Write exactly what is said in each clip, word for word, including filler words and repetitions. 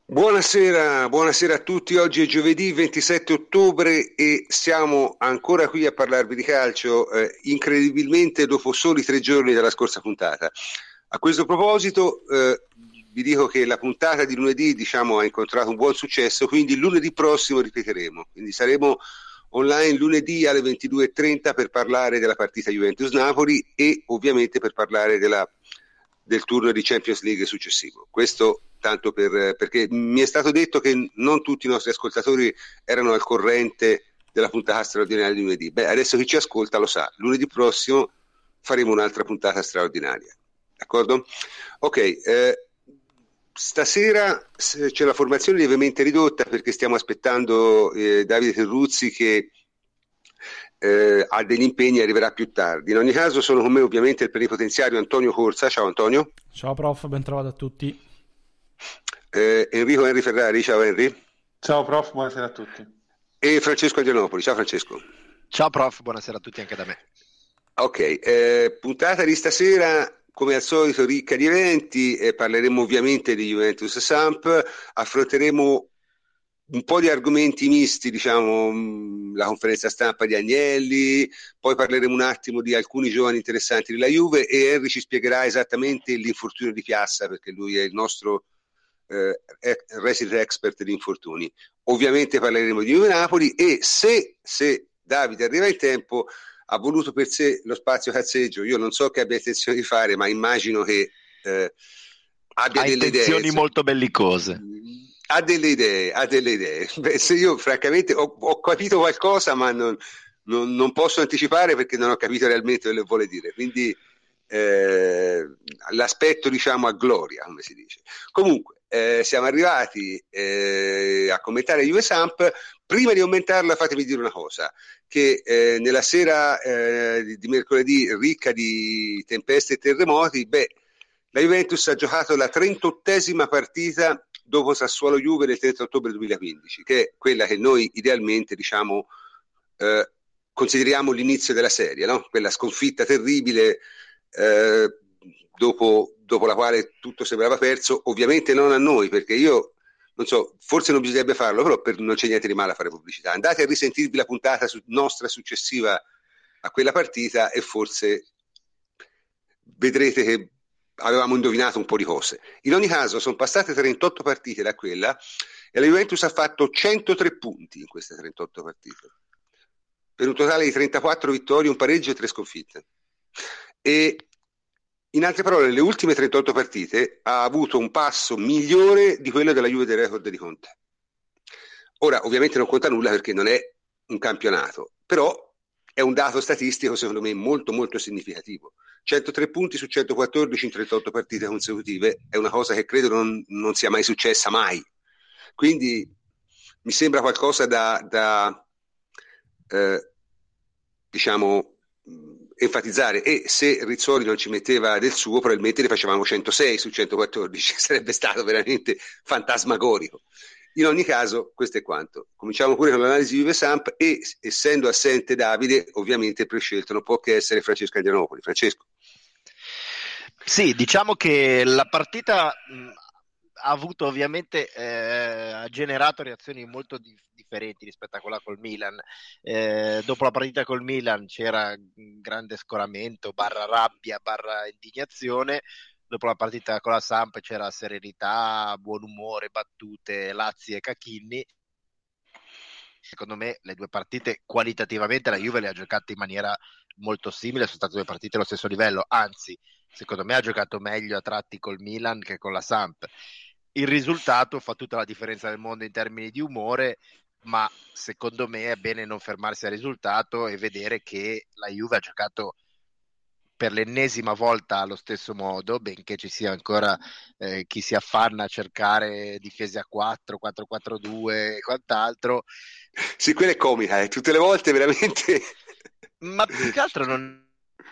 Buonasera, buonasera a tutti. Oggi è giovedì ventisette ottobre e siamo ancora qui a parlarvi di calcio, eh, incredibilmente dopo soli tre giorni dalla scorsa puntata. A questo proposito, eh, vi dico che la puntata di lunedì, diciamo, ha incontrato un buon successo, quindi lunedì prossimo ripeteremo. Quindi saremo online lunedì alle ventidue e trenta per parlare della partita Juventus-Napoli e ovviamente per parlare della, del turno di Champions League successivo. Questo tanto per, perché mi è stato detto che non tutti i nostri ascoltatori erano al corrente della puntata straordinaria di lunedì. Beh, adesso chi ci ascolta lo sa, lunedì prossimo faremo un'altra puntata straordinaria, d'accordo? Ok, eh, stasera c'è la formazione lievemente ridotta perché stiamo aspettando eh, Davide Terruzzi che eh, ha degli impegni e arriverà più tardi. In ogni caso sono con me ovviamente il plenipotenziario Antonio Corsa. Ciao Antonio. Ciao prof, ben trovato a tutti. Eh, Enrico Henry Ferrari. Ciao Henry. Ciao prof, buonasera a tutti. E Francesco Adrianopoli. Ciao Francesco. Ciao prof, buonasera a tutti anche da me. Ok, eh, puntata di stasera come al solito ricca di eventi, eh, parleremo ovviamente di Juventus Samp, affronteremo un po' di argomenti misti, diciamo mh, la conferenza stampa di Agnelli, poi parleremo un attimo di alcuni giovani interessanti della Juve e Henry ci spiegherà esattamente l'infortunio di Piazza perché lui è il nostro eh, resident expert di infortuni. Ovviamente parleremo di Juve Napoli e se, se Davide arriva in tempo ha voluto per sé lo spazio cazzeggio, io non so che abbia intenzione di fare, ma immagino che eh, abbia ha delle intenzioni idee, molto bellicose. Ha delle idee, ha delle idee. Beh, se io francamente ho, ho capito qualcosa, ma non, non, non posso anticipare perché non ho capito realmente quello che vuole dire. Quindi eh, l'aspetto, diciamo, a gloria, come si dice. Comunque, eh, siamo arrivati eh, a commentare Juve Samp. Prima di commentarla, fatemi dire una cosa, che eh, nella sera eh, di, di mercoledì ricca di tempeste e terremoti, beh, la Juventus ha giocato la trentottesima partita dopo Sassuolo Juve del trenta ottobre duemilaquindici, che è quella che noi idealmente diciamo eh, consideriamo l'inizio della serie, no? Quella sconfitta terribile eh, dopo, dopo la quale tutto sembrava perso, ovviamente non a noi, perché io non so, forse non bisognerebbe farlo, però per, non c'è niente di male a fare pubblicità. Andate a risentirvi la puntata su, nostra successiva a quella partita e forse vedrete che avevamo indovinato un po' di cose. In ogni caso sono passate trentotto partite da quella e la Juventus ha fatto centotré punti in queste trentotto partite per un totale di trentaquattro vittorie, un pareggio e tre sconfitte. E in altre parole, le ultime trentotto partite ha avuto un passo migliore di quello della Juve del record di Conte. Ora, ovviamente non conta nulla perché non è un campionato, però è un dato statistico secondo me molto molto significativo. centotré punti su centoquattordici in trentotto partite consecutive è una cosa che credo non, non sia mai successa mai. Quindi mi sembra qualcosa da, da eh, diciamo enfatizzare, e se Rizzoli non ci metteva del suo probabilmente ne facevamo centosei su centoquattordici, sarebbe stato veramente fantasmagorico. In ogni caso, questo è quanto. Cominciamo pure con l'analisi di Juve Samp e, essendo assente Davide, ovviamente il prescelto non può che essere Francesco Adrianopoli. Francesco. Sì, diciamo che la partita mh, ha avuto ovviamente, eh, ha generato reazioni molto di- differenti rispetto a quella col Milan. Eh, dopo la partita col Milan c'era un grande scoramento, barra rabbia, barra indignazione. Dopo la partita con la Samp c'era serenità, buon umore, battute, Lazzi e Cacchini. Secondo me le due partite qualitativamente la Juve le ha giocate in maniera molto simile, sono state due partite allo stesso livello, anzi secondo me ha giocato meglio a tratti col Milan che con la Samp. Il risultato fa tutta la differenza del mondo in termini di umore, ma secondo me è bene non fermarsi al risultato e vedere che la Juve ha giocato per l'ennesima volta allo stesso modo, benché ci sia ancora eh, chi si affanna a cercare difese a quattro, quattro quattro due e quant'altro. Sì, quella è comica, eh. Tutte le volte veramente... Ma più che altro non...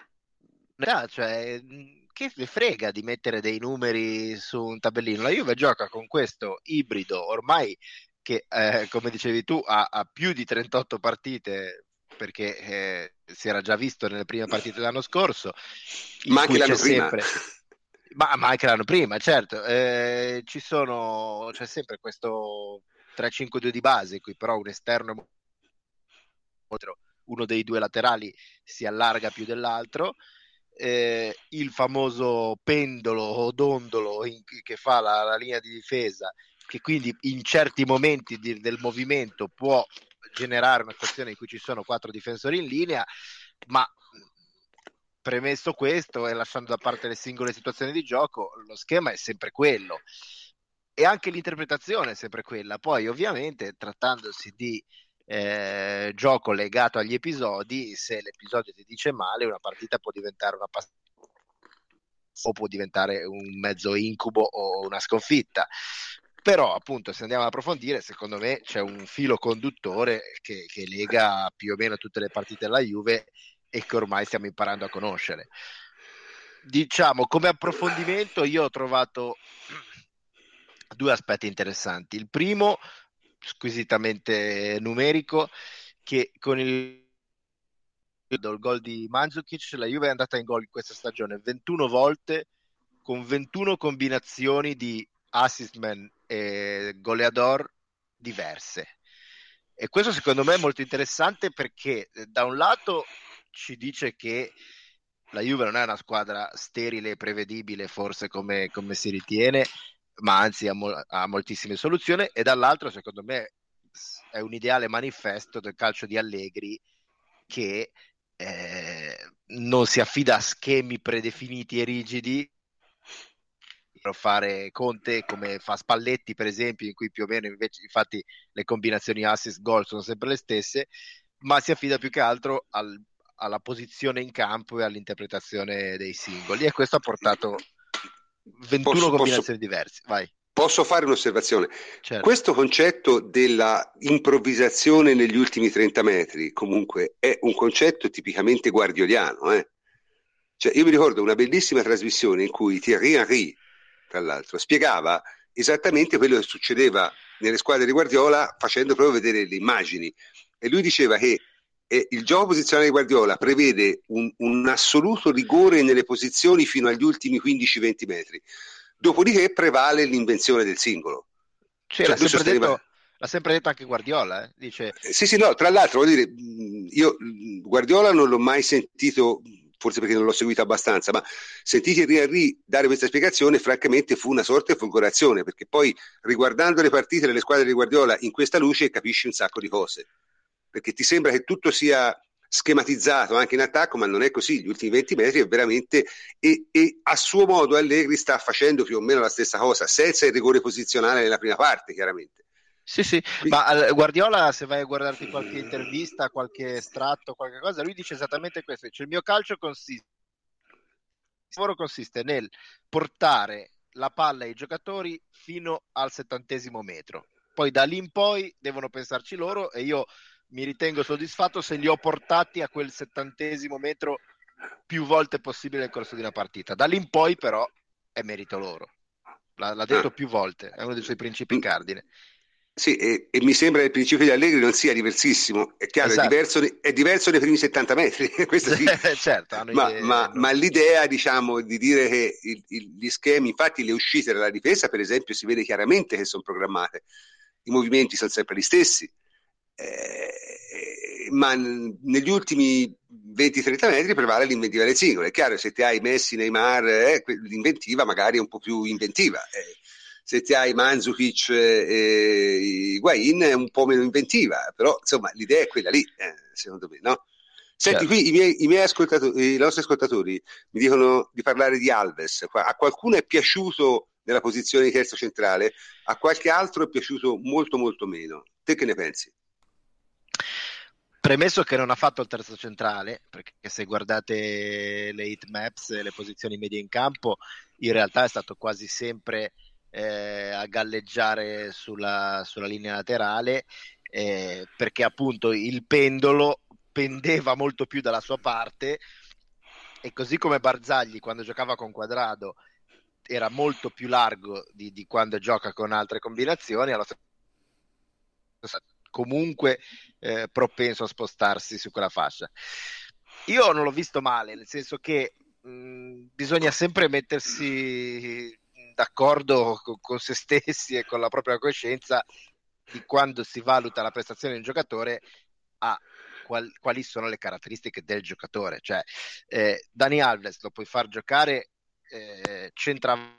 Cioè, che le frega di mettere dei numeri su un tabellino? La Juve gioca con questo ibrido ormai che, eh, come dicevi tu, ha, ha più di trentotto partite, perché eh, si era già visto nelle prime partite dell'anno scorso, in Ma anche cui l'anno c'è prima. sempre... Ma, ma anche l'anno prima, certo. Eh, ci sono, c'è sempre questo tre cinque due di base, in cui però un esterno, uno dei due laterali si allarga più dell'altro. Eh, il famoso pendolo o dondolo in, che fa la, la linea di difesa, che quindi in certi momenti di, del movimento può generare una situazione in cui ci sono quattro difensori in linea, ma premesso questo e lasciando da parte le singole situazioni di gioco, lo schema è sempre quello e anche l'interpretazione è sempre quella. Poi ovviamente trattandosi di eh, gioco legato agli episodi, se l'episodio ti dice male, una partita può diventare una passata o può diventare un mezzo incubo o una sconfitta. Però appunto, se andiamo ad approfondire, secondo me c'è un filo conduttore che, che lega più o meno tutte le partite della Juve e che ormai stiamo imparando a conoscere. Diciamo, come approfondimento io ho trovato due aspetti interessanti. Il primo, squisitamente numerico, che con il il gol di Mandzukic la Juve è andata in gol in questa stagione ventuno volte, con ventuno combinazioni di assist man e goleador diverse. E questo secondo me è molto interessante, perché da un lato ci dice che la Juve non è una squadra sterile e prevedibile forse come, come si ritiene, ma anzi ha, mo- ha moltissime soluzioni, e dall'altro secondo me è un ideale manifesto del calcio di Allegri, che eh, non si affida a schemi predefiniti e rigidi per fare Conte come fa Spalletti per esempio, in cui più o meno invece infatti le combinazioni assist gol sono sempre le stesse, ma si affida più che altro al, alla posizione in campo e all'interpretazione dei singoli, e questo ha portato ventuno Posso, combinazioni posso, diverse. Vai. posso fare un'osservazione? Certo. Questo concetto della improvvisazione negli ultimi trenta metri comunque è un concetto tipicamente guardioliano, eh? Cioè, io mi ricordo una bellissima trasmissione in cui Thierry Henry, tra l'altro, spiegava esattamente quello che succedeva nelle squadre di Guardiola, facendo proprio vedere le immagini, e lui diceva che eh, il gioco posizionale di Guardiola prevede un, un assoluto rigore nelle posizioni fino agli ultimi quindici venti metri, dopodiché prevale l'invenzione del singolo. Cioè, Cioè, l'ha, lui sempre sosteneva... detto, l'ha sempre detto anche Guardiola, eh? Dice... Sì, sì, no, tra l'altro, voglio dire, io Guardiola non l'ho mai sentito, forse perché non l'ho seguito abbastanza, ma sentite Henry dare questa spiegazione, francamente fu una sorta di folgorazione, perché poi riguardando le partite delle squadre di Guardiola in questa luce capisci un sacco di cose, perché ti sembra che tutto sia schematizzato anche in attacco, ma non è così. Gli ultimi venti metri è veramente, e, e a suo modo Allegri sta facendo più o meno la stessa cosa, senza il rigore posizionale nella prima parte, chiaramente. Sì, sì, ma Guardiola, se vai a guardarti qualche intervista, qualche estratto, qualche cosa, lui dice esattamente questo, dice: il mio calcio consiste, il lavoro consiste nel portare la palla ai giocatori fino al settantesimo metro, poi da lì in poi devono pensarci loro, e io mi ritengo soddisfatto se li ho portati a quel settantesimo metro più volte possibile nel corso di una partita. Da lì in poi però è merito loro, l'ha, l'ha detto ah. più volte, è uno dei suoi principi cardine. Sì, e, e mi sembra che il principio di Allegri non sia diversissimo. È chiaro, esatto. è, diverso, è diverso nei primi settanta metri, questo sì. Certo, ma, idee, ma, non... ma l'idea, diciamo, di dire che il, il, gli schemi, infatti le uscite dalla difesa, per esempio, si vede chiaramente che sono programmate. I movimenti sono sempre gli stessi. Eh, ma negli ultimi venti trenta metri prevale l'inventiva del singolo. È chiaro, se ti hai Messi, Neymar, eh, l'inventiva magari è un po' più inventiva. Eh. Se ti hai Mandzukic e Higuain è un po' meno inventiva, però insomma l'idea è quella lì, eh, secondo me, no? Senti, certo. Qui i miei, i miei ascoltatori, i nostri ascoltatori mi dicono di parlare di Alves. A qualcuno è piaciuto nella posizione di terzo centrale, a qualche altro è piaciuto molto molto meno. Te che ne pensi? Premesso che non ha fatto il terzo centrale, perché se guardate le heat maps e le posizioni medie in campo, in realtà è stato quasi sempre Eh, a galleggiare sulla, sulla linea laterale, eh, perché appunto il pendolo pendeva molto più dalla sua parte, e così come Barzagli quando giocava con Quadrado era molto più largo di, di quando gioca con altre combinazioni, allo stesso comunque eh, propenso a spostarsi su quella fascia. Io non l'ho visto male, nel senso che mh, bisogna sempre mettersi d'accordo con, con se stessi e con la propria coscienza di quando si valuta la prestazione di un giocatore a qual, quali sono le caratteristiche del giocatore. Cioè, eh, Dani Alves lo puoi far giocare eh, centravanti,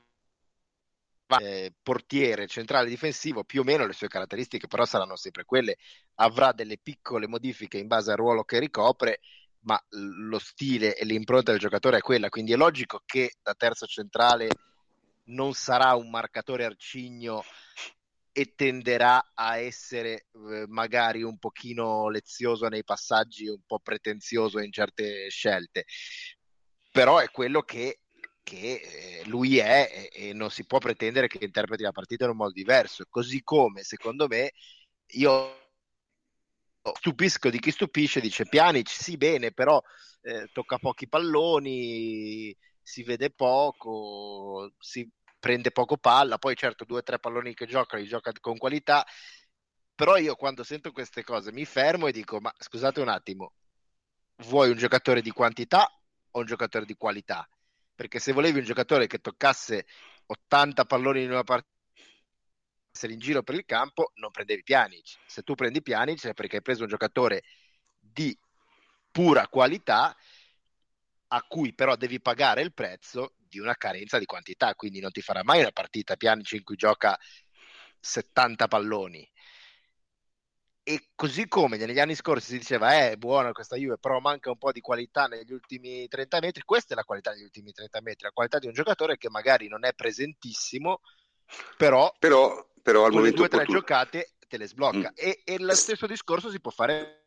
eh, portiere, centrale difensivo, più o meno le sue caratteristiche però saranno sempre quelle. Avrà delle piccole modifiche in base al ruolo che ricopre, ma lo stile e l'impronta del giocatore è quella, quindi è logico che da terzo centrale non sarà un marcatore arcigno e tenderà a essere eh, magari un pochino lezioso nei passaggi, un po' pretenzioso in certe scelte, però è quello che che eh, lui è e, e non si può pretendere che interpreti la partita in un modo diverso, così come secondo me io stupisco di chi stupisce, dice Pjanic sì bene, però eh, tocca pochi palloni, si vede poco, si prende poco palla, poi certo due o tre palloni che gioca, li gioca con qualità, però io quando sento queste cose mi fermo e dico ma scusate un attimo, vuoi un giocatore di quantità o un giocatore di qualità? Perché se volevi un giocatore che toccasse ottanta palloni in una partita, essere in giro per il campo, non prendevi Pjanic. Se tu prendi Pjanic è perché hai preso un giocatore di pura qualità a cui però devi pagare il prezzo di una carenza di quantità, quindi non ti farà mai una partita Pjanic in cui gioca settanta palloni. E così come negli anni scorsi si diceva eh, è buona questa Juve, però manca un po' di qualità negli ultimi trenta metri, questa è la qualità negli ultimi trenta metri, la qualità di un giocatore che magari non è presentissimo, però, però, però al con le momento due o tre opportuno. giocate te le sblocca. Mm. E, e lo stesso discorso si può fare,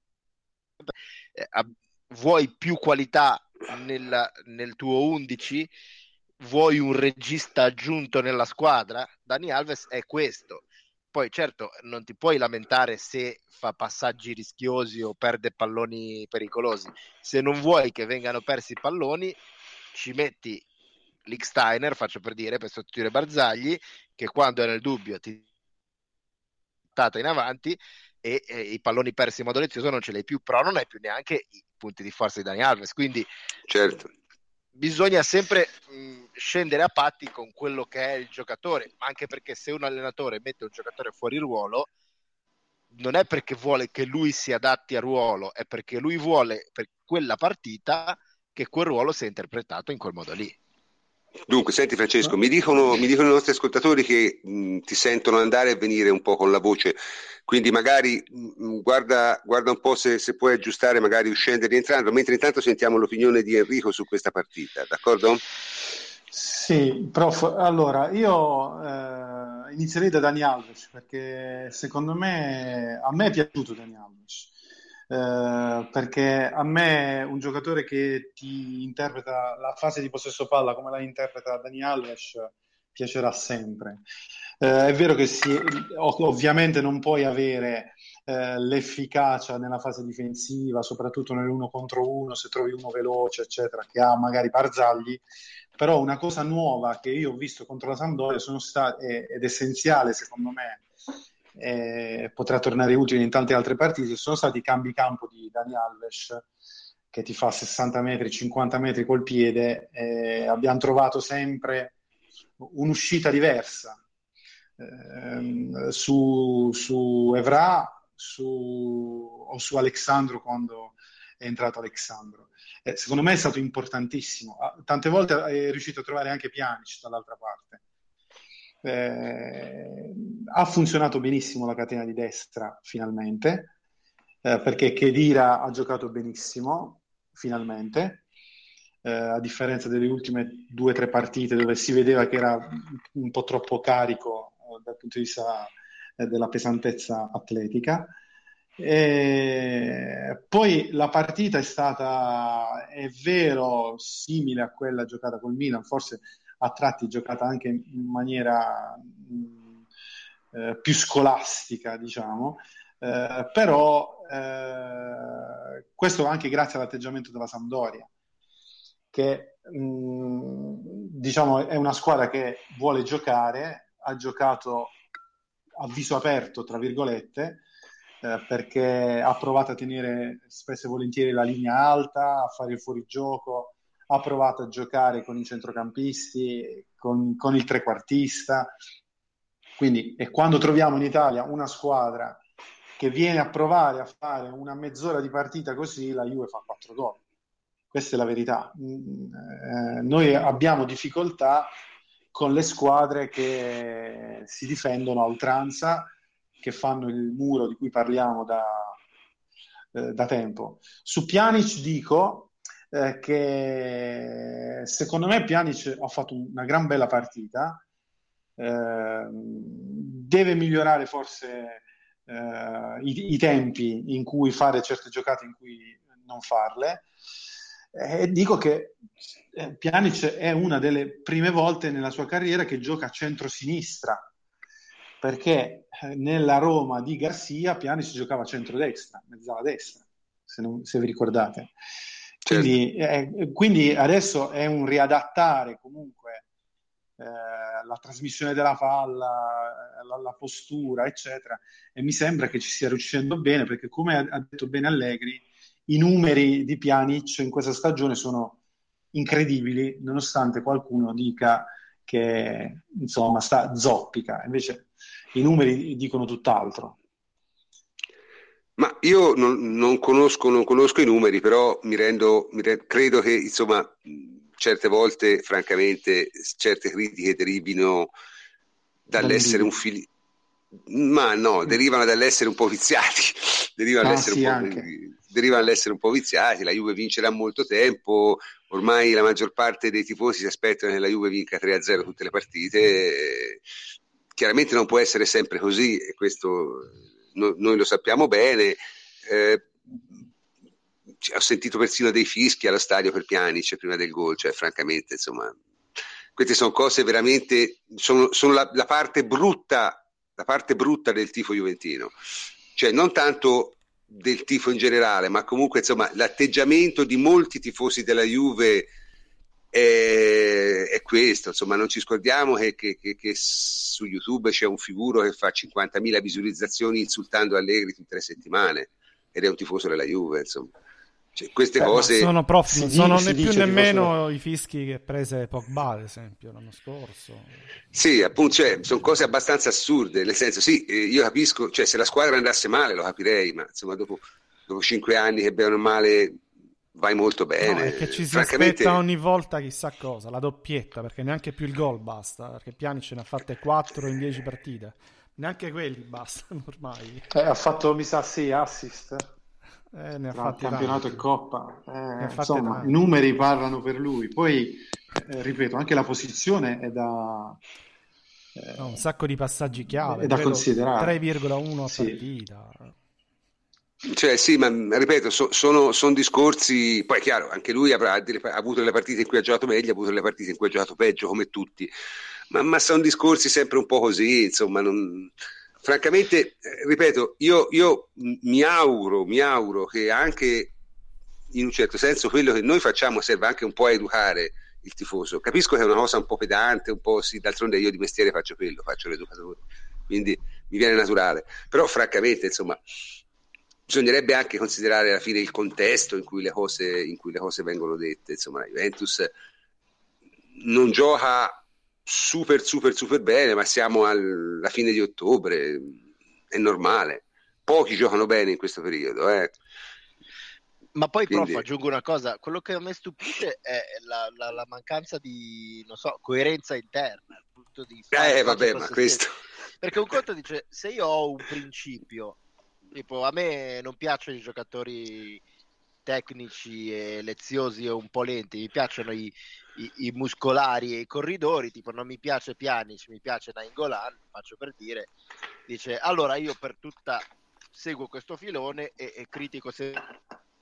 eh, a, vuoi più qualità nel, nel tuo undici, vuoi un regista aggiunto nella squadra? Dani Alves è questo. Poi certo non ti puoi lamentare se fa passaggi rischiosi o perde palloni pericolosi. Se non vuoi che vengano persi i palloni, ci metti Lichtsteiner, faccio per dire, per sostituire Barzagli, che quando è nel dubbio ti tata in avanti e, e i palloni persi in modo lezioso non ce l'hai più, però non hai più neanche i punti di forza di Dani Alves, quindi certo. bisogna sempre mh, scendere a patti con quello che è il giocatore, ma anche perché se un allenatore mette un giocatore fuori ruolo non è perché vuole che lui si adatti a ruolo, è perché lui vuole per quella partita che quel ruolo sia interpretato in quel modo lì. Dunque, senti Francesco, mi dicono, mi dicono i nostri ascoltatori che mh, ti sentono andare e venire un po' con la voce, quindi magari mh, guarda, guarda un po' se, se puoi aggiustare, magari uscendo e rientrando, mentre intanto sentiamo l'opinione di Enrico su questa partita, d'accordo? Sì, prof, allora io eh, inizierei da Dani Alves perché secondo me a me è piaciuto Dani Alves. Eh, perché a me un giocatore che ti interpreta la fase di possesso palla come la interpreta Dani Alves piacerà sempre. Eh, è vero che si, ov- ovviamente non puoi avere eh, l'efficacia nella fase difensiva, soprattutto nell'uno contro uno, se trovi uno veloce, eccetera, che ha magari Barzagli, però una cosa nuova che io ho visto contro la Sampdoria sono state, ed essenziale secondo me, eh, potrà tornare utile in tante altre partite, sono stati i cambi campo di Dani Alves che ti fa sessanta metri, cinquanta metri col piede. Eh, abbiamo trovato sempre un'uscita diversa eh, su, su Evra su, o su Alexandro quando è entrato Alexandro. Eh, secondo me è stato importantissimo. Ah, tante volte è riuscito a trovare anche Pjanic dall'altra parte. Eh, ha funzionato benissimo la catena di destra finalmente, eh, perché Khedira ha giocato benissimo finalmente, eh, a differenza delle ultime due o tre partite dove si vedeva che era un po' troppo carico eh, dal punto di vista eh, della pesantezza atletica. E poi la partita è stata, è vero, simile a quella giocata col Milan, forse a tratti giocata anche in maniera mh, eh, più scolastica, diciamo, eh, però eh, questo anche grazie all'atteggiamento della Sampdoria, che mh, diciamo è una squadra che vuole giocare, ha giocato a viso aperto, tra virgolette, eh, perché ha provato a tenere spesso e volentieri la linea alta, a fare il fuorigioco, ha provato a giocare con i centrocampisti, con, con il trequartista. Quindi, e quando troviamo in Italia una squadra che viene a provare a fare una mezz'ora di partita così, la Juve fa quattro gol. Questa è la verità. Eh, noi abbiamo difficoltà con le squadre che si difendono a oltranza, che fanno il muro di cui parliamo da, eh, da tempo. Su Pjanic dico eh, che secondo me Pjanic ha fatto una gran bella partita, eh, deve migliorare forse eh, i, i tempi in cui fare certe giocate, in cui non farle, e dico che eh, Pjanic è una delle prime volte nella sua carriera che gioca a centro-sinistra, perché eh, nella Roma di Garcia Pjanic giocava a centro-destra, mezzala destra, se, non, se vi ricordate. Quindi, certo. eh, quindi adesso è un riadattare comunque eh, la trasmissione della palla, la, la postura, eccetera, e mi sembra che ci stia riuscendo bene, perché come ha, ha detto bene Allegri, i numeri di Pjanic in questa stagione sono incredibili, nonostante qualcuno dica che insomma sta zoppica, invece i numeri dicono tutt'altro. Ma io non, non conosco non conosco i numeri, però mi rendo, mi rendo credo che insomma certe volte francamente certe critiche derivino dall'essere un fili ma no, derivano dall'essere un po' viziati, derivano, ah, sì, un po', derivano dall'essere un po' viziati. La Juve vince da molto tempo, ormai la maggior parte dei tifosi si aspettano che la Juve vinca tre a zero tutte le partite. Chiaramente non può essere sempre così, e questo no, noi lo sappiamo bene. Eh, ho sentito persino dei fischi allo stadio per Pjanic prima del gol, cioè francamente insomma queste sono cose veramente, sono, sono la, la parte brutta la parte brutta del tifo juventino, cioè non tanto del tifo in generale, ma comunque insomma l'atteggiamento di molti tifosi della Juve è, è questo, insomma non ci scordiamo che, che, che, che su YouTube c'è un figuro che fa cinquantamila visualizzazioni insultando Allegri tutte le settimane ed è un tifoso della Juve, insomma. Cioè, queste Beh, cose sono prof, non sono né più nemmeno fosse... i fischi che prese Pogba ad esempio l'anno scorso. Sì, appunto, cioè, sono cose abbastanza assurde, nel senso sì, io capisco, cioè se la squadra andasse male lo capirei, ma insomma dopo, dopo cinque anni che bene o male vai molto bene. No, è che ci si Francamente... aspetta ogni volta chissà cosa, la doppietta, perché neanche più il gol basta, perché Pjanic ne ha fatte quattro in dieci partite, neanche quelli bastano ormai. Eh, ha fatto, mi sa, sì, assist. Eh, ne ha tra fatti campionato tanti. e coppa, eh, insomma tanti. I numeri parlano per lui, poi eh, ripeto anche la posizione è da eh, no, un sacco di passaggi chiave, è da considerare, tre virgola uno a sì. partita, cioè sì, ma ripeto so, sono, sono discorsi, poi è chiaro anche lui avrà ha avuto delle partite in cui ha giocato meglio, ha avuto delle partite in cui ha giocato peggio come tutti, ma, ma sono discorsi sempre un po' così, insomma non... Francamente, eh, ripeto, io, io mi auguro, mi auguro che anche in un certo senso quello che noi facciamo serva anche un po' a educare il tifoso. Capisco che è una cosa un po' pedante, un po' sì, d'altronde io di mestiere faccio quello, faccio l'educatore, quindi mi viene naturale. Però francamente, insomma, bisognerebbe anche considerare alla fine il contesto in cui le cose, in cui le cose vengono dette. Insomma, la Juventus non gioca super super super bene, ma siamo alla fine di ottobre, è normale, pochi giocano bene in questo periodo, eh. Ma poi Quindi... prof, aggiungo una cosa, quello che a me stupisce è la, la, la mancanza di, non so, coerenza interna, il punto di fare eh vabbè ma questo stesso. Perché un conto dice, se io ho un principio, tipo a me non piacciono i giocatori tecnici e leziosi e un po' lenti, mi piacciono i I, i muscolari e i corridori, tipo non mi piace Pjanic, mi piace Nainggolan, faccio per dire, dice allora io per tutta seguo questo filone e, e critico sempre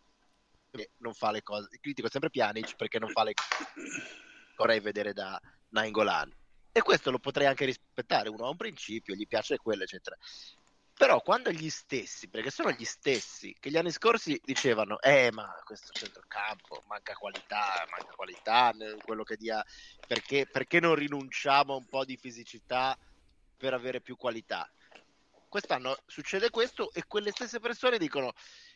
non fa le cose, critico sempre Pjanic perché non fa le cose vorrei vedere da Nainggolan, e questo lo potrei anche rispettare, uno ha un principio, gli piace quello eccetera. Però quando gli stessi, perché sono gli stessi che gli anni scorsi dicevano eh ma questo centrocampo manca qualità, manca qualità quello che dia, perché, perché non rinunciamo a un po' di fisicità per avere più qualità, quest'anno succede questo e quelle stesse persone dicono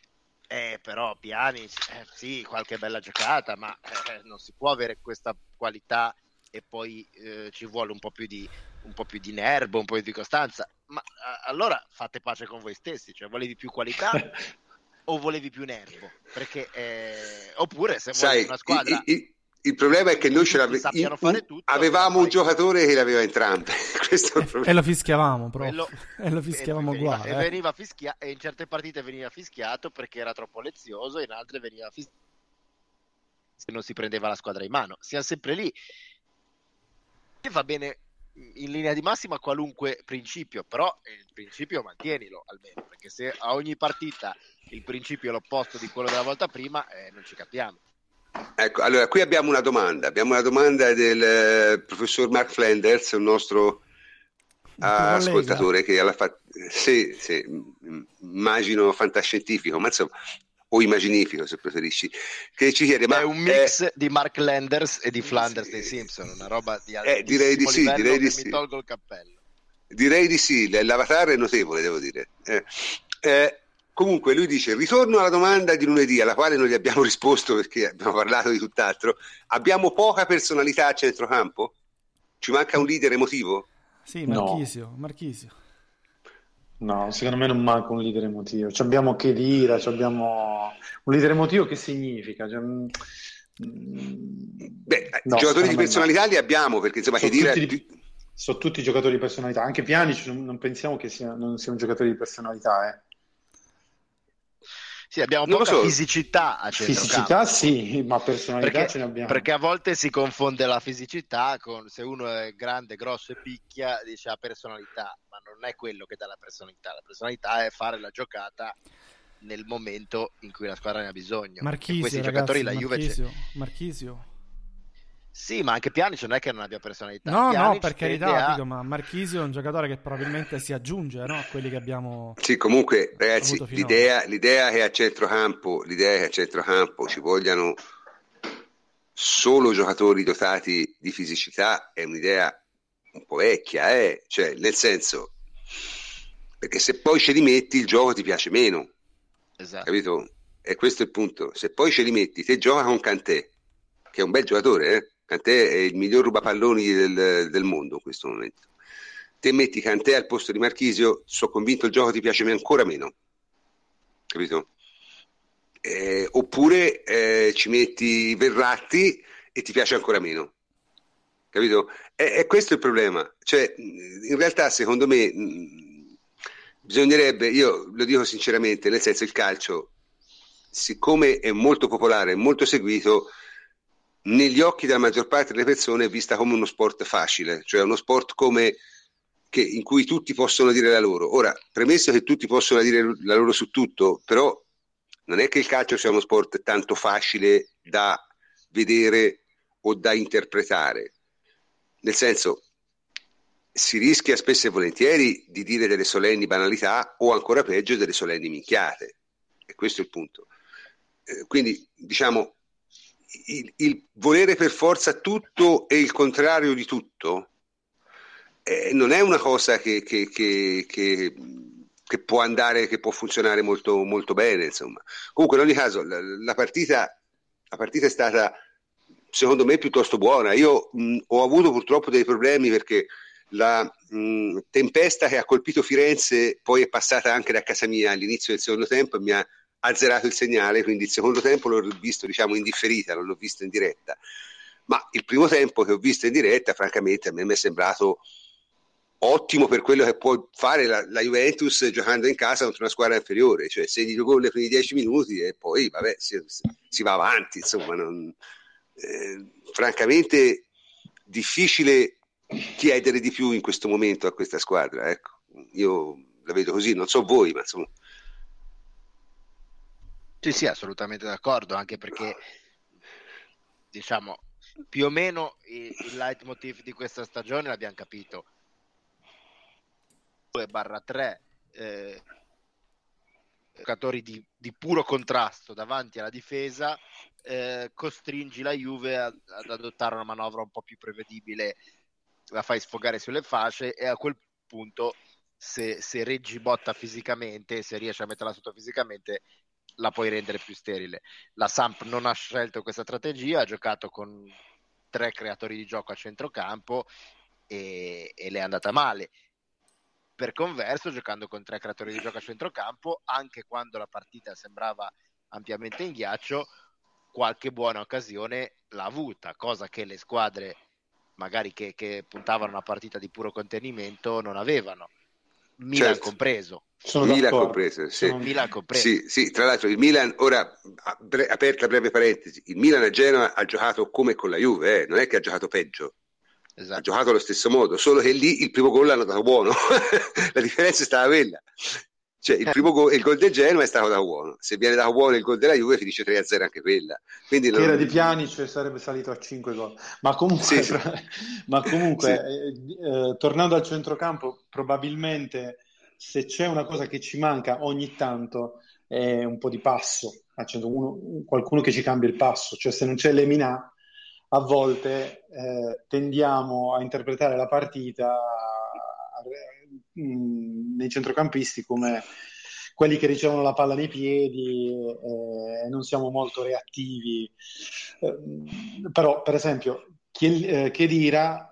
Eh, però Pjanic, eh, sì, qualche bella giocata, ma eh, non si può avere questa qualità e poi eh, ci vuole un po' più di un po' più di nervo, un po' di costanza. Ma a- allora fate pace con voi stessi, cioè volevi più qualità o volevi più nervo? Perché eh, oppure se volevi Sai, una il, squadra il- il problema è in che cui noi ce tutti l'ave- sappiano in- fare un- tutto, allora avevamo un fai giocatore che le aveva entrambe. Questo è il E, problema. e lo fischiavamo, quello prof. E lo e fischiavamo veniva, uguale. e eh. veniva fischia- e in certe partite veniva fischiato perché era troppo lezioso, in altre veniva fischiato se non si prendeva la squadra in mano. Siamo sempre lì. E va bene in linea di massima qualunque principio, però il principio mantienilo almeno, perché se a ogni partita il principio è l'opposto di quello della volta prima, eh, non ci capiamo. Ecco, allora qui abbiamo una domanda. Abbiamo una domanda del eh, professor Mark Flanders, un nostro Il tuo collega. ascoltatore che alla fa- sì, sì, m- immagino fantascientifico, ma insomma, o immaginifico se preferisci, che ci chiede: ma È un mix eh, di Mark Landers e di Flanders dei Simpson, una roba di eh, direi di altissimo sì, livello direi di che sì. mi tolgo il cappello. Direi di sì, l- l'avatar è notevole, devo dire. Eh, eh, comunque lui dice: ritorno alla domanda di lunedì, alla quale non gli abbiamo risposto perché abbiamo parlato di tutt'altro. Abbiamo poca personalità a centrocampo? Ci manca un leader emotivo? Sì, No. Marchisio, Marchisio. No, secondo me non manca un leader emotivo. Ci abbiamo Khedira, ci abbiamo un leader emotivo che significa? Cioè, mm, Beh, no, giocatori secondo di me personalità no. li abbiamo, perché insomma Sono Khedira tutti, è di- più... sono tutti giocatori di personalità. Anche Pjanic non, non pensiamo che sia, non sia un giocatore di personalità, eh. Sì, abbiamo Non lo poca so. fisicità a Fisicità centrocampo. sì, ma personalità Perché, ce ne abbiamo. perché a volte si confonde la fisicità con se uno è grande, grosso e picchia, dice ha personalità, ma non è quello che dà la personalità. La personalità è fare la giocata nel momento in cui la squadra ne ha bisogno. E Marchisio, questi ragazzi, giocatori la Juve c'è. Marchisio, Marchisio. Sì, ma anche Pjanic non è che non abbia personalità. No, no, Pjanic per tende carità, a- dico, ma Marchisio è un giocatore che probabilmente si aggiunge, no, a quelli che abbiamo Sì, comunque, ragazzi, avuto finora. l'idea, l'idea che a centrocampo, l'idea che a centrocampo ci vogliano solo giocatori dotati di fisicità è un'idea un po' vecchia, eh? Cioè, nel senso, perché se poi ce li metti il gioco ti piace meno, Esatto. capito? E questo è il punto. Se poi ce li metti, te gioca con Kanté, che è un bel giocatore, eh? Kanté è il miglior rubapalloni del, del mondo in questo momento. Te metti Kanté al posto di Marchisio, sono convinto il gioco ti piace ancora meno, capito? Eh, oppure eh, ci metti Verratti e ti piace ancora meno, capito? E, e questo è il problema. Cioè, in realtà, secondo me, mh, bisognerebbe, io lo dico sinceramente, nel senso, il calcio, siccome è molto popolare, è molto seguito, negli occhi della maggior parte delle persone è vista come uno sport facile, cioè uno sport come che, in cui tutti possono dire la loro. Ora, premesso che tutti possono dire la loro su tutto, però non è che il calcio sia uno sport tanto facile da vedere o da interpretare. Nel senso, si rischia spesso e volentieri di dire delle solenni banalità o ancora peggio delle solenni minchiate. E questo è il punto. Eh, quindi, diciamo, il, il volere per forza tutto e il contrario di tutto eh, non è una cosa che, che, che, che, che può andare, che può funzionare molto, molto bene, insomma. Comunque, in ogni caso, la, la partita la partita è stata, secondo me, piuttosto buona. Io mh, ho avuto purtroppo dei problemi perché la mh, tempesta che ha colpito Firenze poi è passata anche da casa mia all'inizio del secondo tempo e mi ha azzerato il segnale, quindi il secondo tempo l'ho visto, diciamo, in differita, non l'ho visto in diretta, ma il primo tempo che ho visto in diretta, francamente, a me mi è sembrato ottimo per quello che può fare la, la Juventus giocando in casa contro una squadra inferiore, cioè segni due gol nei primi dieci minuti e poi vabbè si, si va avanti, insomma, non, eh, francamente difficile chiedere di più in questo momento a questa squadra, ecco, io la vedo così, non so voi, ma insomma. Sì, sì, assolutamente d'accordo, anche perché diciamo più o meno il, il leitmotiv di questa stagione l'abbiamo capito. due barra tre eh, giocatori di, di puro contrasto davanti alla difesa, eh, costringi la Juve a, ad adottare una manovra un po' più prevedibile, la fai sfogare sulle fasce e a quel punto se, se reggi botta fisicamente, se riesci a metterla sotto fisicamente, la puoi rendere più sterile. La Samp non ha scelto questa strategia, ha giocato con tre creatori di gioco a centrocampo e, e le è andata male. Per converso, giocando con tre creatori di gioco a centrocampo, anche quando la partita sembrava ampiamente in ghiaccio, qualche buona occasione l'ha avuta, cosa che le squadre magari che, che puntavano a una partita di puro contenimento non avevano, Milan certo. compreso. Sono Milan compreso, sì. Sono... Milan compreso. Sì, sì, tra l'altro il Milan, ora aperta breve parentesi, il Milan a Genova ha giocato come con la Juve, eh? Non è che ha giocato peggio, esatto. Ha giocato allo stesso modo, solo che lì il primo gol l'hanno dato buono, la differenza è stata quella. Cioè il primo gol, il gol del Genoa è stato da buono, se viene da buono il gol della Juve finisce tre a zero anche quella. Quindi che non... era di Pjanic sarebbe salito a cinque gol. Ma comunque, sì, sì. ma comunque sì. eh, eh, tornando al centrocampo, probabilmente se c'è una cosa che ci manca ogni tanto è un po' di passo, uno, qualcuno che ci cambia il passo, cioè se non c'è Lemina a volte eh, tendiamo a interpretare la partita nei centrocampisti come quelli che ricevono la palla nei piedi e eh, non siamo molto reattivi, eh, però per esempio Khedira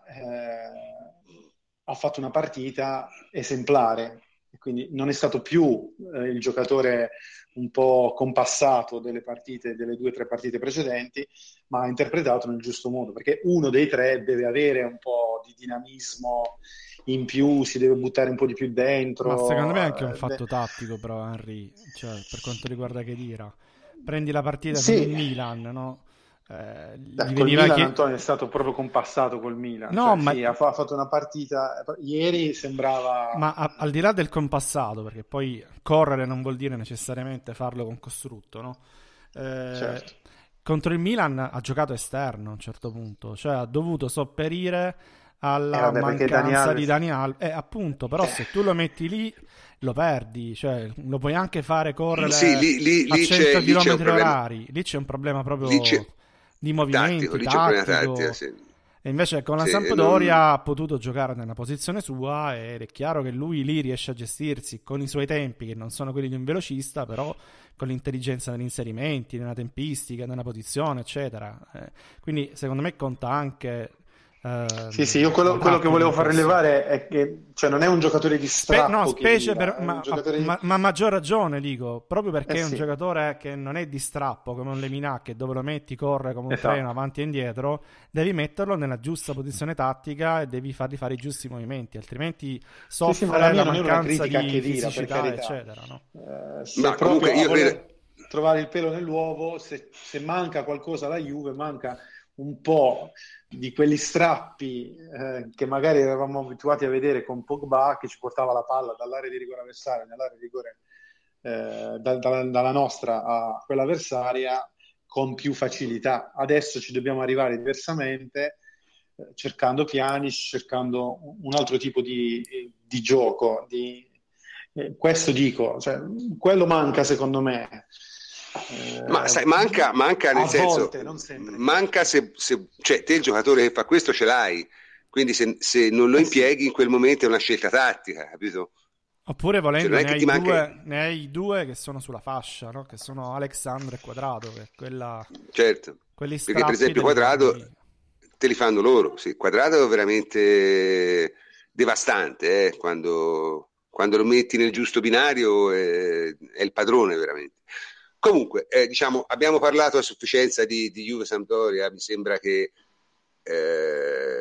eh, ha fatto una partita esemplare e quindi non è stato più eh, il giocatore un po' compassato delle partite, delle due o tre partite precedenti, ma ha interpretato nel giusto modo, perché uno dei tre deve avere un po' di dinamismo in più, si deve buttare un po' di più dentro. Ma secondo me è anche un fatto eh, tattico però, Henry, cioè per quanto riguarda Khedira. Prendi la partita sì. con il Milan, no? Eh, Beh, col Milan che... Antonio è stato proprio compassato col Milan, no, cioè, ma... sì, ha, fa- ha fatto una partita ieri sembrava, ma a- al di là del compassato, perché poi correre non vuol dire necessariamente farlo con costrutto, no? Eh, certo. Contro il Milan ha giocato esterno a un certo punto, cioè ha dovuto sopperire alla eh, vabbè, mancanza Daniel... di Daniel, eh, appunto, però eh. se tu lo metti lì lo perdi, cioè lo puoi anche fare correre sì, lì, lì, a lì cento c'è, chilometri lì orari, lì c'è un problema proprio di movimenti, tattico, tattico, tattico. Sì. E invece con la sì, Sampdoria non... ha potuto giocare nella posizione sua ed è chiaro che lui lì riesce a gestirsi con i suoi tempi che non sono quelli di un velocista, però con l'intelligenza negli inserimenti, nella tempistica, nella posizione eccetera, eh, quindi secondo me conta anche Uh, sì, sì, io quello, quello che volevo far rilevare è che cioè, non è un giocatore di strappo. Spe- no, specie per, ma, di... ma, ma a maggior ragione, dico, proprio perché eh è un sì. giocatore che non è di strappo come un Lemina, che dove lo metti corre come un esatto. treno avanti e indietro, devi metterlo nella giusta posizione tattica e devi fargli fare i giusti movimenti, altrimenti soffre sì, sì, la, la mancanza di fisicità, eccetera. No? Uh, se ma proprio io credo... trovare il pelo nell'uovo, se, se manca qualcosa alla Juve, manca un po' di quegli strappi eh, che magari eravamo abituati a vedere con Pogba, che ci portava la palla dall'area di rigore avversaria nell'area di rigore eh, da, da, dalla nostra a quella avversaria con più facilità. Adesso ci dobbiamo arrivare diversamente, eh, cercando Pjanic, cercando un altro tipo di, di gioco. Di, eh, questo dico, cioè, quello manca secondo me. Ma sai, manca, manca nel a senso, volte, non sempre. manca se, se, cioè te il giocatore che fa questo ce l'hai, quindi se, se non lo impieghi in quel momento è una scelta tattica, capito? Oppure volendo cioè, ne, hai manca... due, ne hai due che sono sulla fascia, no? Che sono Alexandro e Quadrado, che è quella... certo, quelli perché per esempio Quadrado di... te li fanno loro, sì. Quadrado è veramente devastante, eh? quando, quando lo metti nel giusto binario è, è il padrone veramente. Comunque, eh, diciamo, abbiamo parlato a sufficienza di, di Juve Sampdoria, mi sembra che eh,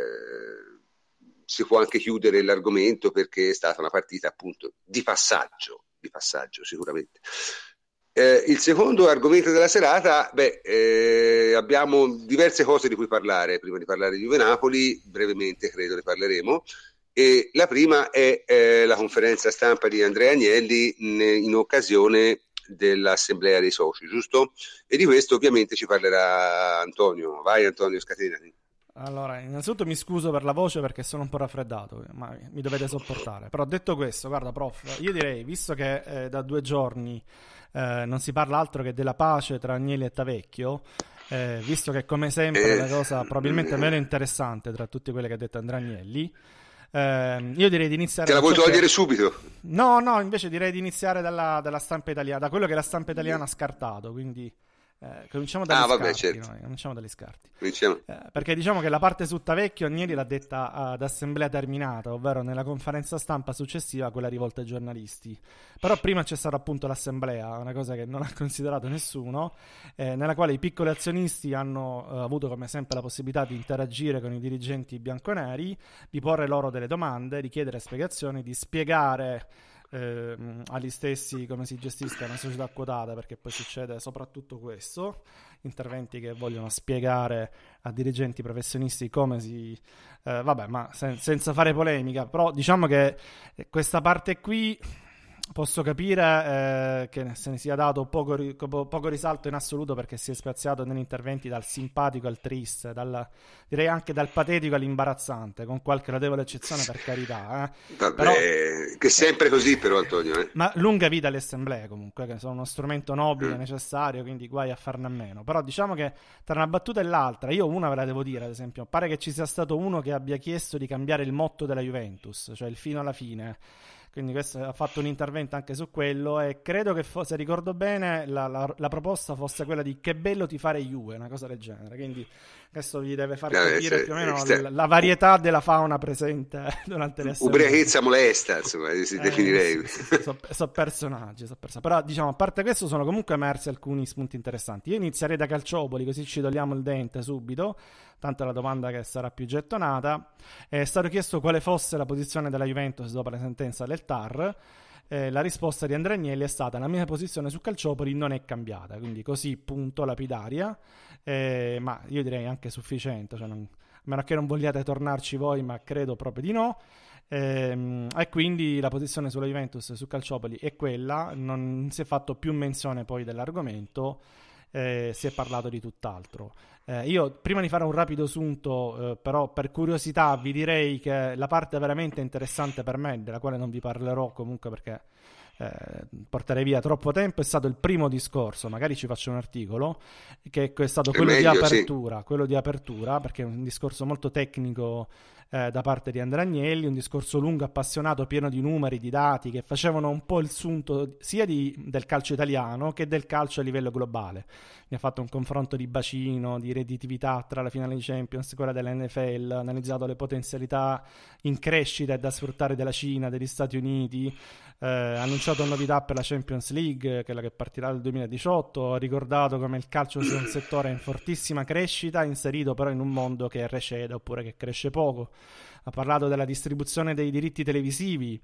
si può anche chiudere l'argomento perché è stata una partita appunto di passaggio, di passaggio sicuramente. Eh, il secondo argomento della serata, beh, eh, abbiamo diverse cose di cui parlare, prima di parlare di Juve Napoli, brevemente credo ne parleremo. E la prima è eh, la conferenza stampa di Andrea Agnelli in, in occasione dell'assemblea dei soci, giusto? E di questo ovviamente ci parlerà Antonio. Vai Antonio, scatenati. Allora, innanzitutto mi scuso per la voce perché sono un po' raffreddato, ma mi dovete sopportare. Però detto questo, guarda prof, io direi, visto che eh, da due giorni eh, non si parla altro che della pace tra Agnelli e Tavecchio, eh, visto che come sempre eh, la cosa probabilmente meno interessante tra tutte quelle che ha detto Andrea Agnelli, Eh, io direi di iniziare. Te la vuoi togliere che... subito? No, no, invece direi di iniziare dalla, dalla stampa italiana, da quello che la stampa italiana ha scartato, quindi eh, cominciamo dagli ah, scarti. Vabbè, certo. Noi, cominciamo dagli scarti. Cominciamo. Eh, perché diciamo che la parte su Tavecchio Agnelli l'ha detta ad assemblea terminata, ovvero nella conferenza stampa successiva a quella rivolta ai giornalisti. Però prima c'è stata appunto l'assemblea, una cosa che non ha considerato nessuno, eh, nella quale i piccoli azionisti hanno eh, avuto come sempre la possibilità di interagire con i dirigenti bianconeri, di porre loro delle domande, di chiedere spiegazioni, di spiegare eh, agli stessi come si gestisca una società quotata, perché poi succede soprattutto questo, interventi che vogliono spiegare a dirigenti professionisti come si eh, vabbè, ma sen- senza fare polemica, però diciamo che questa parte qui posso capire eh, che se ne sia dato poco, ri- poco risalto in assoluto, perché si è spaziato negli interventi dal simpatico al triste, dal, direi anche dal patetico all'imbarazzante, con qualche notevole eccezione, per carità. Eh. Vabbè, però, che è sempre così però, Antonio. Eh. Ma lunga vita alle assemblee comunque, che sono uno strumento nobile, mm. necessario, quindi guai a farne a meno. Però diciamo che tra una battuta e l'altra, io una ve la devo dire, ad esempio, pare che ci sia stato uno che abbia chiesto di cambiare il motto della Juventus, cioè il fino alla fine. Quindi questo, ha fatto un intervento anche su quello, e credo che, fo- se ricordo bene, la, la, la proposta fosse quella di "che bello ti fare Juve", una cosa del genere. Quindi questo vi deve far Vabbè, capire se, più o meno se, la, la varietà della fauna presente durante le assemblee. Ubriachezza molesta, insomma, si eh, definirei. Sì, sì, so, so personaggi, so personaggi. Però diciamo, a parte questo, sono comunque emersi alcuni spunti interessanti. Io inizierei da Calciopoli, così ci togliamo il dente subito, tanto è la domanda che sarà più gettonata. È stato chiesto quale fosse la posizione della Juventus dopo la sentenza del T A R. Eh, la risposta di Andrea Agnelli è stata: la mia posizione su Calciopoli non è cambiata, quindi così, punto, lapidaria, eh, ma io direi anche sufficiente, cioè non, a meno che non vogliate tornarci voi, ma credo proprio di no. Eh, e quindi la posizione sulla Juventus su Calciopoli è quella, non si è fatto più menzione poi dell'argomento, eh, si è parlato di tutt'altro. Eh, io, prima di fare un rapido sunto, eh, però per curiosità vi direi che la parte veramente interessante per me, della quale non vi parlerò comunque perché eh, porterei via troppo tempo, è stato il primo discorso, magari ci faccio un articolo, che è stato quello meglio, di apertura, sì. quello di apertura, perché è un discorso molto tecnico eh, da parte di Andrea Agnelli, un discorso lungo, appassionato, pieno di numeri, di dati, che facevano un po' il sunto sia di, del calcio italiano che del calcio a livello globale. Ne ha fatto un confronto di bacino, di redditività tra la finale di Champions e quella dell'N F L, ha analizzato le potenzialità in crescita e da sfruttare della Cina, degli Stati Uniti, eh, ha annunciato novità per la Champions League, quella che partirà nel duemiladiciotto, ha ricordato come il calcio sia un settore in fortissima crescita, inserito però in un mondo che recede oppure che cresce poco. Ha parlato della distribuzione dei diritti televisivi,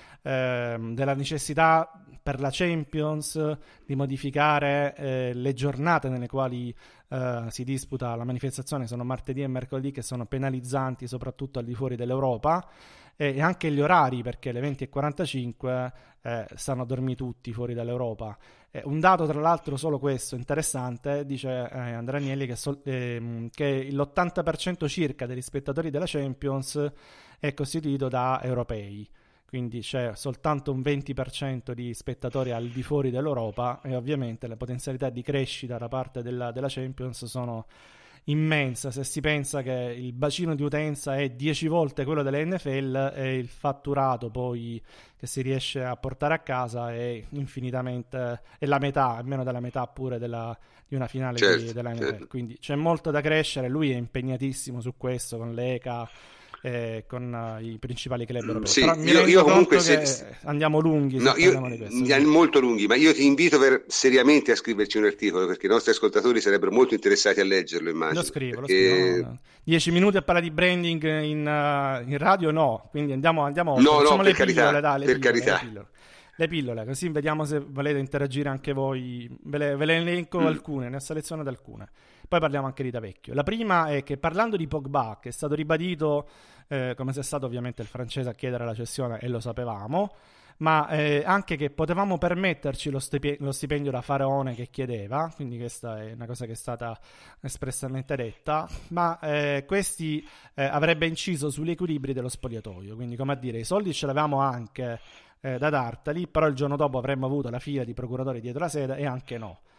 eh, della necessità per la Champions di modificare eh, le giornate nelle quali eh, si disputa la manifestazione, sono martedì e mercoledì, che sono penalizzanti soprattutto al di fuori dell'Europa, e anche gli orari, perché alle venti e quarantacinque eh, stanno a dormire tutti fuori dall'Europa. Eh, un dato, tra l'altro, solo questo interessante, dice eh, Andrea Agnelli, che, sol- eh, che l'ottanta per cento circa degli spettatori della Champions è costituito da europei, quindi c'è soltanto un venti per cento di spettatori al di fuori dell'Europa, e ovviamente le potenzialità di crescita da parte della, della Champions sono immensa. Se si pensa che il bacino di utenza è dieci volte quello dell'N F L, e il fatturato poi che si riesce a portare a casa è infinitamente, è la metà, almeno della metà pure della, di una finale certo, di, della N F L, certo. Quindi c'è molto da crescere, lui è impegnatissimo su questo con l'E C A, Eh, con uh, i principali club europei. Sì, Però mi io, io comunque che se... andiamo lunghi, no, io, di questo, molto lunghi, ma io ti invito per, seriamente a scriverci un articolo, perché i nostri ascoltatori sarebbero molto interessati a leggerlo, immagino. Lo scrivo, perché... lo scrivo. No, no. Dieci minuti a parlare di branding in, uh, in radio, no, quindi andiamo, andiamo oltre. No, Facciamo no, le per pillole, carità, dai, le per pillole, carità. Le pillole. Le pillole, così vediamo se volete interagire anche voi. Ve le, ve le elenco mm. alcune, ne ho selezionato alcune. Poi parliamo anche di Tavecchio. La prima è che, parlando di Pogba, che è stato ribadito eh, come sia stato ovviamente il francese a chiedere la cessione, e lo sapevamo, ma eh, anche che potevamo permetterci lo, stipe- lo stipendio da faraone che chiedeva, quindi questa è una cosa che è stata espressamente detta, ma eh, questi eh, avrebbe inciso sugli equilibri dello spogliatoio, quindi come a dire, i soldi ce l'avevamo anche eh, da darteli, però il giorno dopo avremmo avuto la fila di procuratori dietro la sede, e anche no.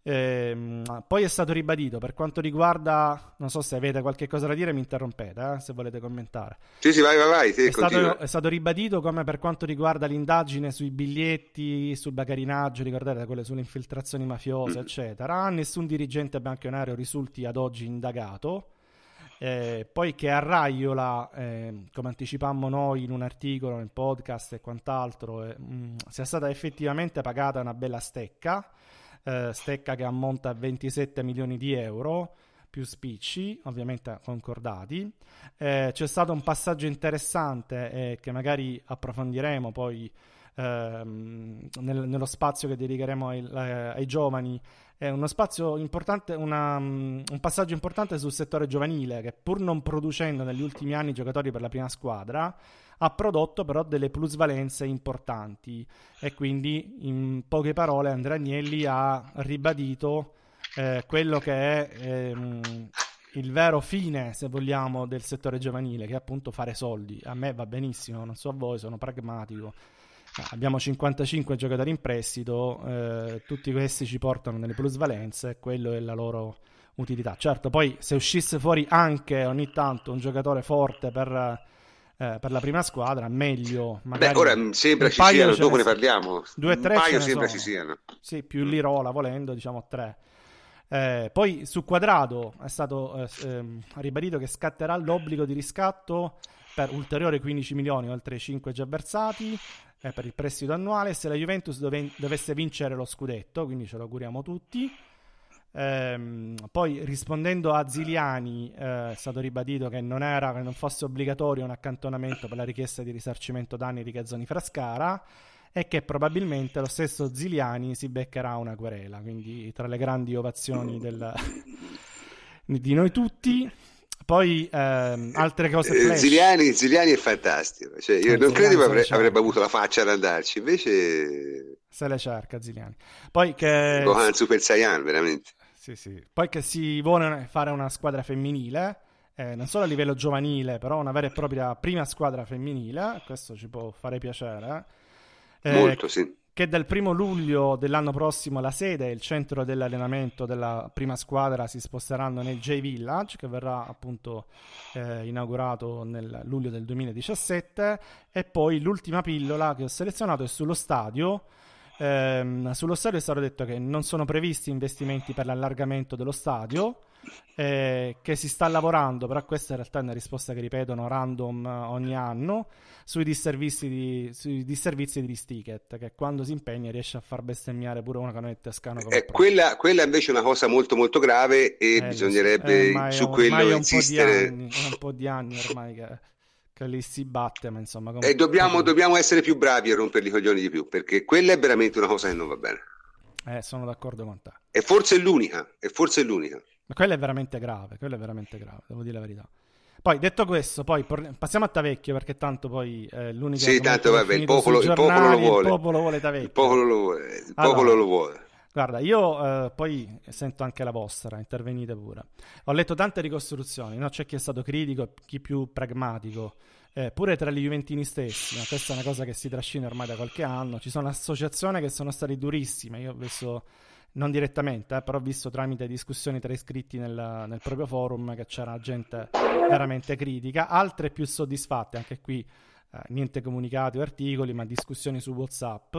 Eh, poi è stato ribadito per quanto riguarda, non so se avete qualche cosa da dire, mi interrompete eh, se volete commentare. Sì, sì, vai, vai, vai. Sì, è, stato, è stato ribadito come per quanto riguarda l'indagine sui biglietti, sul bagarinaggio, ricordate quelle sulle infiltrazioni mafiose, mm. eccetera. Nessun dirigente bancario risulti ad oggi indagato. Eh, poi che a Raiola, eh, come anticipammo noi in un articolo, nel podcast e quant'altro, eh, mh, sia stata effettivamente pagata una bella stecca. Uh, stecca che ammonta a ventisette milioni di euro più spicci, ovviamente concordati. Eh, c'è stato un passaggio interessante eh, che magari approfondiremo poi ehm, nel, nello spazio che dedicheremo ai, ai giovani. È uno spazio importante, una, um, un passaggio importante sul settore giovanile che, pur non producendo negli ultimi anni giocatori per la prima squadra, ha prodotto però delle plusvalenze importanti, e quindi in poche parole Andrea Agnelli ha ribadito eh, quello che è ehm, il vero fine, se vogliamo, del settore giovanile, che è appunto fare soldi. A me va benissimo, non so a voi, sono pragmatico. Abbiamo cinquantacinque giocatori in prestito, eh, tutti questi ci portano delle plusvalenze e quello è la loro utilità. Certo, poi se uscisse fuori anche ogni tanto un giocatore forte per, eh, per la prima squadra, meglio. Magari Beh, ora sembra ci siano, dopo ne parliamo. Due o tre un paio sembra ci siano. Sì, più Lirola volendo, diciamo tre. Eh, poi su Quadrado è stato eh, ehm, ribadito che scatterà l'obbligo di riscatto per ulteriori quindici milioni oltre i cinque già versati eh, per il prestito annuale se la Juventus dove, dovesse vincere lo scudetto, quindi ce lo auguriamo tutti. Ehm, poi rispondendo a Ziliani eh, è stato ribadito che non era che non fosse obbligatorio un accantonamento per la richiesta di risarcimento danni di Gazzoni Frascara, e che probabilmente lo stesso Ziliani si beccherà una querela, quindi tra le grandi ovazioni del, di noi tutti. Poi ehm, altre cose flash. Ziliani, Ziliani è fantastico, cioè, io eh, non credo che avre- avrebbe avuto la faccia ad andarci, invece se le cerca Ziliani. Poi che Gohan Super Saiyan, veramente. Sì, sì. Poi che si vuole fare una squadra femminile, eh, non solo a livello giovanile, però una vera e propria prima squadra femminile, questo ci può fare piacere. Eh, Molto, sì. Che dal primo luglio dell'anno prossimo la sede e il centro dell'allenamento della prima squadra si sposteranno nel J-Village, che verrà appunto eh, inaugurato nel luglio del duemiladiciassette. E poi l'ultima pillola che ho selezionato è sullo stadio. Eh, sullo stadio è stato detto che non sono previsti investimenti per l'allargamento dello stadio, eh, che si sta lavorando, però questa in realtà è una risposta che ripetono random ogni anno, sui disservizi di, sui disservizi di Sticket, che quando si impegna riesce a far bestemmiare pure una canetta scano come eh, quella, quella invece è una cosa molto molto grave e eh, bisognerebbe ormai, su ormai quello è insistere. Un po' di anni, è un po' di anni ormai che, che lì si batte, ma insomma come... E dobbiamo, dobbiamo essere più bravi a romperli i coglioni di più, perché quella è veramente una cosa che non va bene. Eh, sono d'accordo con te. E forse è l'unica, e forse è l'unica. Ma quella è veramente grave, quella è veramente grave, devo dire la verità. Poi, detto questo, poi passiamo a Tavecchio, perché tanto poi è l'unica... Sì, tanto vabbè, il popolo, il popolo lo vuole. Il popolo vuole Tavecchio. Il popolo lo vuole, il allora, popolo lo vuole. Guarda, io eh, poi sento anche la vostra, intervenite pure. Ho letto tante ricostruzioni, no? C'è chi è stato critico, chi più pragmatico, eh, pure tra gli juventini stessi, no? Questa è una cosa che si trascina ormai da qualche anno. Ci sono associazioni che sono state durissime, io ho visto... non direttamente, eh, però ho visto tramite discussioni tra iscritti nel, nel proprio forum che c'era gente veramente critica, altre più soddisfatte, anche qui eh, niente comunicati o articoli, ma discussioni su WhatsApp.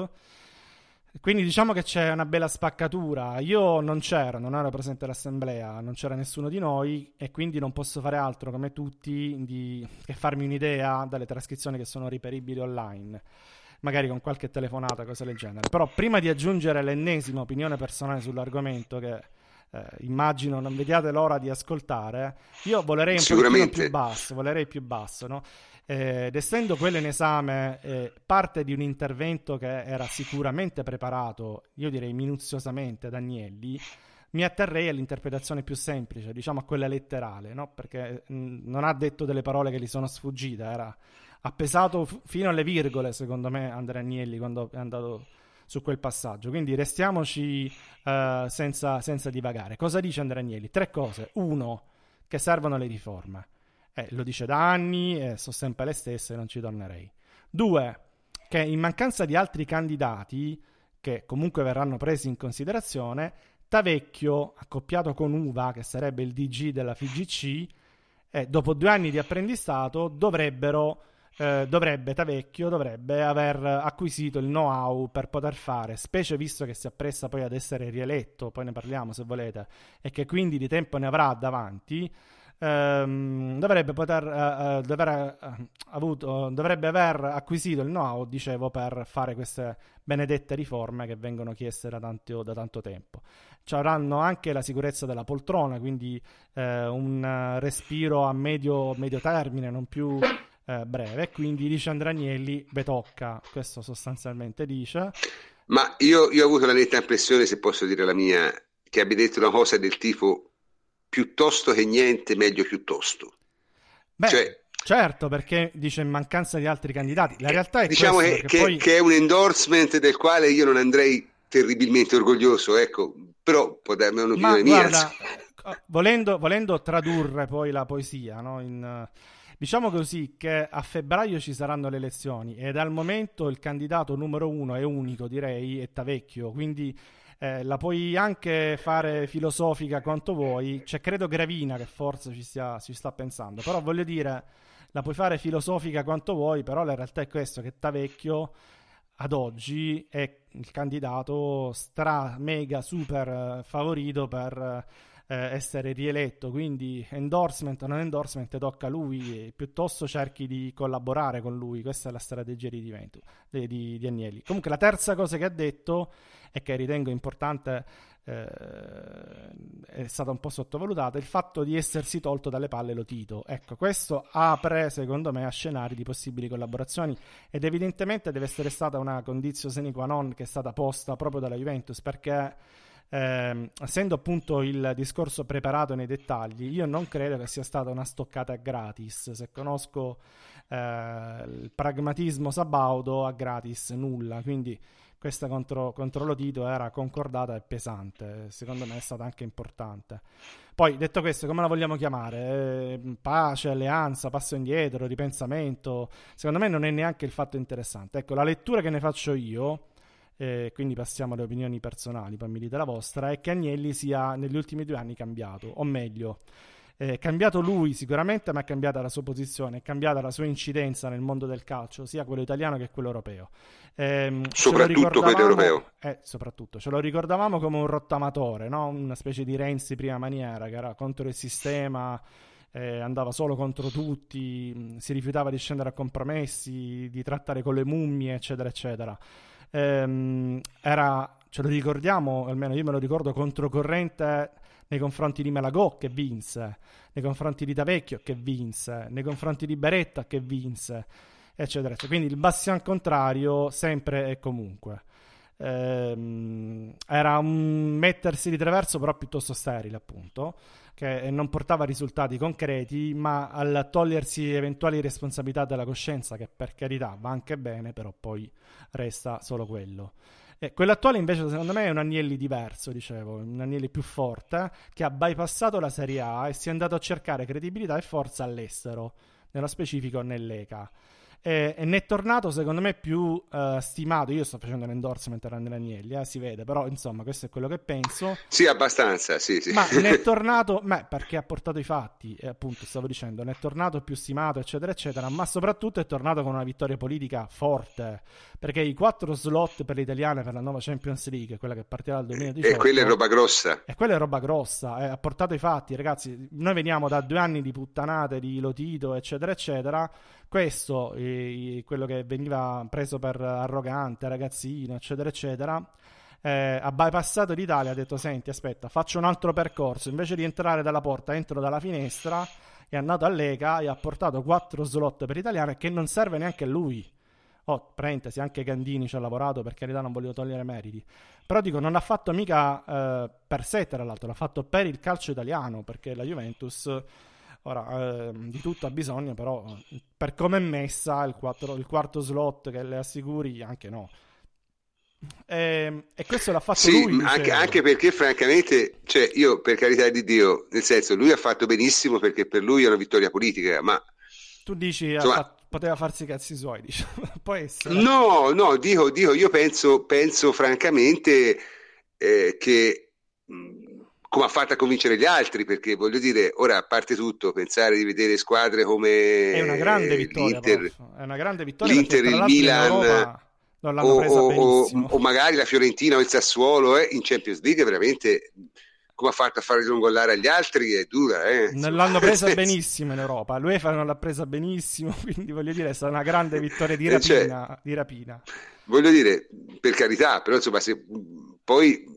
Quindi diciamo che c'è una bella spaccatura. Io non c'ero, non ero presente all'assemblea, non c'era nessuno di noi e quindi non posso fare altro come tutti di, che farmi un'idea dalle trascrizioni che sono reperibili online, magari con qualche telefonata, cose del genere. Però prima di aggiungere l'ennesima opinione personale sull'argomento che eh, immagino non vediate l'ora di ascoltare, io volerei un po' più basso, volerei più basso, no? Eh, ed essendo quello in esame eh, parte di un intervento che era sicuramente preparato, io direi minuziosamente, da Agnelli, mi atterrei all'interpretazione più semplice, diciamo a quella letterale, no? Perché mh, non ha detto delle parole che gli sono sfuggite, era... ha pesato f- fino alle virgole, secondo me, Andrea Agnelli quando è andato su quel passaggio. Quindi restiamoci uh, senza, senza divagare. Cosa dice Andrea Agnelli? Tre cose. Uno, che servono le riforme. Eh, lo dice da anni e sono sempre le stesse, non ci tornerei. Due, che in mancanza di altri candidati, che comunque verranno presi in considerazione, Tavecchio accoppiato con Uva, che sarebbe il D G della F I G C, eh, dopo due anni di apprendistato dovrebbero eh, dovrebbe Tavecchio dovrebbe aver acquisito il know-how per poter fare, specie visto che si appresta poi ad essere rieletto, poi ne parliamo se volete, e che quindi di tempo ne avrà davanti. Ehm, dovrebbe poter uh, uh, dover, uh, avuto, dovrebbe aver acquisito il know-how, dicevo, per fare queste benedette riforme che vengono chieste da tanto, da tanto tempo. Ci avranno anche la sicurezza della poltrona, quindi uh, un uh, respiro a medio, medio termine, non più uh, breve. Quindi dice Andrea Agnelli, beh tocca, questo sostanzialmente dice. Ma io, io ho avuto la netta impressione, se posso dire la mia, che abbia detto una cosa del tipo: piuttosto che niente, meglio piuttosto. Beh, cioè, certo, perché dice in mancanza di altri candidati. La realtà è diciamo questo, che, che, poi... che è un endorsement del quale io non andrei terribilmente orgoglioso, ecco, però può darmi un'opinione Ma, mia. Guarda, volendo, volendo tradurre poi la poesia, no? In, diciamo così, che a febbraio ci saranno le elezioni e dal momento il candidato numero uno è unico, direi, è Tavecchio, quindi... Eh, la puoi anche fare filosofica quanto vuoi, c'è credo Gravina che forse ci, stia, ci sta pensando, però voglio dire, la puoi fare filosofica quanto vuoi, però la realtà è questo, che Tavecchio ad oggi è il candidato stra mega super favorito per eh, essere rieletto, quindi endorsement o non endorsement tocca a lui, e piuttosto cerchi di collaborare con lui. Questa è la strategia di, Divento, di, di, di Agnelli. Comunque la terza cosa che ha detto e che ritengo importante, eh, è stata un po' sottovalutata, il fatto di essersi tolto dalle palle Lotito. Ecco, questo apre secondo me a scenari di possibili collaborazioni ed evidentemente deve essere stata una conditio sine qua non che è stata posta proprio dalla Juventus, perché eh, essendo appunto il discorso preparato nei dettagli, io non credo che sia stata una stoccata gratis. Se conosco eh, il pragmatismo sabaudo, a gratis nulla, quindi questa contro, contro Lotito era concordata e pesante, secondo me è stata anche importante. Poi, detto questo, come la vogliamo chiamare? Eh, pace, alleanza, passo indietro, ripensamento? Secondo me non è neanche il fatto interessante. Ecco, la lettura che ne faccio io, eh, quindi passiamo alle opinioni personali, poi mi dite la vostra, è che Agnelli sia negli ultimi due anni cambiato, o meglio, è cambiato lui sicuramente, ma è cambiata la sua posizione, è cambiata la sua incidenza nel mondo del calcio, sia quello italiano che quello europeo. Eh, soprattutto quello europeo. Eh, soprattutto, ce lo ricordavamo come un rottamatore, no? Una specie di Renzi prima maniera, che era contro il sistema, eh, andava solo contro tutti, si rifiutava di scendere a compromessi, di trattare con le mummie, eccetera, eccetera. Eh, era, ce lo ricordiamo, almeno io me lo ricordo, controcorrente nei confronti di Malagò, che vinse, nei confronti di Tavecchio, che vinse, nei confronti di Beretta, che vinse, eccetera, eccetera. Quindi il bastian contrario sempre e comunque. Ehm, era un mettersi di traverso però piuttosto sterile, appunto, che non portava risultati concreti, ma al togliersi eventuali responsabilità della coscienza, che per carità va anche bene, però poi resta solo quello. E quello attuale invece secondo me è un Agnelli diverso, dicevo, un Agnelli più forte, che ha bypassato la Serie A e si è andato a cercare credibilità e forza all'estero, nello specifico nell'E C A. E, e ne è tornato secondo me più uh, stimato. Io sto facendo un endorsement a Andrea Agnelli, eh, si vede, però insomma questo è quello che penso. Sì, abbastanza, sì, sì. Ma ne è tornato, beh, perché ha portato i fatti, e appunto stavo dicendo, ne è tornato più stimato, eccetera, eccetera, ma soprattutto è tornato con una vittoria politica forte, perché i quattro slot per le italiane per la nuova Champions League, quella che partirà dal duemiladiciotto, e quella è roba grossa. E quella è roba grossa, eh, ha portato i fatti, ragazzi. Noi veniamo da due anni di puttanate, di Lotito, eccetera, eccetera. Questo, eh, quello che veniva preso per arrogante, ragazzino, eccetera, eccetera, eh, ha bypassato l'Italia, ha detto: senti, aspetta, faccio un altro percorso, invece di entrare dalla porta entro dalla finestra. È andato all'E C A e ha portato quattro slot per italiane, che non serve neanche a lui. Oh, parentesi, anche Gandini ci ha lavorato, per carità, non voglio togliere meriti, però dico, non l'ha fatto mica eh, per sé, tra l'altro l'ha fatto per il calcio italiano, perché la Juventus ora eh, di tutto ha bisogno, però per come è messa il, quattro, il quarto slot che le assicuri, anche no. E, e questo l'ha fatto sì, lui, anche, anche perché francamente, cioè, io per carità di Dio, nel senso, lui ha fatto benissimo perché per lui è una vittoria politica, ma tu dici insomma, fatto, poteva farsi i cazzi suoi, diciamo. Può essere. No, no, dico, dico io penso, penso francamente eh, che come ha fatto a convincere gli altri, perché voglio dire, ora a parte tutto, pensare di vedere squadre come è una grande vittoria, l'Inter, è una grande vittoria l'Inter, il Milan non l'hanno o, presa o, benissimo. o magari la Fiorentina o il Sassuolo eh, in Champions League, veramente come ha fatto a fare rongollare agli altri è dura, eh. Non l'hanno presa benissimo in Europa, l'UEFA non l'ha presa benissimo, quindi voglio dire è stata una grande vittoria di rapina, cioè, di rapina. Voglio dire, per carità, però insomma se poi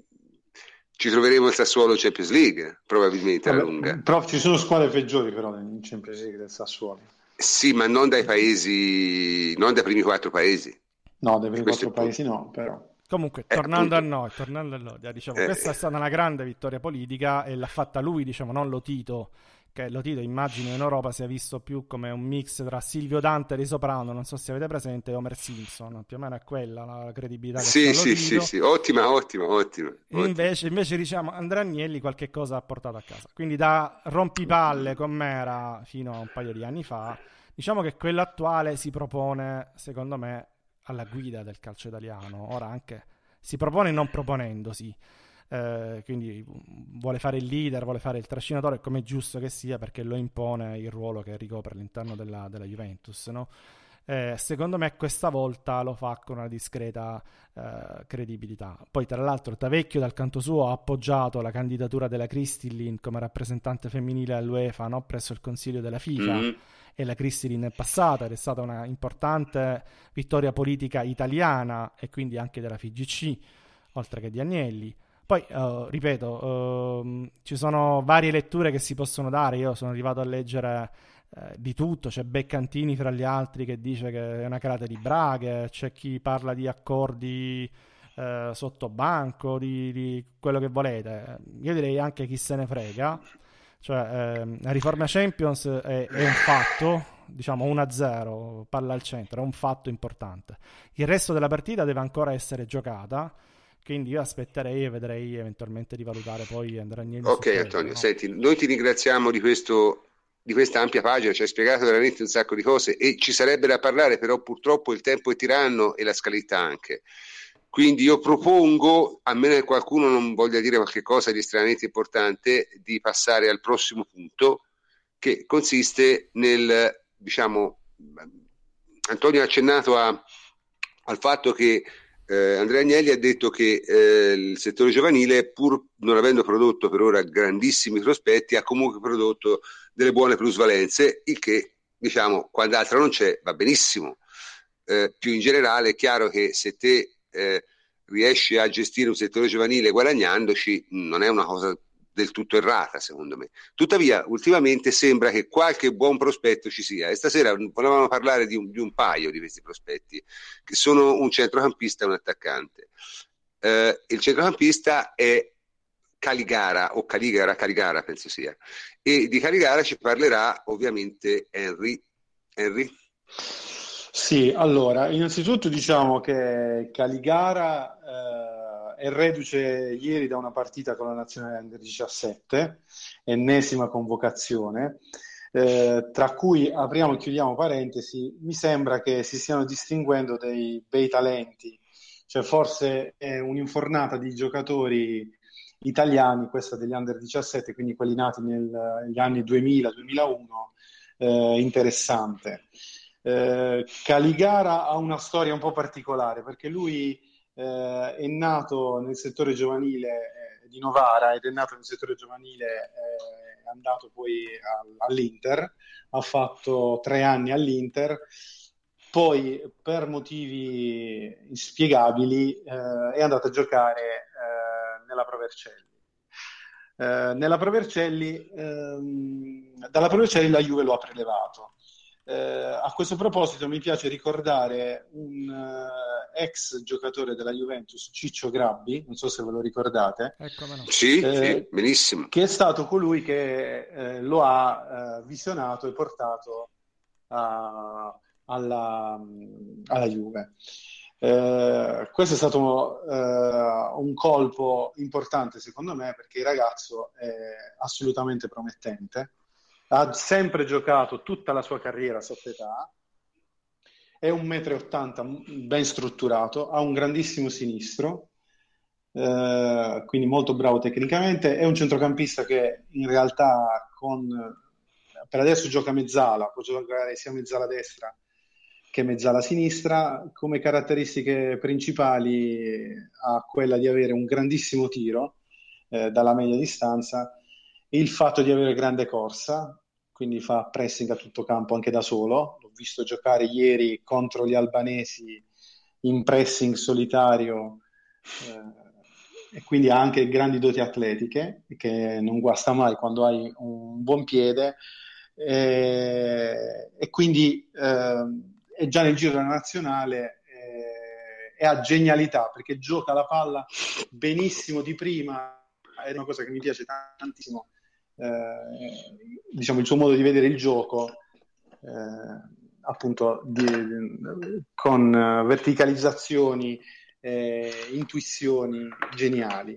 ci troveremo il Sassuolo in Champions League probabilmente alla lunga. Però ci sono squadre peggiori però in Champions League del Sassuolo. Sì, ma non dai paesi, non dai primi quattro paesi. No, dai primi quattro paesi no, però. Comunque, tornando eh, a noi, tornando a noi, diciamo, eh, questa è stata una grande vittoria politica e l'ha fatta lui, diciamo, non Lotito, che Lotito immagino in Europa sia visto più come un mix tra Silvio Dante di Soprano, non so se avete presente, e Homer Simpson, più o meno è quella la credibilità che sì, sì, sì, sì, ottima, ottima, ottima. Invece, invece diciamo, Andrea Agnelli qualche cosa ha portato a casa, quindi da rompipalle com'era fino a un paio di anni fa, diciamo che quello attuale si propone, secondo me, alla guida del calcio italiano, ora anche si propone non proponendosi, eh, quindi vuole fare il leader, vuole fare il trascinatore, come è giusto che sia, perché lo impone il ruolo che ricopre all'interno della, della Juventus, no? Eh, secondo me questa volta lo fa con una discreta eh, credibilità. Poi tra l'altro Tavecchio dal canto suo ha appoggiato la candidatura della Kristilin come rappresentante femminile all'UEFA, no? Presso il Consiglio della FIFA, mm-hmm. e la Kristilin è passata ed è stata una importante vittoria politica italiana e quindi anche della F I G C, oltre che di Agnelli. Poi, uh, ripeto, uh, ci sono varie letture che si possono dare, io sono arrivato a leggere eh, di tutto, c'è Beccantini fra gli altri che dice che è una carata di braghe, c'è chi parla di accordi eh, sotto banco, di, di quello che volete, io direi anche chi se ne frega, cioè eh, la riforma Champions è, è un fatto, diciamo uno a zero, palla al centro, è un fatto importante, il resto della partita deve ancora essere giocata. Quindi io aspetterei e vedrei eventualmente di valutare poi Andrea Agnelli. Ok Antonio, no? Senti, noi ti ringraziamo di questo, di questa ampia pagina, ci hai spiegato veramente un sacco di cose e ci sarebbe da parlare, però purtroppo il tempo è tiranno e la scaletta anche. Quindi io propongo, a meno che qualcuno non voglia dire qualche cosa di estremamente importante, di passare al prossimo punto, che consiste nel, diciamo, Antonio ha accennato a, al fatto che Eh, Andrea Agnelli ha detto che eh, il settore giovanile, pur non avendo prodotto per ora grandissimi prospetti, ha comunque prodotto delle buone plusvalenze, il che, diciamo, quando altro non c'è, va benissimo. Eh, più in generale è chiaro che se te eh, riesci a gestire un settore giovanile guadagnandoci, non è una cosa del tutto errata, secondo me. Tuttavia, ultimamente sembra che qualche buon prospetto ci sia e stasera volevamo parlare di un, di un paio di questi prospetti, che sono un centrocampista e un attaccante. Eh, il centrocampista è Caligara, o Caligara, Caligara penso sia, e di Caligara ci parlerà ovviamente Henry. Henry? Sì, allora, innanzitutto diciamo che Caligara eh, è reduce ieri da una partita con la nazionale under diciassette, ennesima convocazione, eh, tra cui apriamo e chiudiamo parentesi, mi sembra che si stiano distinguendo dei bei talenti, cioè forse è un'infornata di giocatori italiani, questa degli under diciassette, quindi quelli nati nel, negli anni duemila duemilauno, eh, interessante. Eh, Caligara ha una storia un po' particolare perché lui eh, è nato nel settore giovanile eh, di Novara ed è nato nel settore giovanile, eh, è andato poi a, all'Inter, ha fatto tre anni all'Inter, poi per motivi inspiegabili eh, è andato a giocare eh, nella Pro Vercelli. Eh, nella Pro Vercelli, ehm, dalla Pro Vercelli la Juve lo ha prelevato. Eh, a questo proposito mi piace ricordare un uh, ex giocatore della Juventus, Ciccio Grabbi, non so se ve lo ricordate. Ecco, no. Sì, eh, sì, benissimo. Che è stato colui che eh, lo ha uh, visionato e portato a, alla, alla Juve. Eh, questo è stato uh, un colpo importante secondo me perché il ragazzo è assolutamente promettente. Ha sempre giocato tutta la sua carriera sotto età, è un metro e ottanta ben strutturato, ha un grandissimo sinistro, eh, quindi molto bravo tecnicamente. È un centrocampista che in realtà con, per adesso gioca mezzala, può giocare sia mezzala destra che mezzala sinistra. Come caratteristiche principali ha quella di avere un grandissimo tiro eh, dalla media distanza, il fatto di avere grande corsa, quindi fa pressing a tutto campo anche da solo. L'ho visto giocare ieri contro gli albanesi in pressing solitario, eh, e quindi ha anche grandi doti atletiche, che non guasta mai quando hai un buon piede, eh, e quindi eh, è già nel giro della nazionale, eh, e ha genialità perché gioca la palla benissimo di prima. È una cosa che mi piace tantissimo, eh, diciamo il suo modo di vedere il gioco, eh, appunto di, di, con verticalizzazioni, eh, intuizioni geniali.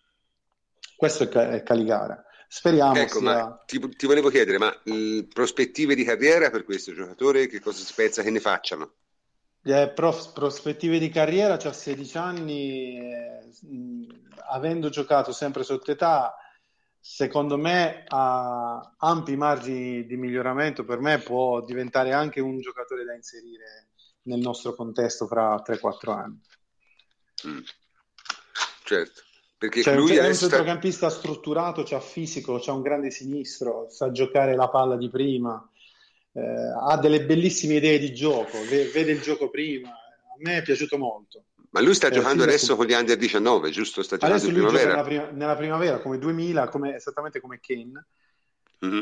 Questo è, è Caligara. Speriamo ecco, sia... ma ti, ti volevo chiedere, ma mh, prospettive di carriera per questo giocatore, che cosa si pensa che ne facciano? Eh, prof, prospettive di carriera, c'ha sedici anni, eh, mh, avendo giocato sempre sotto età, secondo me ha ampi margini di miglioramento. Per me può diventare anche un giocatore da inserire nel nostro contesto fra tre quattro anni. Mm. Certo, perché cioè, lui è un adesso centrocampista sta... strutturato, c'ha fisico, c'ha un grande sinistro, sa giocare la palla di prima, eh, ha delle bellissime idee di gioco, v- vede il gioco prima. A me è piaciuto molto. Ma lui sta eh, giocando adesso su... con gli under diciannove, giusto? Sta giocando Adesso in lui primavera. gioca nella, prim- nella primavera come duemila, come, esattamente come Kane. Mm-hmm.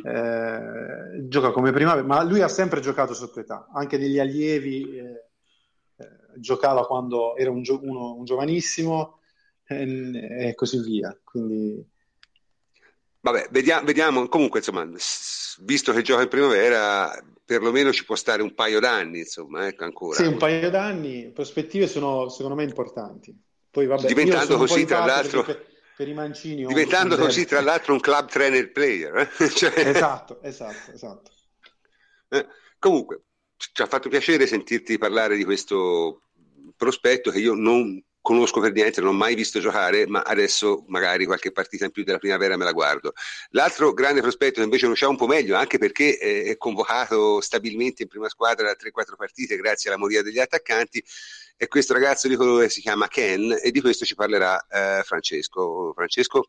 Eh, gioca come primavera, ma lui ha sempre giocato sotto età, anche negli allievi, eh, eh, giocava quando era un, gio- uno, un giovanissimo, e, e così via. Quindi vabbè, vediamo, vediamo. Comunque, insomma, visto che gioca in primavera, perlomeno ci può stare un paio d'anni, insomma, ecco, ancora. Sì, un paio d'anni, prospettive sono secondo me importanti. Poi vabbè, diventando io sono così, un po' tra l'altro, per, per i mancini diventando un, così, tra l'altro, un club trainer player. Eh? Cioè... Esatto, esatto, esatto. Eh, comunque, ci ha fatto piacere sentirti parlare di questo prospetto che io non conosco per niente, non ho mai visto giocare, ma adesso magari qualche partita in più della primavera me la guardo. L'altro grande prospetto che invece conosciamo un po' meglio, anche perché è convocato stabilmente in prima squadra da tre quattro partite grazie alla moria degli attaccanti, è questo ragazzo di colore che si chiama Ken, e di questo ci parlerà eh, Francesco. Francesco?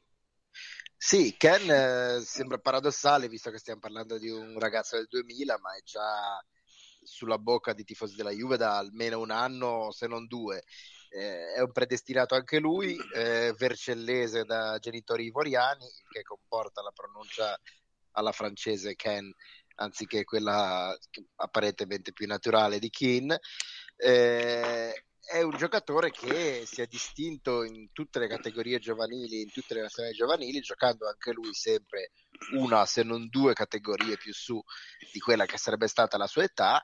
Sì, Ken eh, sembra paradossale visto che stiamo parlando di un ragazzo del duemila, ma è già sulla bocca di tifosi della Juve da almeno un anno, se non due. Eh, è un predestinato anche lui, eh, vercellese da genitori ivoriani, il che comporta la pronuncia alla francese Ken anziché quella apparentemente più naturale di Keane. Eh, è un giocatore che si è distinto in tutte le categorie giovanili, in tutte le nazionali giovanili, giocando anche lui sempre una se non due categorie più su di quella che sarebbe stata la sua età.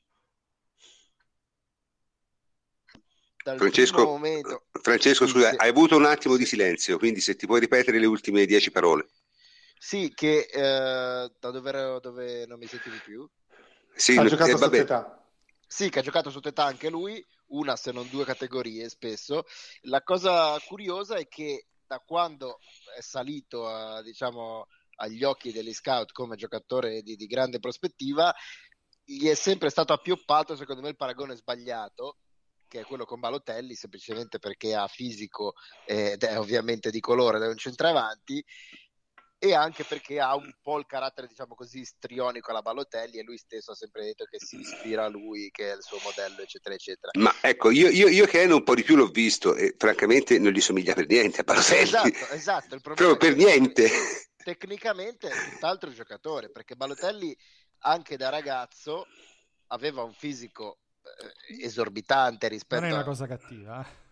Dal Francesco, momento... Francesco sì, scusa, sì. hai avuto un attimo di silenzio, quindi se ti puoi ripetere le ultime dieci parole. Sì, che eh, da dove, ero, dove non mi sentivi più? Sì, ha giocato eh, sotto età. Sì, che ha giocato sotto età anche lui, una se non due categorie spesso. La cosa curiosa è che da quando è salito a, diciamo, agli occhi degli scout come giocatore di, di grande prospettiva, gli è sempre stato appioppato, secondo me, il paragone sbagliato, che è quello con Balotelli, semplicemente perché ha fisico ed è ovviamente di colore da un centravanti, e anche perché ha un po' il carattere, diciamo così, strionico alla Balotelli, e lui stesso ha sempre detto che si ispira a lui, che è il suo modello, eccetera, eccetera. Ma ecco, io, io, io Ken un po' di più l'ho visto e francamente non gli somiglia per niente a Balotelli. Esatto, esatto. Il problema proprio è per niente. Tecnicamente è tutt'altro giocatore, perché Balotelli anche da ragazzo aveva un fisico eh, esorbitante rispetto a... Non è una cosa cattiva, eh?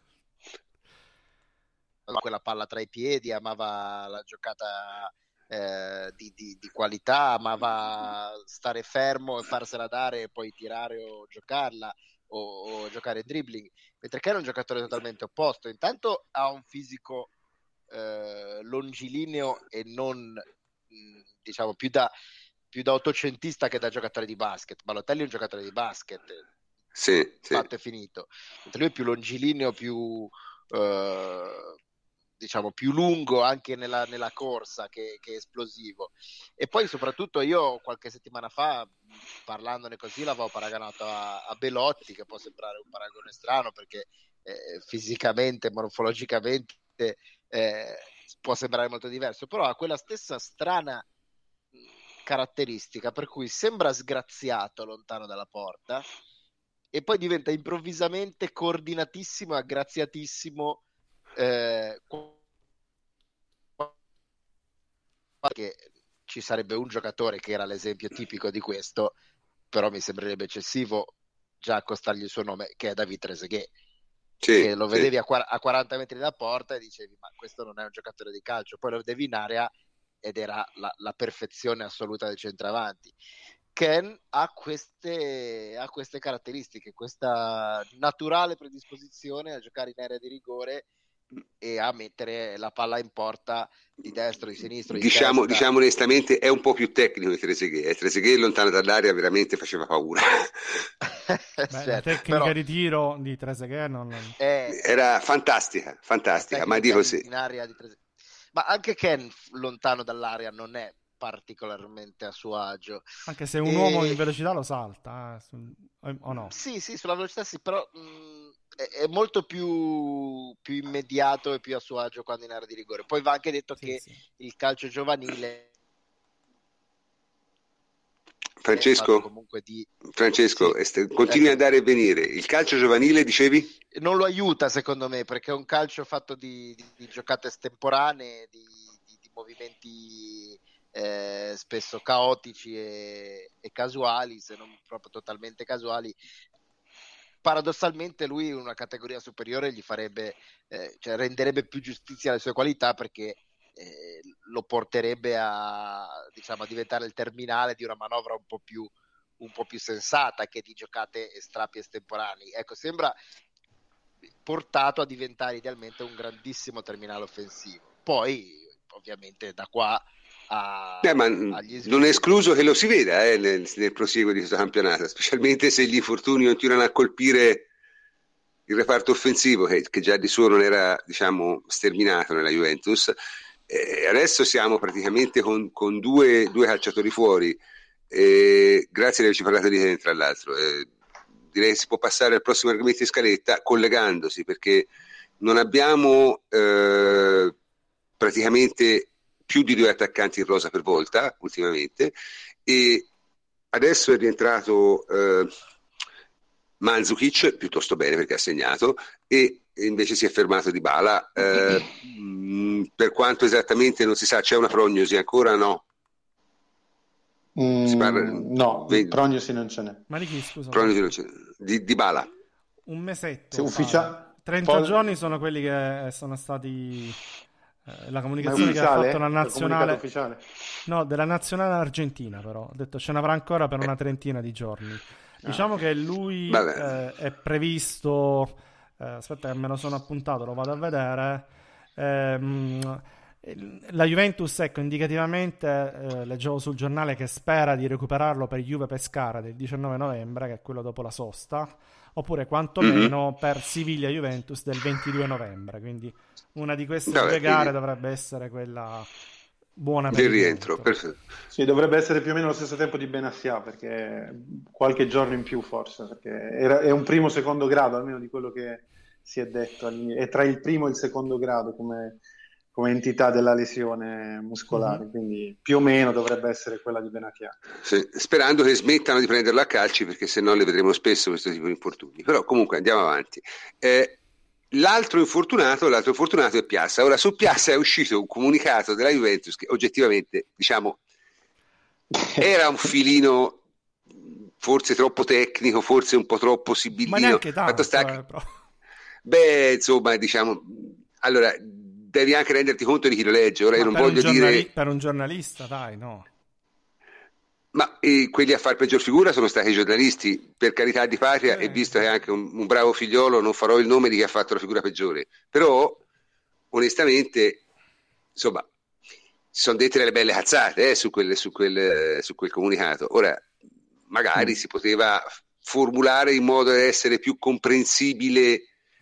quella palla tra i piedi, amava la giocata eh, di, di, di qualità, amava stare fermo e farsela dare e poi tirare o giocarla o, o giocare dribbling, mentre che era un giocatore totalmente opposto. Intanto ha un fisico eh, longilineo e non mh, diciamo più da, più da ottocentista che da giocatore di basket. Balotelli è un giocatore di basket, sì, fatto sì. e finito, mentre lui è più longilineo, più Uh, diciamo più lungo anche nella, nella corsa che, che esplosivo. E poi soprattutto io qualche settimana fa, parlandone così, l'avevo paragonato a, a Belotti, che può sembrare un paragone strano perché eh, fisicamente, morfologicamente eh, può sembrare molto diverso, però ha quella stessa strana caratteristica per cui sembra sgraziato lontano dalla porta e poi diventa improvvisamente coordinatissimo e aggraziatissimo, eh, che ci sarebbe un giocatore che era l'esempio tipico di questo, però mi sembrerebbe eccessivo già accostargli il suo nome, che è David Trezeguet, sì, che lo vedevi sì. a, qu- a quaranta metri da porta e dicevi ma questo non è un giocatore di calcio, poi lo vedevi in area ed era la, la perfezione assoluta del centravanti. Ken ha queste, ha queste caratteristiche, questa naturale predisposizione a giocare in area di rigore e a mettere la palla in porta di destro, di sinistro, di diciamo, testa. Diciamo onestamente è un po' più tecnico di Trezeguet, eh. Trezeguet lontano dall'area veramente faceva paura. Beh, certo, la tecnica però... di tiro di Trezeguet non... è... era fantastica, fantastica, ma dico sì. In area di Trezeguet. Ma anche Ken lontano dall'area non è particolarmente a suo agio, anche se un e... uomo in velocità lo salta, eh, sul... o no? Sì, sì, sulla velocità sì, però mh, è, è molto più, più immediato e più a suo agio quando in area di rigore. Poi va anche detto sì, che sì. il calcio giovanile Francesco, comunque di... Francesco sì. continui ecco. ad andare e venire. Il calcio giovanile, dicevi? Non lo aiuta secondo me, perché è un calcio fatto di, di, di giocate estemporanee, di, di, di movimenti eh, spesso caotici e, e casuali, se non proprio totalmente casuali. Paradossalmente lui una categoria superiore gli farebbe, eh, cioè renderebbe più giustizia alle sue qualità, perché eh, lo porterebbe a, diciamo, a diventare il terminale di una manovra un po' più, un po' più sensata che di giocate e strappi estemporanei. Ecco, sembra portato a diventare idealmente un grandissimo terminale offensivo. Poi ovviamente da qua a, eh, ma non è escluso che lo si veda eh, nel, nel prosieguo di questo campionato, specialmente se gli infortuni continuano a colpire il reparto offensivo che, che già di suo non era, diciamo, sterminato nella Juventus. Eh, adesso siamo praticamente con, con due, due calciatori fuori. Eh, grazie di averci parlato di te, tra l'altro. Eh, direi che si può passare al prossimo argomento di scaletta collegandosi, perché non abbiamo eh, praticamente più di due attaccanti in rosa per volta ultimamente, e adesso è rientrato eh, Mandzukic piuttosto bene perché ha segnato, e invece si è fermato Dybala, eh, mh, per quanto esattamente non si sa. C'è una prognosi ancora? No, mm, si parla, no, vedi, prognosi non ce n'è. Ma di chi, scusa? Prognosi non ce n'è. Di Dybala un mesetto se ufficia... trenta Pol... giorni sono quelli che sono stati eh, la comunicazione che ha fatto la nazionale ufficiale? No, della nazionale argentina, però ha detto ce n'avrà ancora per una trentina di giorni. Diciamo ah. che lui eh, è previsto eh, aspetta che me lo sono appuntato, lo vado a vedere. ehm, la Juventus, ecco, indicativamente eh, leggevo sul giornale che spera di recuperarlo per Juve Pescara del diciannove novembre, che è quello dopo la sosta, oppure quantomeno mm-hmm. per Siviglia Juventus del ventidue novembre, quindi una di queste Vabbè, due gare quindi... dovrebbe essere quella buona per il rientro. Perfetto. Sì, dovrebbe essere più o meno lo stesso tempo di Benassia, perché qualche giorno in più forse, perché era, è un primo secondo grado, almeno di quello che si è detto, è tra il primo e il secondo grado come, come entità della lesione muscolare, mm-hmm. quindi più o meno dovrebbe essere quella di Benassia. Sì, sperando che smettano di prenderlo a calci, perché se no le vedremo spesso questo tipo di infortuni. Però comunque andiamo avanti. Eh, L'altro infortunato, l'altro infortunato è Piazza. Ora su Piazza è uscito un comunicato della Juventus che oggettivamente, diciamo, era un filino forse troppo tecnico, forse un po' troppo sibillino. Ma neanche tanto, sta eh, che... Beh, insomma, diciamo, allora devi anche renderti conto di chi lo legge. Ora Ma io non per voglio giornali... dire per un giornalista, dai, no. Ma eh, quelli a far peggior figura sono stati i giornalisti, per carità di patria, eh, e visto che è anche un, un bravo figliolo, non farò il nome di chi ha fatto la figura peggiore, però onestamente, insomma, si sono dette delle belle cazzate eh, su, quel, su, quel, su quel comunicato. Ora magari mm. si poteva formulare in modo da essere più comprensibile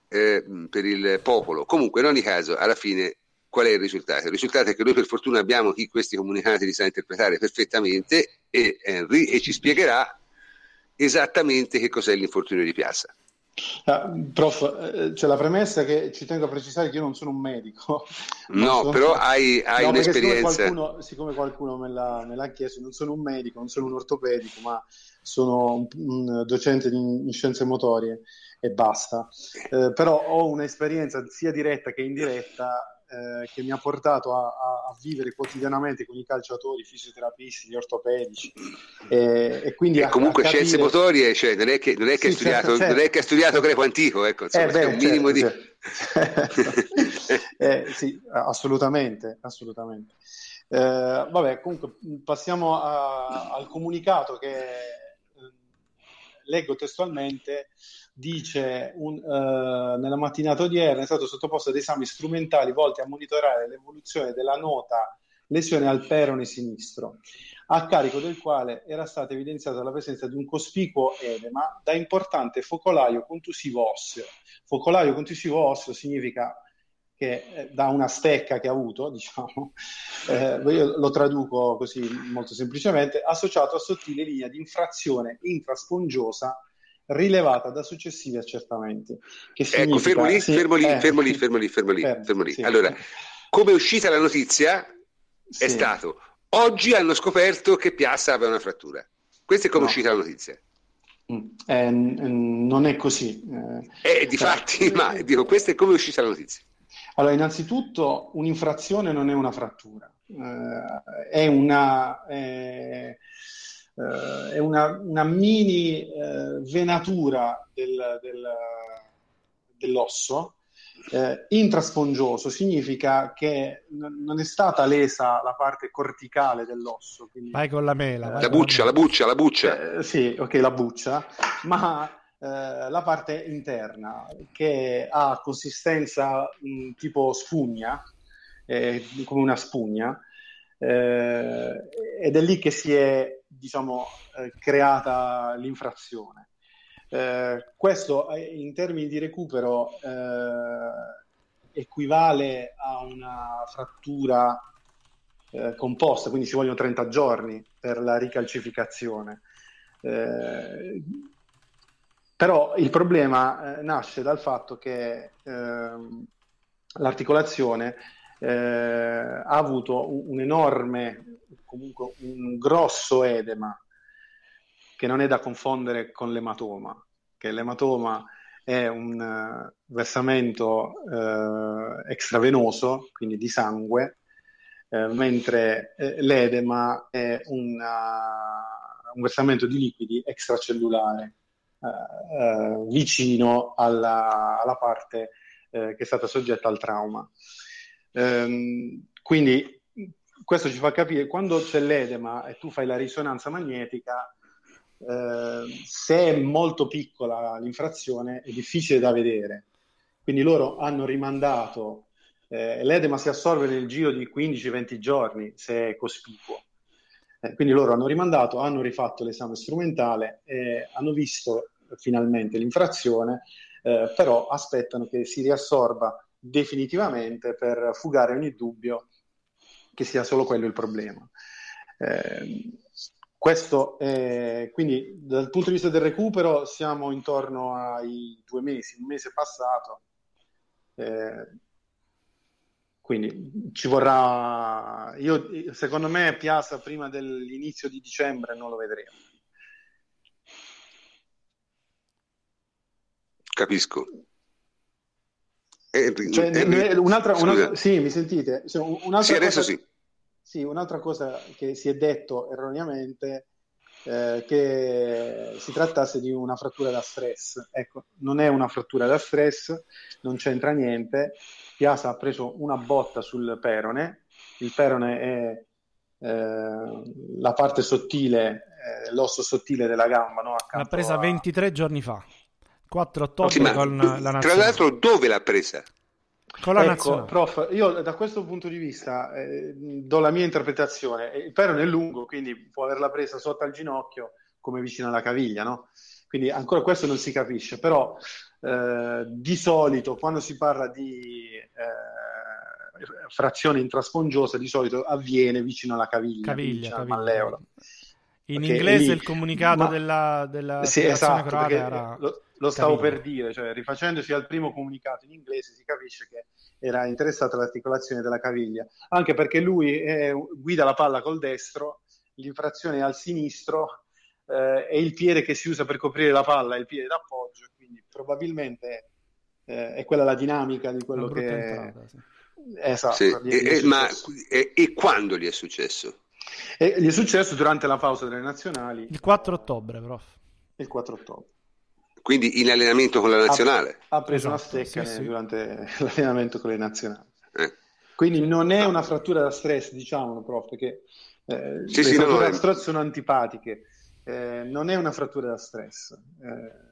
eh, per il popolo. Comunque, in ogni caso, alla fine, qual è il risultato? Il risultato è che noi per fortuna abbiamo chi questi comunicati li sa interpretare perfettamente, e Henry e ci spiegherà esattamente che cos'è l'infortunio di Piazza. Ah, prof, c'è la premessa che ci tengo a precisare che io non sono un medico. No, sono... però hai, hai no, un'esperienza. Siccome qualcuno, siccome qualcuno me l'ha, me l'ha chiesto, non sono un medico, non sono un ortopedico, ma sono un, un docente di, in scienze motorie e basta. Eh, però ho un'esperienza sia diretta che indiretta eh, che mi ha portato a, a, a vivere quotidianamente con i calciatori, i fisioterapisti, gli ortopedici e, e quindi e a, comunque a capire... scienze motorie, cioè non è che, non è che sì, hai studiato, certo, certo. non è che hai studiato greco antico, ecco, insomma, eh beh, è un minimo certo, di certo. eh, sì, assolutamente, assolutamente. Eh, vabbè, comunque passiamo a, al comunicato che eh, leggo testualmente. Dice un, uh, nella mattinata odierna è stato sottoposto ad esami strumentali volti a monitorare l'evoluzione della nota lesione al perone sinistro, a carico del quale era stata evidenziata la presenza di un cospicuo edema da importante focolaio contusivo osseo. Focolaio contusivo osseo significa che eh, da una stecca che ha avuto, diciamo, eh, io lo traduco così molto semplicemente, associato a sottile linea di infrazione intraspongiosa rilevata da successivi accertamenti. Che ecco, fermo lì, sì, fermo lì, eh, fermo lì, fermo lì, fermo lì, fermo, fermo lì. Sì. Allora, come è uscita la notizia sì. è stato: oggi hanno scoperto che Piazza aveva una frattura. Questa è come è no. uscita la notizia. Eh, non è così. Eh, eh, difatti, ma dico, questa è come è uscita la notizia. Allora, innanzitutto, un'infrazione non è una frattura, eh, è una... Eh, Uh, è una, una mini uh, venatura del, del, dell'osso. Uh, intraspongioso significa che n- non è stata lesa la parte corticale dell'osso. Quindi, vai con la mela. Uh, la buccia, la buccia, la buccia. Uh, sì, ok, la buccia, ma la parte interna che ha consistenza mh, tipo spugna, eh, come una spugna, eh, ed è lì che si è, diciamo, eh, creata l'infrazione. Eh, questo in termini di recupero eh, equivale a una frattura eh, composta, quindi ci vogliono trenta giorni per la ricalcificazione. Eh, però il problema eh, nasce dal fatto che eh, l'articolazione eh, ha avuto un, un enorme, comunque un grosso edema, che non è da confondere con l'ematoma, che l'ematoma è un uh, versamento uh, extravenoso, quindi di sangue, uh, mentre uh, l'edema è una, un versamento di liquidi extracellulare uh, uh, vicino alla, alla parte uh, che è stata soggetta al trauma. Um, quindi questo ci fa capire, quando c'è l'edema e tu fai la risonanza magnetica, Uh, se è molto piccola l'infrazione è difficile da vedere, quindi loro hanno rimandato eh, l'edema si assorbe nel giro di quindici venti giorni se è cospicuo, eh, quindi loro hanno rimandato, hanno rifatto l'esame strumentale e hanno visto finalmente l'infrazione, eh, però aspettano che si riassorba definitivamente per fugare ogni dubbio che sia solo quello il problema. eh, Questo è, quindi dal punto di vista del recupero siamo intorno ai due mesi, un mese passato, eh, quindi ci vorrà, io, secondo me Piazza prima dell'inizio di dicembre non lo vedremo. Capisco. Eh, cioè, eh, un'altra, un'altra, sì, mi sentite? Cioè, un'altra sì, adesso cosa, sì. Sì, un'altra cosa che si è detto erroneamente eh, che si trattasse di una frattura da stress. Ecco, non è una frattura da stress, non c'entra niente. Piazza ha preso una botta sul perone. Il perone è eh, la parte sottile, eh, l'osso sottile della gamba, no? L'ha presa a... ventitré giorni fa, quattro ottobre sì, con ma, la nazionale. Tra l'altro dove l'ha presa? Con la ecco, nazionale. prof, io da questo punto di vista eh, do la mia interpretazione. Il perone è lungo, quindi può averla presa sotto al ginocchio come vicino alla caviglia, no? quindi ancora questo non si capisce, però eh, di solito quando si parla di eh, frazione intraspongiosa di solito avviene vicino alla caviglia, caviglia, vicino caviglia. al malleolo. In Perché inglese lì, il comunicato ma, della, della sì, federazione esatto, croata perché era lo, lo stavo caviglia. per dire, cioè rifacendosi al primo comunicato in inglese si capisce che era interessata all'articolazione della caviglia, anche perché lui è, guida la palla col destro, l'infrazione è al sinistro, eh, è il piede che si usa per coprire la palla, è il piede d'appoggio, quindi probabilmente eh, è quella la dinamica di quello che entrata, sì. Esatto, sì. gli, gli e, ma e, e quando gli è successo? E gli è successo durante la pausa delle nazionali il quattro ottobre, prof. Il quattro ottobre. Quindi in allenamento con la nazionale? Ha, ha preso esatto, una stecca sì, sì. durante l'allenamento con le nazionali. Eh. Quindi non è una frattura da stress, diciamolo, prof, perché eh, sì, le sì, fratture no, da è... stress sono antipatiche. Eh, non è una frattura da stress. Eh...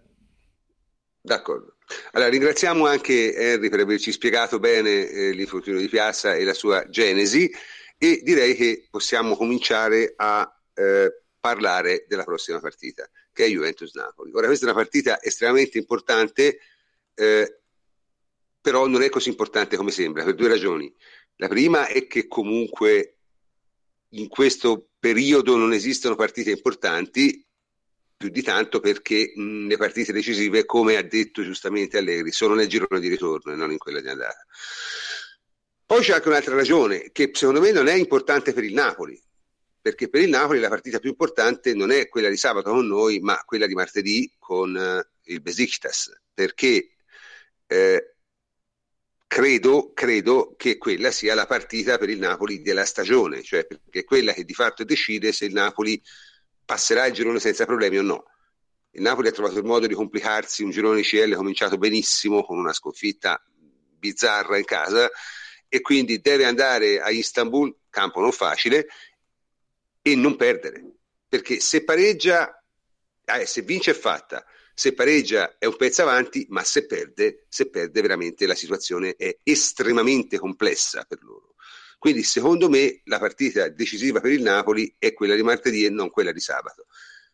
D'accordo. Allora, ringraziamo anche Henry per averci spiegato bene eh, l'infortunio di Piazza e la sua genesi, e direi che possiamo cominciare a eh, parlare della prossima partita, che è Juventus-Napoli. Ora, questa è una partita estremamente importante, eh, però non è così importante come sembra, per due ragioni. La prima è che comunque in questo periodo non esistono partite importanti, più di tanto perché mh, le partite decisive, come ha detto giustamente Allegri, sono nel girone di ritorno e non in quella di andata. Poi c'è anche un'altra ragione, che secondo me non è importante per il Napoli, perché per il Napoli la partita più importante non è quella di sabato con noi, ma quella di martedì con uh, il Besiktas, perché eh, credo, credo che quella sia la partita per il Napoli della stagione, cioè perché è quella che di fatto decide se il Napoli passerà il girone senza problemi o no. Il Napoli ha trovato il modo di complicarsi un girone C L cominciato benissimo con una sconfitta bizzarra in casa, e quindi deve andare a Istanbul, campo non facile, e non perdere, perché se pareggia, eh, se vince è fatta, se pareggia è un pezzo avanti, ma se perde, se perde veramente la situazione è estremamente complessa per loro. Quindi secondo me la partita decisiva per il Napoli è quella di martedì e non quella di sabato.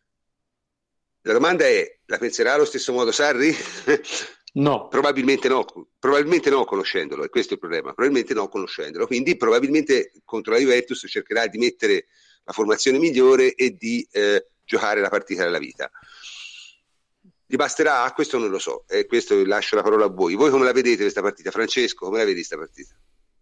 La domanda è, la penserà allo stesso modo Sarri? No. Probabilmente no, probabilmente no conoscendolo, e questo è il problema, probabilmente no conoscendolo, quindi probabilmente contro la Juventus cercherà di mettere la formazione migliore e di eh, giocare la partita della vita. Gli basterà? Questo non lo so, e questo lascio la parola a voi. Voi come la vedete questa partita? Francesco, come la vedi questa partita?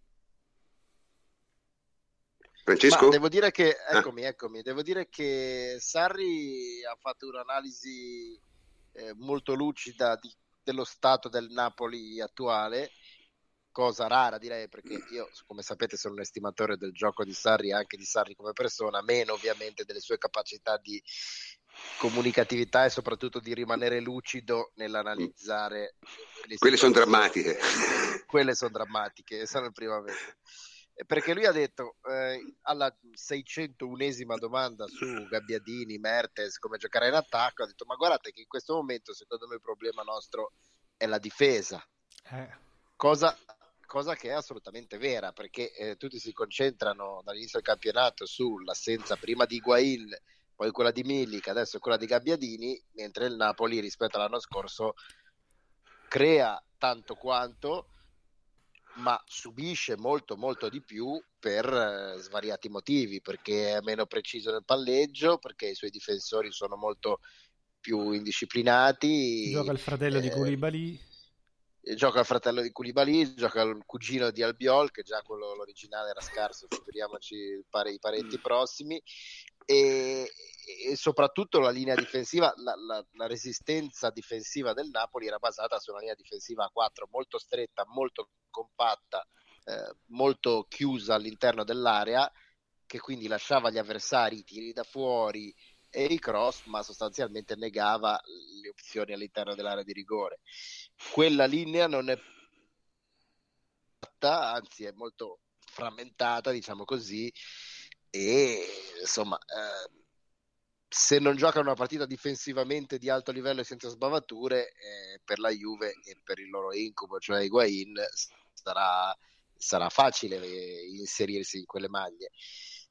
Francesco? Ma devo dire che, eccomi, ah. eccomi, devo dire che Sarri ha fatto un'analisi eh, molto lucida di, dello stato del Napoli attuale, cosa rara direi, perché io, come sapete, sono un estimatore del gioco di Sarri e anche di Sarri come persona, meno ovviamente delle sue capacità di comunicatività e soprattutto di rimanere lucido nell'analizzare le quelle sono drammatiche quelle sono drammatiche sono il primo a vedere. Perché lui ha detto eh, alla seicentounesima domanda su Gabbiadini, Mertens, come giocare in attacco, ha detto ma guardate che in questo momento secondo me il problema nostro è la difesa, eh. cosa, cosa che è assolutamente vera, perché eh, tutti si concentrano dall'inizio del campionato sull'assenza prima di Higuaín, poi quella di Milik, adesso quella di Gabbiadini, mentre il Napoli rispetto all'anno scorso crea tanto quanto, ma subisce molto molto di più per eh, svariati motivi, perché è meno preciso nel palleggio, perché i suoi difensori sono molto più indisciplinati. Gioca il fratello eh, di Koulibaly. Gioca il fratello di Koulibaly, gioca il cugino di Albiol, che già quello l'originale era scarso, figuriamoci i, pare, i parenti prossimi, e, e soprattutto la linea difensiva, la, la, la resistenza difensiva del Napoli era basata su una linea difensiva a quattro molto stretta, molto compatta, eh, molto chiusa all'interno dell'area, che quindi lasciava gli avversari i tiri da fuori e i cross, ma sostanzialmente negava le opzioni all'interno dell'area di rigore. Quella linea non è fatta, anzi è molto frammentata, diciamo così, e insomma eh, se non giocano una partita difensivamente di alto livello e senza sbavature, eh, per la Juve e per il loro incubo, cioè Higuaín, sarà, sarà facile eh, inserirsi in quelle maglie.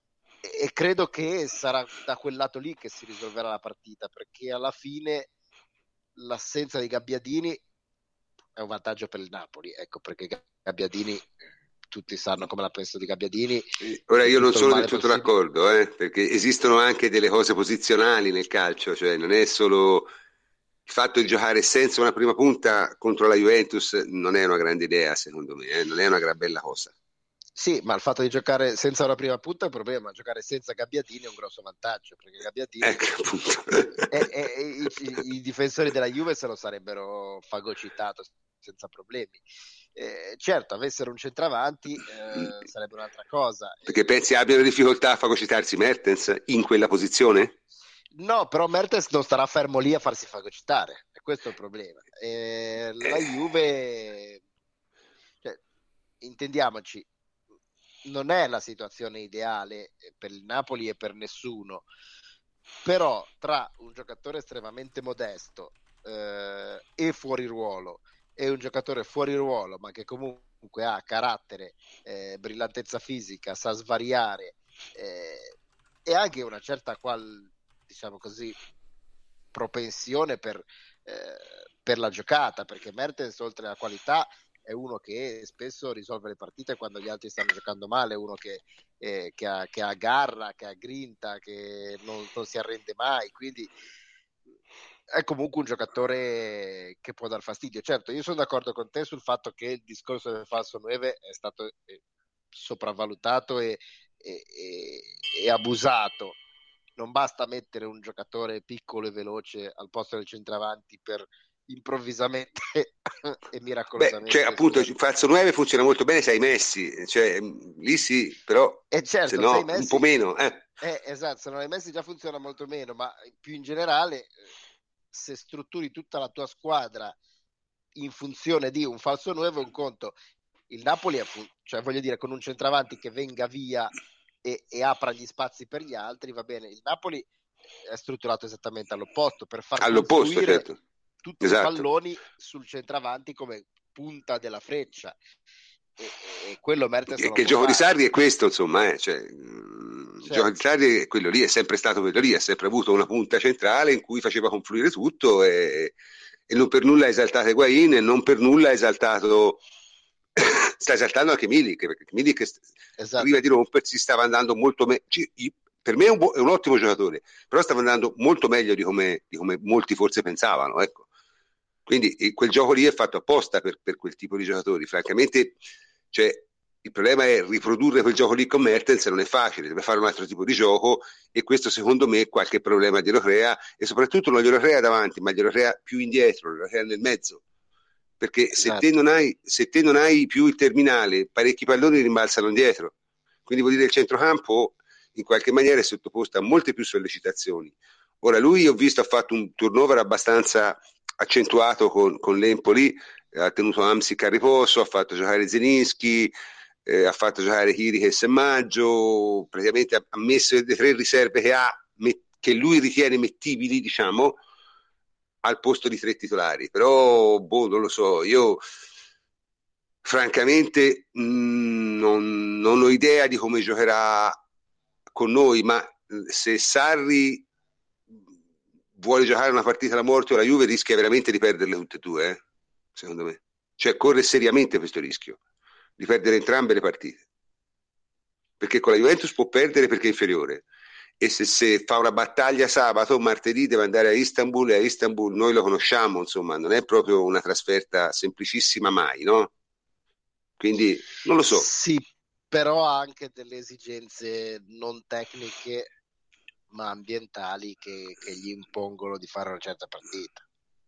E credo che sarà da quel lato lì che si risolverà la partita, perché alla fine l'assenza di Gabbiadini è un vantaggio per il Napoli, ecco perché Gabbiadini, tutti sanno come la penso di Gabbiadini. Ora io non sono del tutto possibile. d'accordo, eh, perché esistono anche delle cose posizionali nel calcio, cioè non è solo il fatto di giocare senza una prima punta contro la Juventus, non è una grande idea secondo me, eh, non è una gran bella cosa. Sì, ma il fatto di giocare senza una prima punta è un problema, giocare senza Gabbiadini è un grosso vantaggio, perché Gabbiadini ecco, appunto. e, e, e i, i difensori della Juve se lo sarebbero fagocitato senza problemi. Eh, certo, avessero un centravanti eh, sarebbe un'altra cosa. Perché pensi abbiano difficoltà a fagocitarsi Mertens in quella posizione? No, però Mertens non starà fermo lì a farsi fagocitare, e questo è il problema. Eh, la Juve, cioè, intendiamoci, non è la situazione ideale per il Napoli e per nessuno, però tra un giocatore estremamente modesto eh, e fuori ruolo e un giocatore fuori ruolo ma che comunque ha carattere, eh, brillantezza fisica, sa svariare eh, e anche una certa qual, diciamo così, propensione per, eh, per la giocata, perché Mertens oltre alla qualità è uno che spesso risolve le partite quando gli altri stanno giocando male, uno che, eh, che, ha, che ha garra, che ha grinta, che non, non si arrende mai, quindi è comunque un giocatore che può dar fastidio. Certo, io sono d'accordo con te sul fatto che il discorso del falso nove è stato eh, sopravvalutato e, e, e, e abusato. Non basta mettere un giocatore piccolo e veloce al posto del centravanti per improvvisamente e miracolosamente. Beh, cioè, appunto, il falso nove funziona molto bene se hai Messi, cioè lì sì, però e certo, se no, sei Messi, un po' meno. Eh. Eh, esatto, se non hai Messi già funziona molto meno, ma più in generale, se strutturi tutta la tua squadra in funzione di un falso nove, un conto. Il Napoli è, fu- cioè voglio dire, con un centravanti che venga via e, e apra gli spazi per gli altri, va bene. Il Napoli è strutturato esattamente all'opposto, per far all'opposto, confluire certo. tutti esatto. i palloni sul centravanti come punta della freccia. E, e quello Mertens che, che il gioco fare. di Sarri è questo, insomma, eh, cioè, il certo. gioco di Sarri è quello lì, è sempre stato quello lì, ha sempre avuto una punta centrale in cui faceva confluire tutto e, e non per nulla ha esaltato Higuaín e non per nulla ha esaltato sta esaltando anche Milik, perché Milik esatto. prima di rompersi stava andando molto meglio, per me è un, bu- è un ottimo giocatore, però stava andando molto meglio di come, di come molti forse pensavano, ecco. Quindi quel gioco lì è fatto apposta per, per quel tipo di giocatori, francamente. Cioè, il problema è riprodurre quel gioco lì con Mertens, non è facile, deve fare un altro tipo di gioco e questo secondo me qualche problema glielo crea e soprattutto non glielo crea davanti, ma glielo crea più indietro, glielo crea nel mezzo, perché esatto. se, te non hai, se te non hai più il terminale, parecchi palloni rimbalzano indietro, quindi vuol dire il centrocampo in qualche maniera è sottoposto a molte più sollecitazioni. Ora lui ho visto ha fatto un turnover abbastanza accentuato con, con l'Empoli, ha tenuto Hamsik a riposo, ha fatto giocare Zelinski, eh, ha fatto giocare Chiriches e Maggio, praticamente ha messo le tre riserve che ha, met- che lui ritiene mettibili, diciamo, al posto di tre titolari. Però, boh, non lo so, io francamente mh, non, non ho idea di come giocherà con noi, ma se Sarri vuole giocare una partita alla morte o la Juve rischia veramente di perderle tutte e due, eh? Secondo me, cioè corre seriamente questo rischio di perdere entrambe le partite, perché con la Juventus può perdere perché è inferiore e se, se fa una battaglia sabato o martedì deve andare a Istanbul e a Istanbul noi lo conosciamo, insomma non è proprio una trasferta semplicissima mai, no? Quindi non lo so. Sì, però ha anche delle esigenze non tecniche ma ambientali che, che gli impongono di fare una certa partita.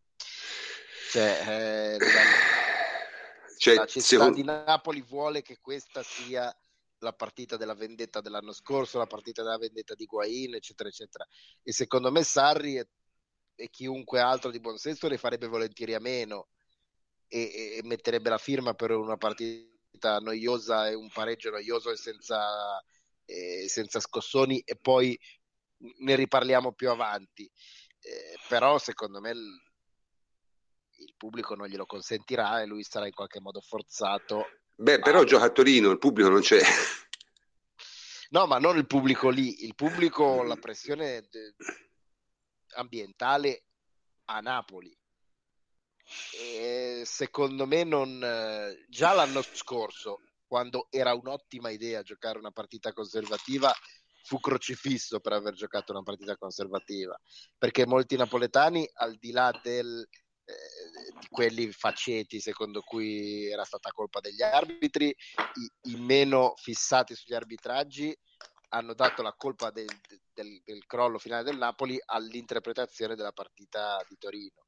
Cioè, eh, la, cioè, la città secondo... di Napoli vuole che questa sia la partita della vendetta dell'anno scorso, la partita della vendetta di Higuaín, eccetera, eccetera. E secondo me Sarri e, e chiunque altro di buon senso le farebbe volentieri a meno e, e metterebbe la firma per una partita noiosa e un pareggio noioso e senza, e senza scossoni e poi ne riparliamo più avanti. Eh, però secondo me il, il pubblico non glielo consentirà e lui sarà in qualche modo forzato. Beh, però a... gioca a Torino, il pubblico non c'è. No, ma non il pubblico lì, il pubblico, la pressione de... ambientale a Napoli. E secondo me non già l'anno scorso, quando era un'ottima idea giocare una partita conservativa, fu crocifisso per aver giocato una partita conservativa, perché molti napoletani, al di là del, eh, di quelli faceti secondo cui era stata colpa degli arbitri, i, i meno fissati sugli arbitraggi hanno dato la colpa del, del, del crollo finale del Napoli all'interpretazione della partita di Torino,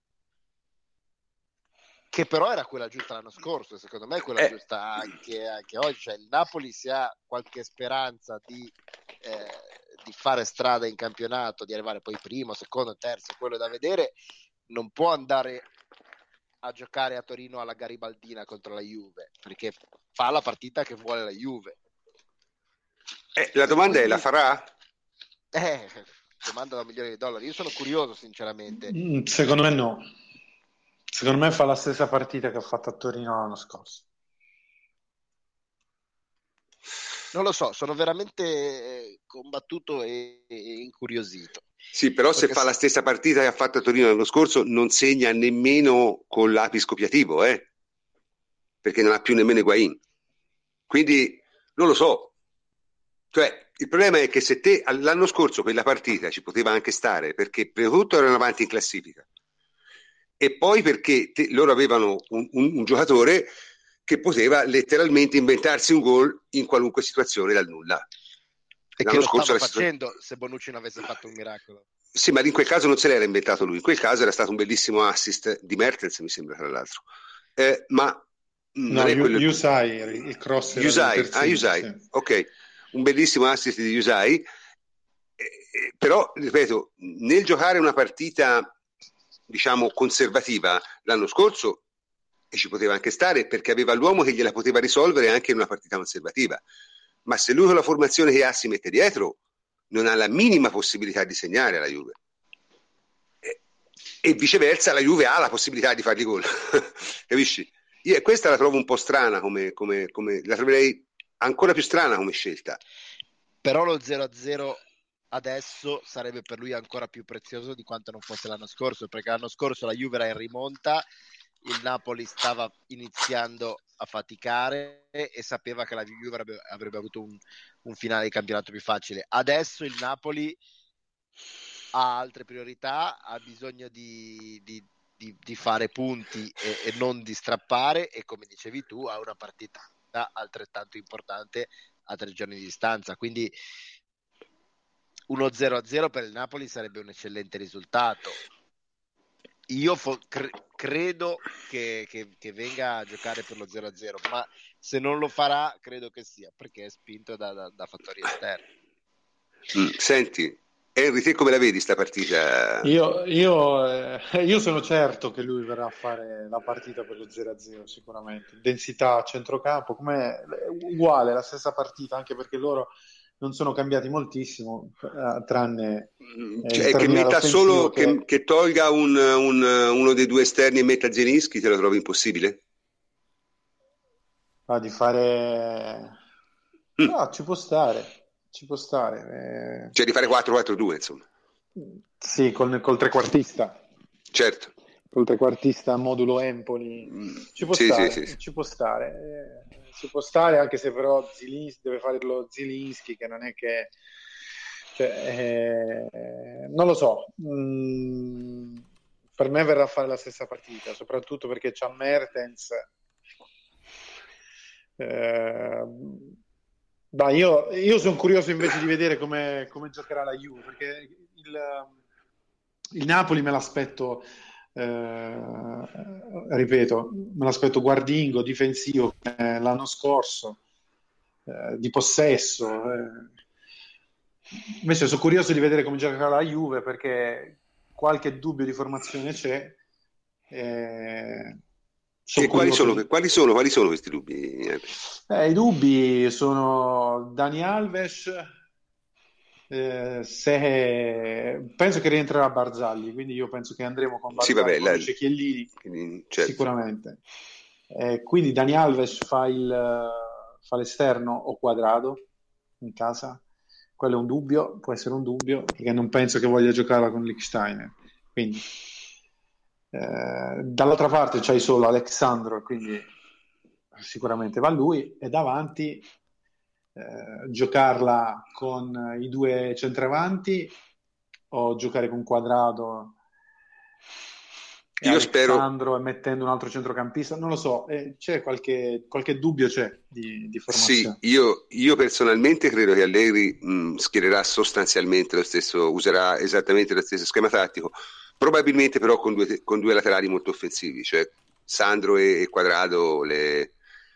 che però era quella giusta l'anno scorso, e secondo me è quella eh. giusta anche, anche oggi. Cioè, il Napoli, se ha qualche speranza di, eh, di fare strada in campionato, di arrivare poi primo, secondo, terzo, quello da vedere, non può andare a giocare a Torino alla Garibaldina contro la Juve, perché fa la partita che vuole la Juve. Eh, la domanda quindi, è, la farà? Eh, domanda da un milione di dollari. Io sono curioso, sinceramente. Secondo me no. Secondo me fa la stessa partita che ha fatto a Torino l'anno scorso. Non lo so, sono veramente combattuto e, e incuriosito. Sì, però Perché se fa se... la stessa partita che ha fatto a Torino l'anno scorso non segna nemmeno con l'apis copiativo, eh? Perché non ha più nemmeno Higuaín. Quindi non lo so. Cioè, il problema è che se te l'anno scorso quella partita ci poteva anche stare, perché prima di tutto erano avanti in classifica. E poi perché te, loro avevano un, un, un giocatore che poteva letteralmente inventarsi un gol in qualunque situazione dal nulla. E l'anno che lo scorso stava facendo situa- se Bonucci non avesse fatto un miracolo. Sì, ma in quel caso non se l'era inventato lui, in quel caso era stato un bellissimo assist di Mertens, mi sembra, tra l'altro. Eh, ma no, non è quello... Yusai, il cross Yusai, ah, Yusai, sì. Ok, un bellissimo assist di Yusai, eh, eh, però, ripeto, nel giocare una partita diciamo conservativa l'anno scorso, e ci poteva anche stare perché aveva l'uomo che gliela poteva risolvere anche in una partita conservativa, ma se lui con la formazione che ha si mette dietro non ha la minima possibilità di segnare alla Juve, e, e viceversa la Juve ha la possibilità di fargli gol. Capisci? Io questa la trovo un po' strana, come, come, come la troverei ancora più strana come scelta. Però lo zero a zero adesso sarebbe per lui ancora più prezioso di quanto non fosse l'anno scorso, perché l'anno scorso la Juve era in rimonta, il Napoli stava iniziando a faticare e sapeva che la Juve avrebbe, avrebbe avuto un, un finale di campionato più facile. Adesso il Napoli ha altre priorità, ha bisogno di, di, di, di fare punti e, e non di strappare, e come dicevi tu ha una partita altrettanto importante a tre giorni di distanza, quindi uno zero a zero per il Napoli sarebbe un eccellente risultato. Io fo- cre- credo che, che, che venga a giocare per lo zero a zero, ma se non lo farà credo che sia perché è spinto da, da, da fattori esterni. Mm, senti, Henry, te come la vedi sta partita? Io, io, eh, io sono certo che lui verrà a fare la partita per lo zero a zero sicuramente. Densità a centrocampo, come uguale, la stessa partita, anche perché loro non sono cambiati moltissimo, eh, tranne eh, cioè, che metta solo che... Che, che tolga un, un, uno dei due esterni e metta Zielinski, te lo trovi impossibile? Ah, di fare mm. No, ci può stare, ci può stare, eh... cioè di fare quattro quattro due, insomma. Sì, col, col trequartista, certo, col trequartista modulo Empoli ci può sì, stare, sì, sì. ci può stare. Eh... ci può stare, anche se però Zielinski deve fare lo Zielinski, che non è che cioè, eh, non lo so, mm, per me verrà a fare la stessa partita, soprattutto perché c'ha Mertens. eh, bah, io, io sono curioso invece di vedere come, come giocherà la Juve, perché il, il Napoli me l'aspetto Eh, ripeto, me l'aspetto guardingo, difensivo, eh, l'anno scorso, eh, di possesso. Eh. Invece sono curioso di vedere come giocherà la Juve, perché qualche dubbio di formazione c'è. Eh, e quali sono, di... quali, sono, quali sono questi dubbi? Eh, I dubbi sono Dani Alves. Eh, se penso che rientrerà Barzagli, quindi io penso che andremo con Barzagli, sì, vabbè, la... Chiellini, certo. Sicuramente. Eh, quindi Dani Alves fa, il, fa l'esterno o Quadrado in casa, quello è un dubbio, può essere un dubbio, perché non penso che voglia giocare con Lichtsteiner. Quindi Eh, dall'altra parte c'hai solo Alexandro, quindi sicuramente va lui, e davanti eh, giocarla con i due centravanti o giocare con Quadrado e Io Alexandro spero... e mettendo un altro centrocampista, non lo so, eh, c'è qualche, qualche dubbio c'è di, di formazione. Sì, io, io personalmente credo che Allegri mh, schiererà sostanzialmente lo stesso, userà esattamente lo stesso schema tattico, probabilmente però con due, con due laterali molto offensivi, cioè Sandro e, e Quadrado le,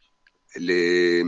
le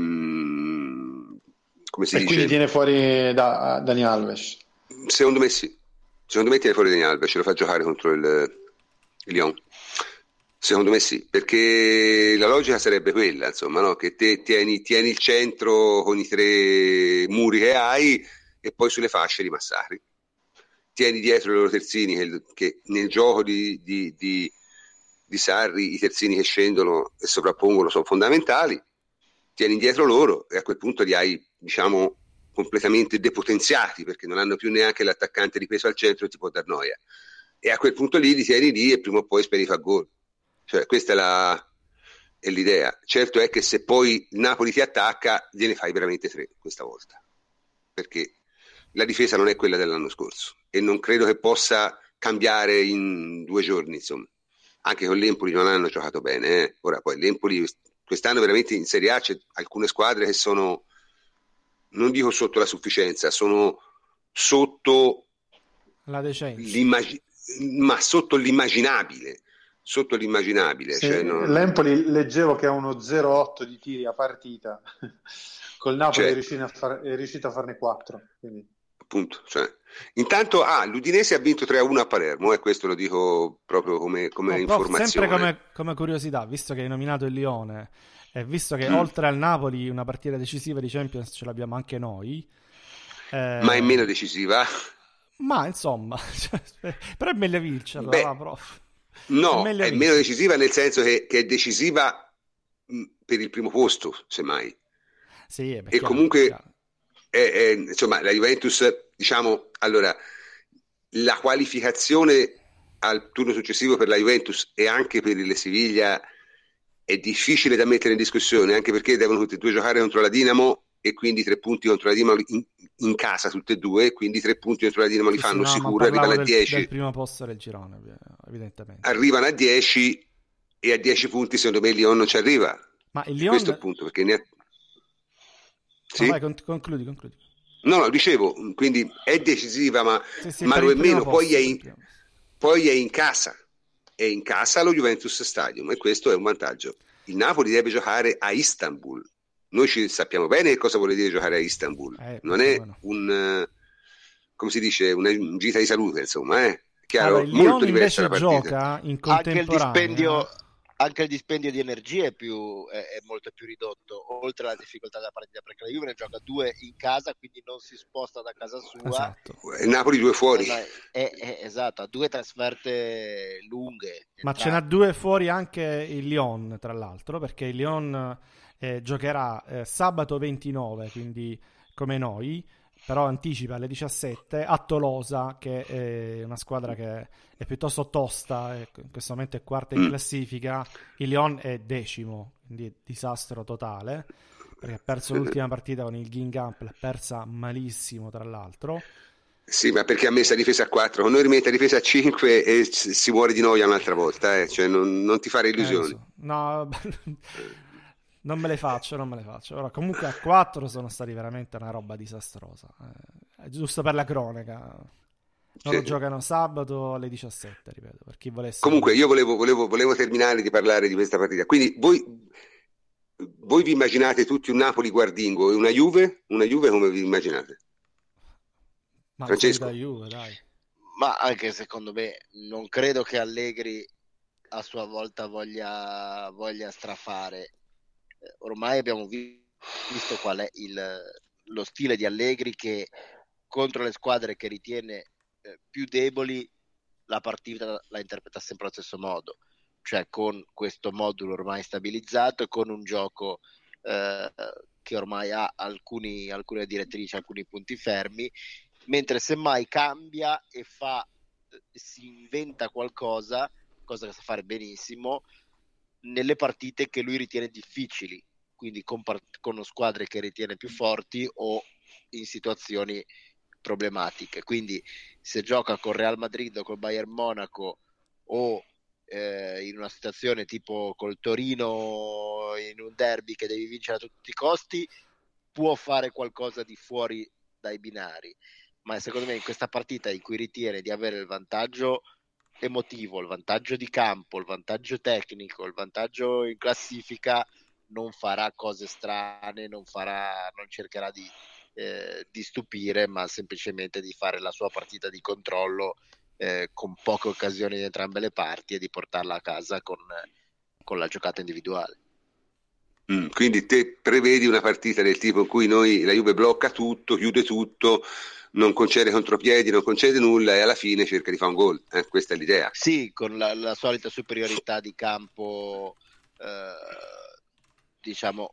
mh, come si E dice? quindi tiene fuori da, Dani Alves. Secondo me sì, secondo me tiene fuori Dani Alves, ce lo fa giocare contro il, il Lyon. Secondo me sì, perché la logica sarebbe quella, insomma, no? Che te tieni, tieni il centro con i tre muri che hai e poi sulle fasce li massacri. Tieni dietro i loro terzini che, che nel gioco di, di, di, di Sarri i terzini che scendono e sovrappongono sono fondamentali. Tieni dietro loro e a quel punto li hai, diciamo, completamente depotenziati perché non hanno più neanche l'attaccante di peso al centro e ti può dar noia. E a quel punto lì li tieni lì e prima o poi speri fa gol. Cioè, questa è, la, è l'idea. Certo è che se poi il Napoli ti attacca, gliene fai veramente tre questa volta. Perché la difesa non è quella dell'anno scorso e non credo che possa cambiare in due giorni, insomma. Anche con l'Empoli non hanno giocato bene. Eh. Ora poi l'Empoli quest'anno veramente in Serie A c'è alcune squadre che sono, non dico sotto la sufficienza, sono sotto la decenza, l'immag- ma sotto l'immaginabile. Sotto l'immaginabile. Sì, cioè non... L'Empoli leggevo che ha uno zero virgola otto di tiri a partita, col Napoli cioè, è, riuscito a far, è riuscito a farne quattro. Quindi. Appunto, cioè. Intanto ah, l'Udinese ha vinto tre a uno a Palermo, e eh, questo lo dico proprio come, come no, informazione. Sempre come, come curiosità, visto che hai nominato il Lione e visto che mm. oltre al Napoli una partita decisiva di Champions ce l'abbiamo anche noi. Eh... Ma è meno decisiva? Ma insomma, cioè, però è meglio vincerla, Beh, va, prof. No, è, è meno decisiva nel senso che, che è decisiva mh, per il primo posto, semmai. Sì, è e chiaro, comunque è, è, insomma, la Juventus, diciamo, allora, la qualificazione al turno successivo per la Juventus e anche per il Siviglia è difficile da mettere in discussione, anche perché devono tutti e due giocare contro la Dinamo e quindi tre punti contro la Dinamo in, in casa tutte e due, quindi tre punti contro la Dinamo li sì, fanno sì, no, sicuro, arrivano del, a dieci. Del primo posto del girone, evidentemente. Arrivano a dieci e a dieci punti secondo me il Lyon non ci arriva. Ma il Lyon... Questo è il punto, perché ne ha... Sì? No, vai, concludi, concludi. No, no, dicevo, quindi è decisiva, ma, sì, sì, ma lo è meno, posto, poi, è in, poi è in casa, è in casa allo Juventus Stadium e questo è un vantaggio. Il Napoli deve giocare a Istanbul. Noi ci sappiamo bene cosa vuole dire giocare a Istanbul. Eh, non è bueno. un, come si dice, una gita di salute, insomma, eh? Chiaro, allora, il molto Lyon diversa la invece partita. Gioca in Anche il contemporanea. dispendio... Anche il dispendio di energie è, più, è, è molto più ridotto, oltre alla difficoltà della partita, perché la Juve ne gioca due in casa, quindi non si sposta da casa sua. Esatto. Il Napoli due fuori. È, è, esatto, ha due trasferte lunghe. Ma ce n'ha due fuori anche il Lyon, tra l'altro, perché il Lyon eh, giocherà eh, sabato ventinove, quindi come noi, però anticipa alle diciassette a Tolosa, che è una squadra che è piuttosto tosta, in questo momento è quarta in classifica. Il Lyon è decimo, quindi disastro totale, perché ha perso l'ultima partita con il Guingamp, l'ha persa malissimo tra l'altro. Sì, ma perché ha messo a difesa a quattro, con noi rimette a difesa a cinque e si muore di noia un'altra volta, eh? Cioè non, non ti fare illusioni. Eh, no, non me le faccio, non me le faccio. Ora, comunque a quattro sono stati veramente una roba disastrosa, eh, giusto per la cronaca. Loro sì. Giocano sabato alle diciassette, ripeto, per chi volesse. Comunque io volevo, volevo, volevo terminare di parlare di questa partita. Quindi voi, voi vi immaginate tutti un Napoli guardingo e una Juve? Una Juve come vi immaginate? Ma Francesco? Da Juve, dai. Ma anche secondo me non credo che Allegri a sua volta voglia, voglia strafare. Ormai abbiamo visto qual è il, lo stile di Allegri, che contro le squadre che ritiene eh, più deboli la partita la interpreta sempre allo stesso modo, cioè con questo modulo ormai stabilizzato e con un gioco eh, che ormai ha alcuni, alcune direttrici, alcuni punti fermi, mentre semmai cambia e fa, si inventa qualcosa cosa che sa fare benissimo, nelle partite che lui ritiene difficili, quindi con, part- con squadre che ritiene più forti o in situazioni problematiche. Quindi se gioca con Real Madrid o col Bayern Monaco o eh, in una situazione tipo col Torino in un derby che devi vincere a tutti i costi, può fare qualcosa di fuori dai binari, ma secondo me in questa partita in cui ritiene di avere il vantaggio emotivo, il vantaggio di campo, il vantaggio tecnico, il vantaggio in classifica, non farà cose strane, non farà, non cercherà di, eh, di stupire, ma semplicemente di fare la sua partita di controllo eh, con poche occasioni di entrambe le parti e di portarla a casa con, con la giocata individuale. Mm, quindi te prevedi una partita del tipo in cui noi, la Juve blocca tutto, chiude tutto, non concede contropiedi, non concede nulla e alla fine cerca di fare un gol, eh? Questa è l'idea. Sì, con la, la solita superiorità di campo, eh, diciamo.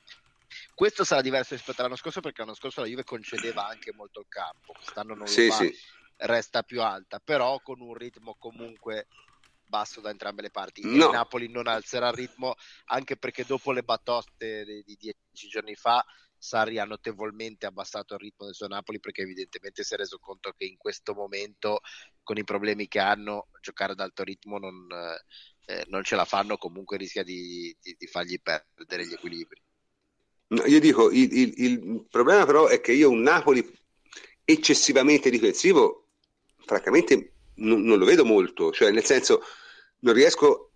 Questo sarà diverso rispetto all'anno scorso, perché l'anno scorso la Juve concedeva anche molto il campo, quest'anno non sì, lo fa, sì. Resta più alta, però con un ritmo comunque basso da entrambe le parti. No. E il Napoli non alzerà il ritmo, anche perché dopo le batoste di, di dieci giorni fa Sarri ha notevolmente abbassato il ritmo del suo Napoli, perché evidentemente si è reso conto che in questo momento, con i problemi che hanno, giocare ad alto ritmo non, eh, non ce la fanno, comunque rischia di, di, di fargli perdere gli equilibri. No, io dico, il, il, il problema però è che io un Napoli eccessivamente difensivo francamente non, non lo vedo molto, cioè nel senso non riesco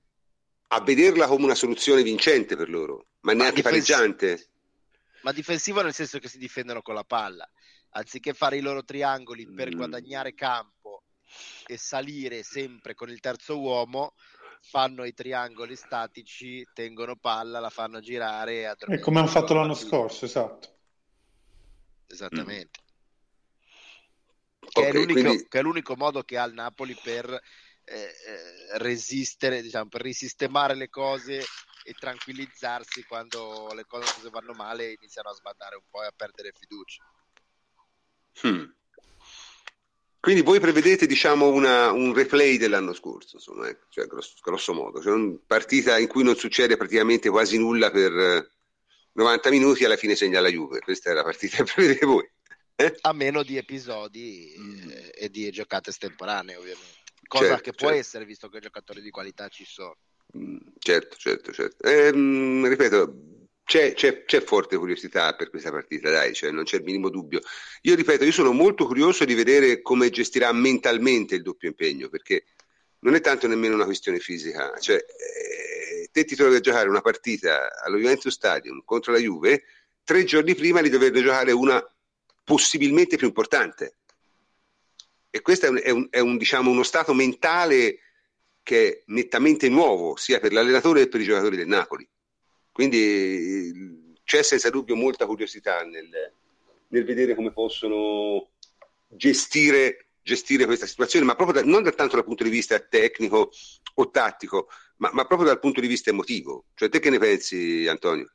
a vederla come una soluzione vincente per loro, ma, ma neanche difensi- pareggiante. Ma difensivo nel senso che si difendono con la palla, anziché fare i loro triangoli per mm. guadagnare campo e salire sempre con il terzo uomo, fanno i triangoli statici, tengono palla, la fanno girare. È come hanno fatto l'anno scorso, esatto. Esattamente. Mm. Che, Okay, è l'unico, quindi... che è l'unico modo che ha il Napoli per eh, eh, resistere, diciamo, per risistemare le cose e tranquillizzarsi quando le cose vanno male e iniziano a sbandare un po' e a perdere fiducia. Hmm. Quindi voi prevedete, diciamo, una, un replay dell'anno scorso, insomma, ecco, cioè, grosso, grosso modo, cioè una partita in cui non succede praticamente quasi nulla per novanta minuti e alla fine segna la Juve. Questa è la partita che prevedete voi. Eh? A meno di episodi mm. e, e di giocate estemporanee, ovviamente. Cosa certo, che può certo. essere, visto che giocatori di qualità ci sono. Mm, certo, certo, certo. Ehm, ripeto, c'è, c'è, c'è forte curiosità per questa partita, dai, cioè non c'è il minimo dubbio. Io ripeto, io sono molto curioso di vedere come gestirà mentalmente il doppio impegno, perché non è tanto nemmeno una questione fisica, cioè eh, te ti trovi a giocare una partita allo Juventus Stadium contro la Juve tre giorni prima di doverne giocare una possibilmente più importante, e questo è un, è un, è un diciamo uno stato mentale che è nettamente nuovo sia per l'allenatore che per i giocatori del Napoli, quindi c'è senza dubbio molta curiosità nel, nel vedere come possono gestire, gestire questa situazione, ma proprio da, non da tanto dal punto di vista tecnico o tattico, ma, ma proprio dal punto di vista emotivo. Cioè te che ne pensi, Antonio?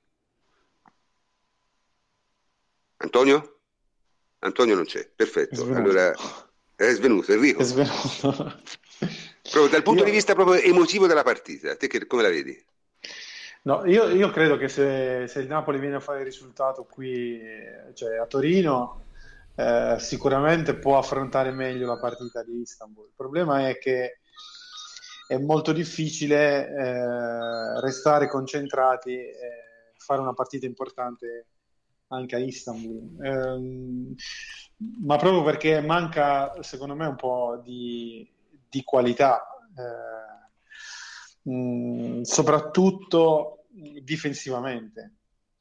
Antonio? Antonio non c'è, perfetto. È allora è svenuto, Enrico. È svenuto. Proprio dal punto io... di vista proprio emotivo della partita, te che, come la vedi? No, io, io credo che se, se il Napoli viene a fare il risultato qui, cioè a Torino, eh, sicuramente può affrontare meglio la partita di Istanbul. Il problema è che è molto difficile eh, restare concentrati e fare una partita importante anche a Istanbul, eh, ma proprio perché manca secondo me un po' di, di qualità, eh, mh, soprattutto difensivamente.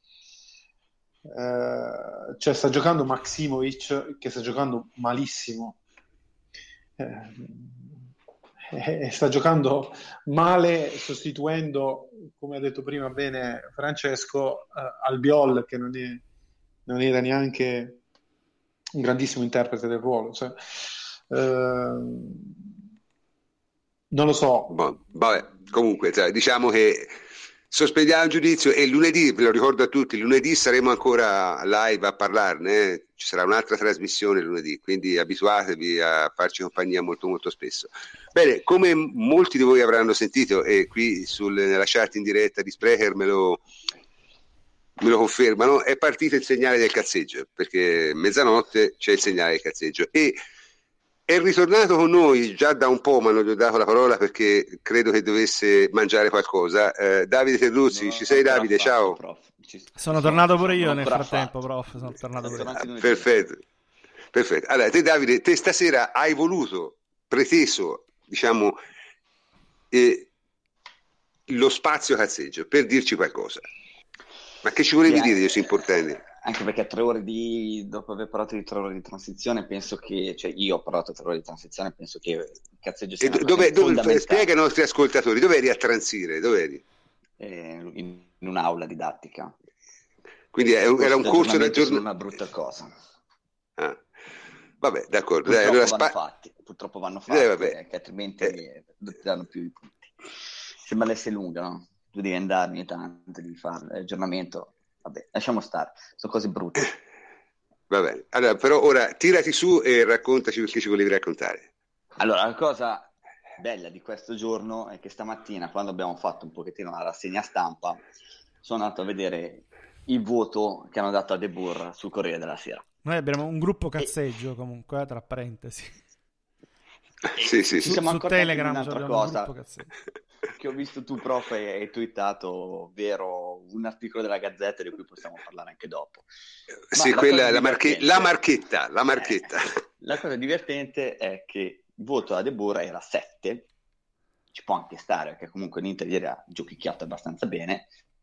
Eh, cioè sta giocando Maksimovic che sta giocando malissimo, eh, e sta giocando male, sostituendo, come ha detto prima bene Francesco, eh, Albiol, che non è non era neanche un grandissimo interprete del ruolo, cioè, eh, non lo so. Bon, vabbè, comunque cioè, diciamo che Sospendiamo il giudizio e lunedì, ve lo ricordo a tutti, lunedì saremo ancora live a parlarne, eh? Ci sarà un'altra trasmissione lunedì, quindi abituatevi a farci compagnia molto molto spesso. Bene, come molti di voi avranno sentito e qui sul, nella chat in diretta di Sprecher me lo, me lo confermano, è partito il segnale del cazzeggio, perché mezzanotte c'è il segnale del cazzeggio e è ritornato con noi già da un po', ma non gli ho dato la parola perché credo che dovesse mangiare qualcosa. Eh, Davide Terruzzi, no, ci sei Davide? Fatto, ciao. Prof. Ci... Sono, sono tornato pure io nel frattempo, fatto. prof. Sono tornato pure ah, perfetto. Perfetto. Allora, te Davide, te stasera hai voluto, preteso, diciamo, eh, lo spazio cazzeggio per dirci qualcosa. Ma che ci volevi yeah. dire di questo importante? Anche perché tre ore di, dopo aver parlato di tre ore di transizione, penso che, cioè io ho parlato di tre ore di transizione, penso che il cazzeggio sia e dove, dove, spiega ai nostri ascoltatori, dove eri a transire? Dove eri? Eh, in, in un'aula didattica. Quindi è, era un corso da giorno... una brutta cosa. Ah. Vabbè, d'accordo. Purtroppo, Dai, allora, vanno spa... fatti, purtroppo vanno fatti, eh, perché altrimenti eh. danno più i punti. Sembra l'esse lunga, no? Tu devi andare ogni tanto, devi fare l'aggiornamento. Vabbè, lasciamo stare, sono cose brutte. Va bene, allora però ora tirati su e raccontaci perché ci volevi raccontare. Allora, la cosa bella di questo giorno è che stamattina, quando abbiamo fatto un pochettino la rassegna stampa, sono andato a vedere il voto che hanno dato a De Boer sul Corriere della Sera. Noi abbiamo un gruppo cazzeggio e... comunque, tra parentesi. Sì, sì, sì. Su, Siamo su Telegram un'altra cosa che ho visto tu, prof, e hai twittato, ovvero un articolo della Gazzetta di cui possiamo parlare anche dopo. Ma sì, la quella la, marche- la marchetta, la marchetta. Eh, la cosa divertente è che il voto a De Boer era sette, ci può anche stare perché comunque l'Inter ieri ha giochicchiato abbastanza bene,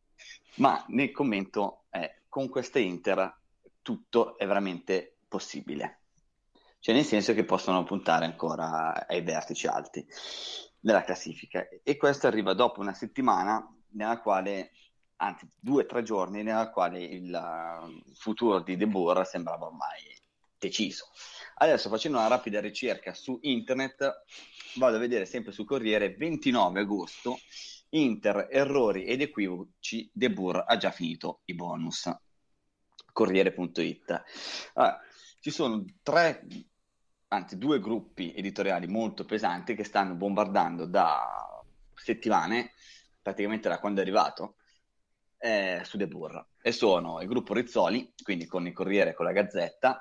ma nel commento è: con questa Inter tutto è veramente possibile. Cioè nel senso che possono puntare ancora ai vertici alti della classifica, e questo arriva dopo una settimana nella quale, anzi due o tre giorni, nella quale il futuro di De Boer sembrava ormai deciso. Adesso, facendo una rapida ricerca su internet, vado a vedere sempre sul Corriere, ventinove agosto, Inter, errori ed equivoci, De Boer ha già finito i bonus. Corriere punto it. Allora, ci sono tre, anzi due gruppi editoriali molto pesanti che stanno bombardando da settimane, praticamente da quando è arrivato, eh, su De Boer, e sono il gruppo Rizzoli, quindi con il Corriere e con la Gazzetta,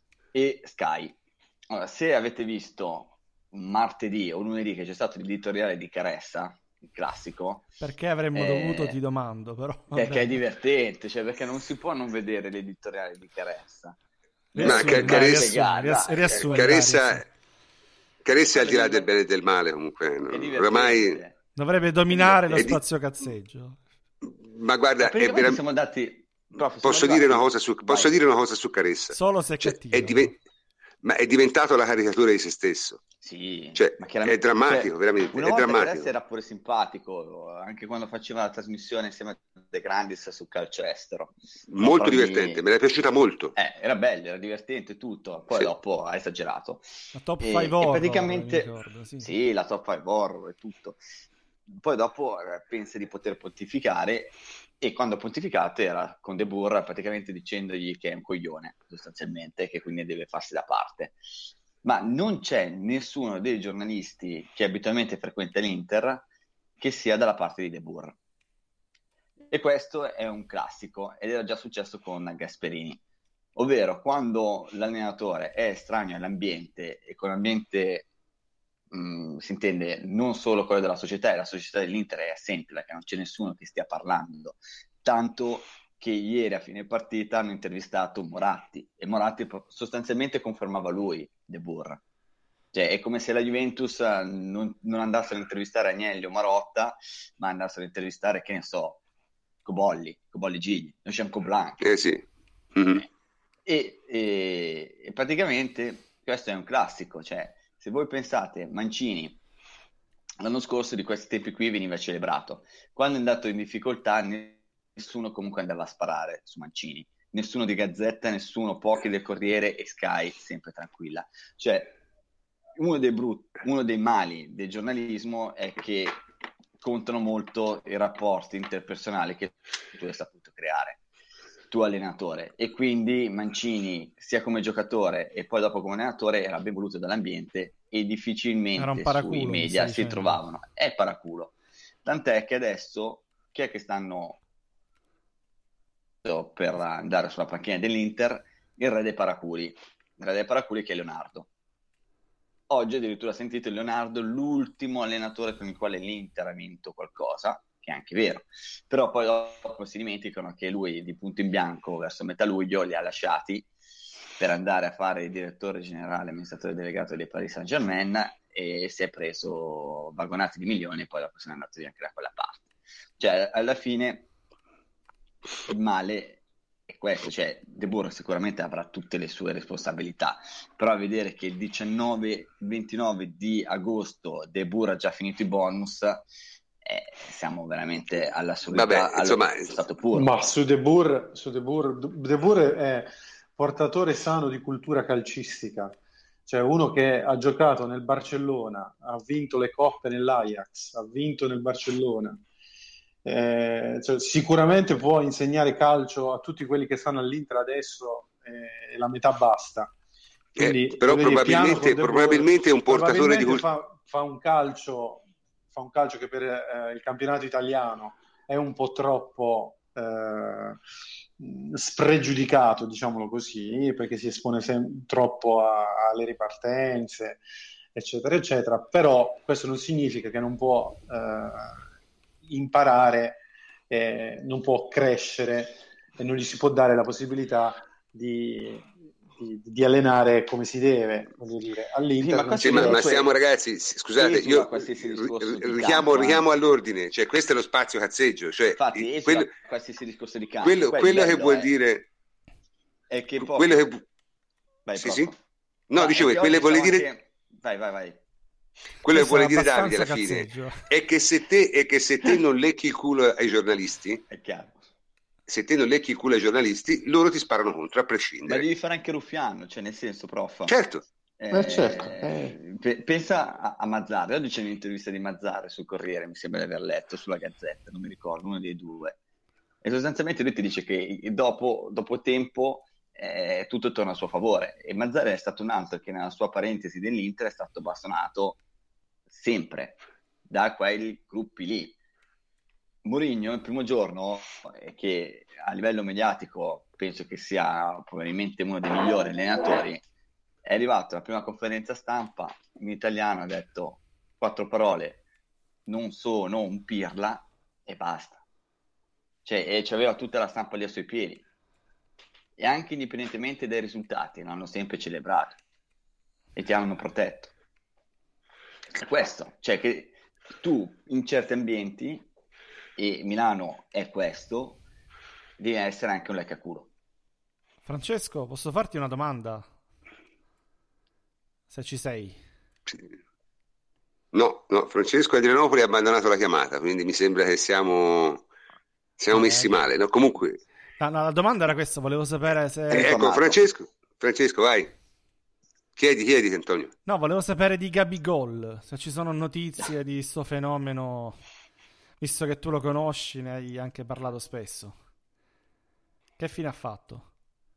e Sky. Allora, se avete visto martedì o lunedì che c'è stato l'editoriale di Caressa, il classico, perché avremmo eh, dovuto, ti domando, però vabbè. Perché è divertente, cioè perché non si può non vedere l'editoriale di Caressa. Ma Riassumi, Caressa, riassumi, riassumi, Caressa, Caressa al di là del bene e del male, comunque ormai dovrebbe dominare lo spazio cazzeggio. Ma guarda, ma è veramente... siamo andati... Prof, posso dire una cosa su posso dire una cosa su Caressa, solo se è cioè, cattivo, è diven... ma è diventato la caricatura di se stesso. Sì, cioè, ma è drammatico, cioè, veramente una è volta drammatico. Caressa era pure simpatico, anche quando faceva la trasmissione insieme a De Grandis sul calcio estero, molto no, divertente, me l'è piaciuta molto, eh, era bello, era divertente tutto, poi sì. Dopo ha esagerato la top e, five e horror, praticamente ricordo, sì. Sì, la top five horror e tutto. Poi dopo eh, pensa di poter pontificare, e quando pontificate era con De Boer praticamente dicendogli che è un coglione sostanzialmente, che quindi deve farsi da parte. Ma non c'è nessuno dei giornalisti che abitualmente frequenta l'Inter che sia dalla parte di De Boer, e questo è un classico ed era già successo con Gasperini, ovvero quando l'allenatore è estraneo all'ambiente, e con l'ambiente mh, si intende non solo quello della società, e la società dell'Inter è assente perché non c'è nessuno che stia parlando, tanto che ieri a fine partita hanno intervistato Moratti e Moratti sostanzialmente confermava lui De Boer. Cioè è come se la Juventus non, non andasse ad intervistare Agnelli o Marotta, ma andasse ad intervistare, che ne so, Cobolli, Cobolli Gigli, noi siamo Coblanchi. Eh sì. Mm-hmm. E, e, e praticamente questo è un classico, cioè se voi pensate, Mancini l'anno scorso di questi tempi qui veniva celebrato, quando è andato in difficoltà nessuno comunque andava a sparare su Mancini, nessuno di Gazzetta, nessuno, pochi del Corriere, e Sky sempre tranquilla. Cioè uno dei brutti, uno dei mali del giornalismo è che contano molto i rapporti interpersonali che tu hai saputo creare, tu allenatore, e quindi Mancini sia come giocatore e poi dopo come allenatore era ben voluto dall'ambiente e difficilmente sui media si trovavano. È paraculo, tant'è che adesso chi è che stanno per andare sulla panchina dell'Inter? Il re dei paraculi, il re dei paraculi che è Leonardo. Oggi addirittura sentite Leonardo l'ultimo allenatore con il quale l'Inter ha vinto qualcosa, che è anche vero, però poi dopo si dimenticano che lui di punto in bianco verso metà luglio li ha lasciati per andare a fare il direttore generale, amministratore delegato dei Paris Saint-Germain, e si è preso vagonati di milioni e poi dopo se n'è andato via anche da quella parte. Cioè alla fine il male è questo, cioè De Boer sicuramente avrà tutte le sue responsabilità, però a vedere che il diciannove ventinove di agosto De Boer ha già finito i bonus, eh, siamo veramente all'assoluta, Vabbè, insomma, allo stato puro. Ma su De Boer, su De Boer, De Boer è portatore sano di cultura calcistica, cioè uno che ha giocato nel Barcellona, ha vinto le coppe nell'Ajax, ha vinto nel Barcellona. Eh, cioè, sicuramente può insegnare calcio a tutti quelli che stanno all'Inter adesso, eh, e la metà basta. Quindi, eh, però probabilmente, probabilmente è un portatore di cultura. Fa, fa un calcio, fa un calcio che per eh, il campionato italiano è un po' troppo eh, spregiudicato, diciamolo così, perché si espone sem- troppo a- alle ripartenze, eccetera, eccetera. Però questo non significa che non può eh, imparare, eh, non può crescere e non gli si può dare la possibilità di, di, di allenare come si deve, voglio dire, all'Inter. Sì, ma, sì, ma, ma stiamo ragazzi, scusate, io richiamo, richiamo all'ordine, cioè questo è lo spazio cazzeggio, cioè infatti il, quello, qualsiasi discorso di campo, quello, quello che vuol è, dire è che poi quello che vai, sì, sì. no, no dicevo, quello che vuole dire che... vai vai vai quello che vuole dire Davide alla fine è che se te è che se te non lecchi il culo ai giornalisti, è chiaro, se te non lecchi il culo ai giornalisti, loro ti sparano contro a prescindere. Ma devi fare anche Ruffiano, cioè nel senso, prof. Certo. Eh, eh, certo. Eh. Pe- pensa a, a Mazzarri. Oggi c'è un'intervista di Mazzarri sul Corriere, mi sembra di aver letto, sulla Gazzetta, non mi ricordo, uno dei due. E sostanzialmente lui ti dice che dopo, dopo tempo eh, tutto torna a suo favore. E Mazzarri è stato un altro che nella sua parentesi dell'Inter è stato bastonato sempre da quei gruppi lì. Mourinho il primo giorno, eh, che a livello mediatico penso che sia probabilmente uno dei migliori allenatori, è arrivato alla prima conferenza stampa in italiano, ha detto quattro parole: non sono un pirla, e basta. Cioè, e c'aveva tutta la stampa lì ai suoi piedi, e anche indipendentemente dai risultati l'hanno sempre celebrato e ti hanno protetto. È questo, cioè che tu in certi ambienti, e Milano è questo, devi essere anche un leccaculo. Francesco, posso farti una domanda? Se ci sei. No, no, Francesco Adrianopoli ha abbandonato la chiamata, quindi mi sembra che siamo, siamo ah, messi ecco. male. No, comunque... No, no, la domanda era questa, volevo sapere se... Eh, ecco, Francesco, Francesco, vai. Chiedi, chiedi, Antonio. No, volevo sapere di Gabigol, se ci sono notizie di sto fenomeno... Visto che tu lo conosci, ne hai anche parlato spesso. Che fine ha fatto?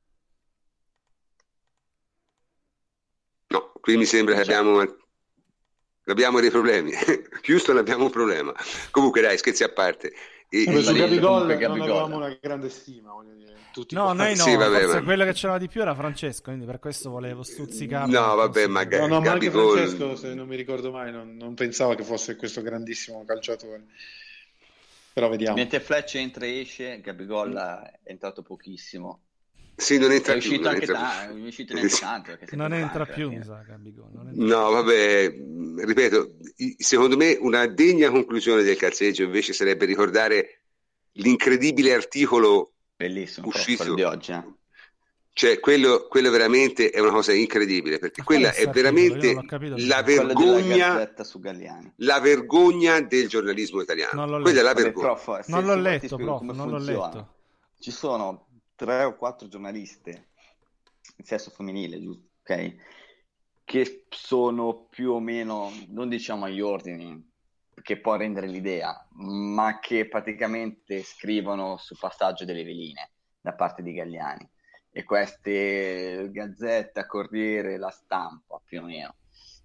No, qui mi sembra che abbiamo, abbiamo dei problemi. Houston abbiamo un problema. Comunque dai, scherzi a parte. E, e su Gabigol non avevamo una grande stima, voglio dire. Tutti no, noi no, sì, vabbè, forse ma... quello che c'era di più era Francesco, quindi per questo volevo stuzzicarlo. No, vabbè, magari. No, no, ma anche Francesco, se non mi ricordo mai, non, non pensava che fosse questo grandissimo calciatore. Però vediamo. Mentre Fletch entra e esce, Gabigol è entrato pochissimo. Sì, non entra è più. Uscito non anche entra ta- più. È uscito neanche tanto. Non entra più, mi sa, Gabigol. Non entra no, più. vabbè, ripeto, secondo me una degna conclusione del calzeggio invece sarebbe ricordare l'incredibile articolo bellissimo uscito di oggi. Eh? Cioè, quello, quello veramente è una cosa incredibile, perché Ma quella è veramente la vergogna, su Galliani. la vergogna del giornalismo italiano. Non Quella è la Vabbè, vergogna. prof, non l'ho letto, prof, non l'ho letto. Ci sono tre o quattro giornaliste in sesso femminile, giusto? Ok? Che sono più o meno, non diciamo agli ordini, che può rendere l'idea, ma che praticamente scrivono sul passaggio delle veline da parte di Galliani. E queste Gazzetta, Corriere, La Stampa, più o meno.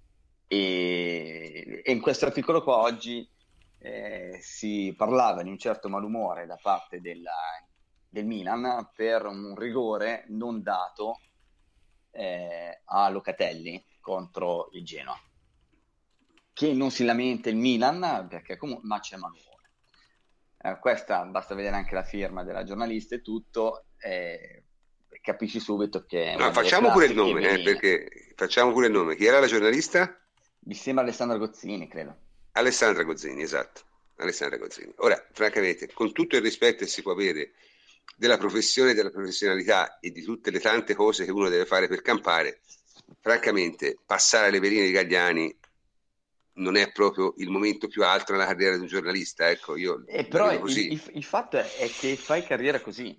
E, e in questo articolo qua oggi eh, si parlava di un certo malumore da parte della, del Milan per un rigore non dato eh, a Locatelli contro il Genoa. Che non si lamenta il Milan, perché comunque, ma c'è malumore. Eh, questa, basta vedere anche la firma della giornalista e tutto, eh, capisci subito che... No, facciamo pure il nome, eh, perché facciamo pure il nome. Chi era la giornalista? Mi sembra Alessandra Gozzini, credo. Alessandra Gozzini, esatto. Alessandra Gozzini. Ora, francamente, con tutto il rispetto che si può avere della professione, della professionalità e di tutte le tante cose che uno deve fare per campare, francamente, passare alle veline di Galliani non è proprio il momento più alto nella carriera di un giornalista, ecco, io eh, però il, il, il fatto è che fai carriera così.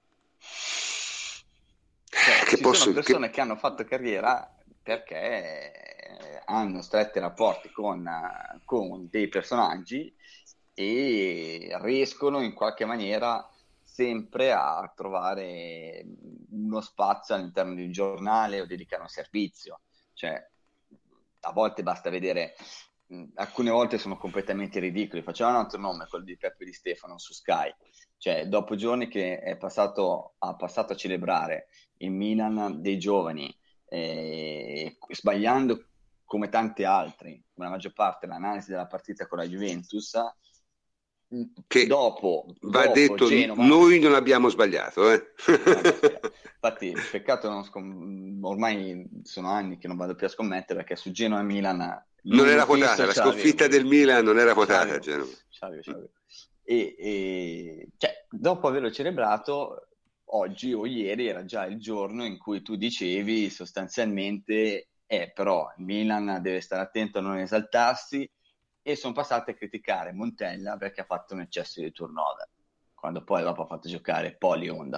Cioè, che ci posso, sono persone che... che hanno fatto carriera perché hanno stretti rapporti con, con dei personaggi e riescono in qualche maniera sempre a trovare uno spazio all'interno di un giornale o dedicare un servizio. Cioè, a volte basta vedere, alcune volte sono completamente ridicoli. Facciamo un altro nome, quello di Peppe Di Stefano su Sky. Cioè, dopo giorni che è passato, ha passato a celebrare il Milan dei giovani, eh, sbagliando come tanti altri, come la maggior parte, l'analisi della partita con la Juventus, che dopo, va dopo detto, Genova, noi non abbiamo sbagliato, eh? Infatti, peccato, non scom- ormai sono anni che non vado più a scommettere, perché su Genova e Milan non era quotata, la sconfitta del Milan non era quotata a Genova. C'avevo, c'avevo. E, e cioè, dopo averlo celebrato, oggi o ieri era già il giorno in cui tu dicevi sostanzialmente eh, però il Milan deve stare attento a non esaltarsi, e sono passati a criticare Montella perché ha fatto un eccesso di turnover, quando poi dopo ha fatto giocare Poli Onda.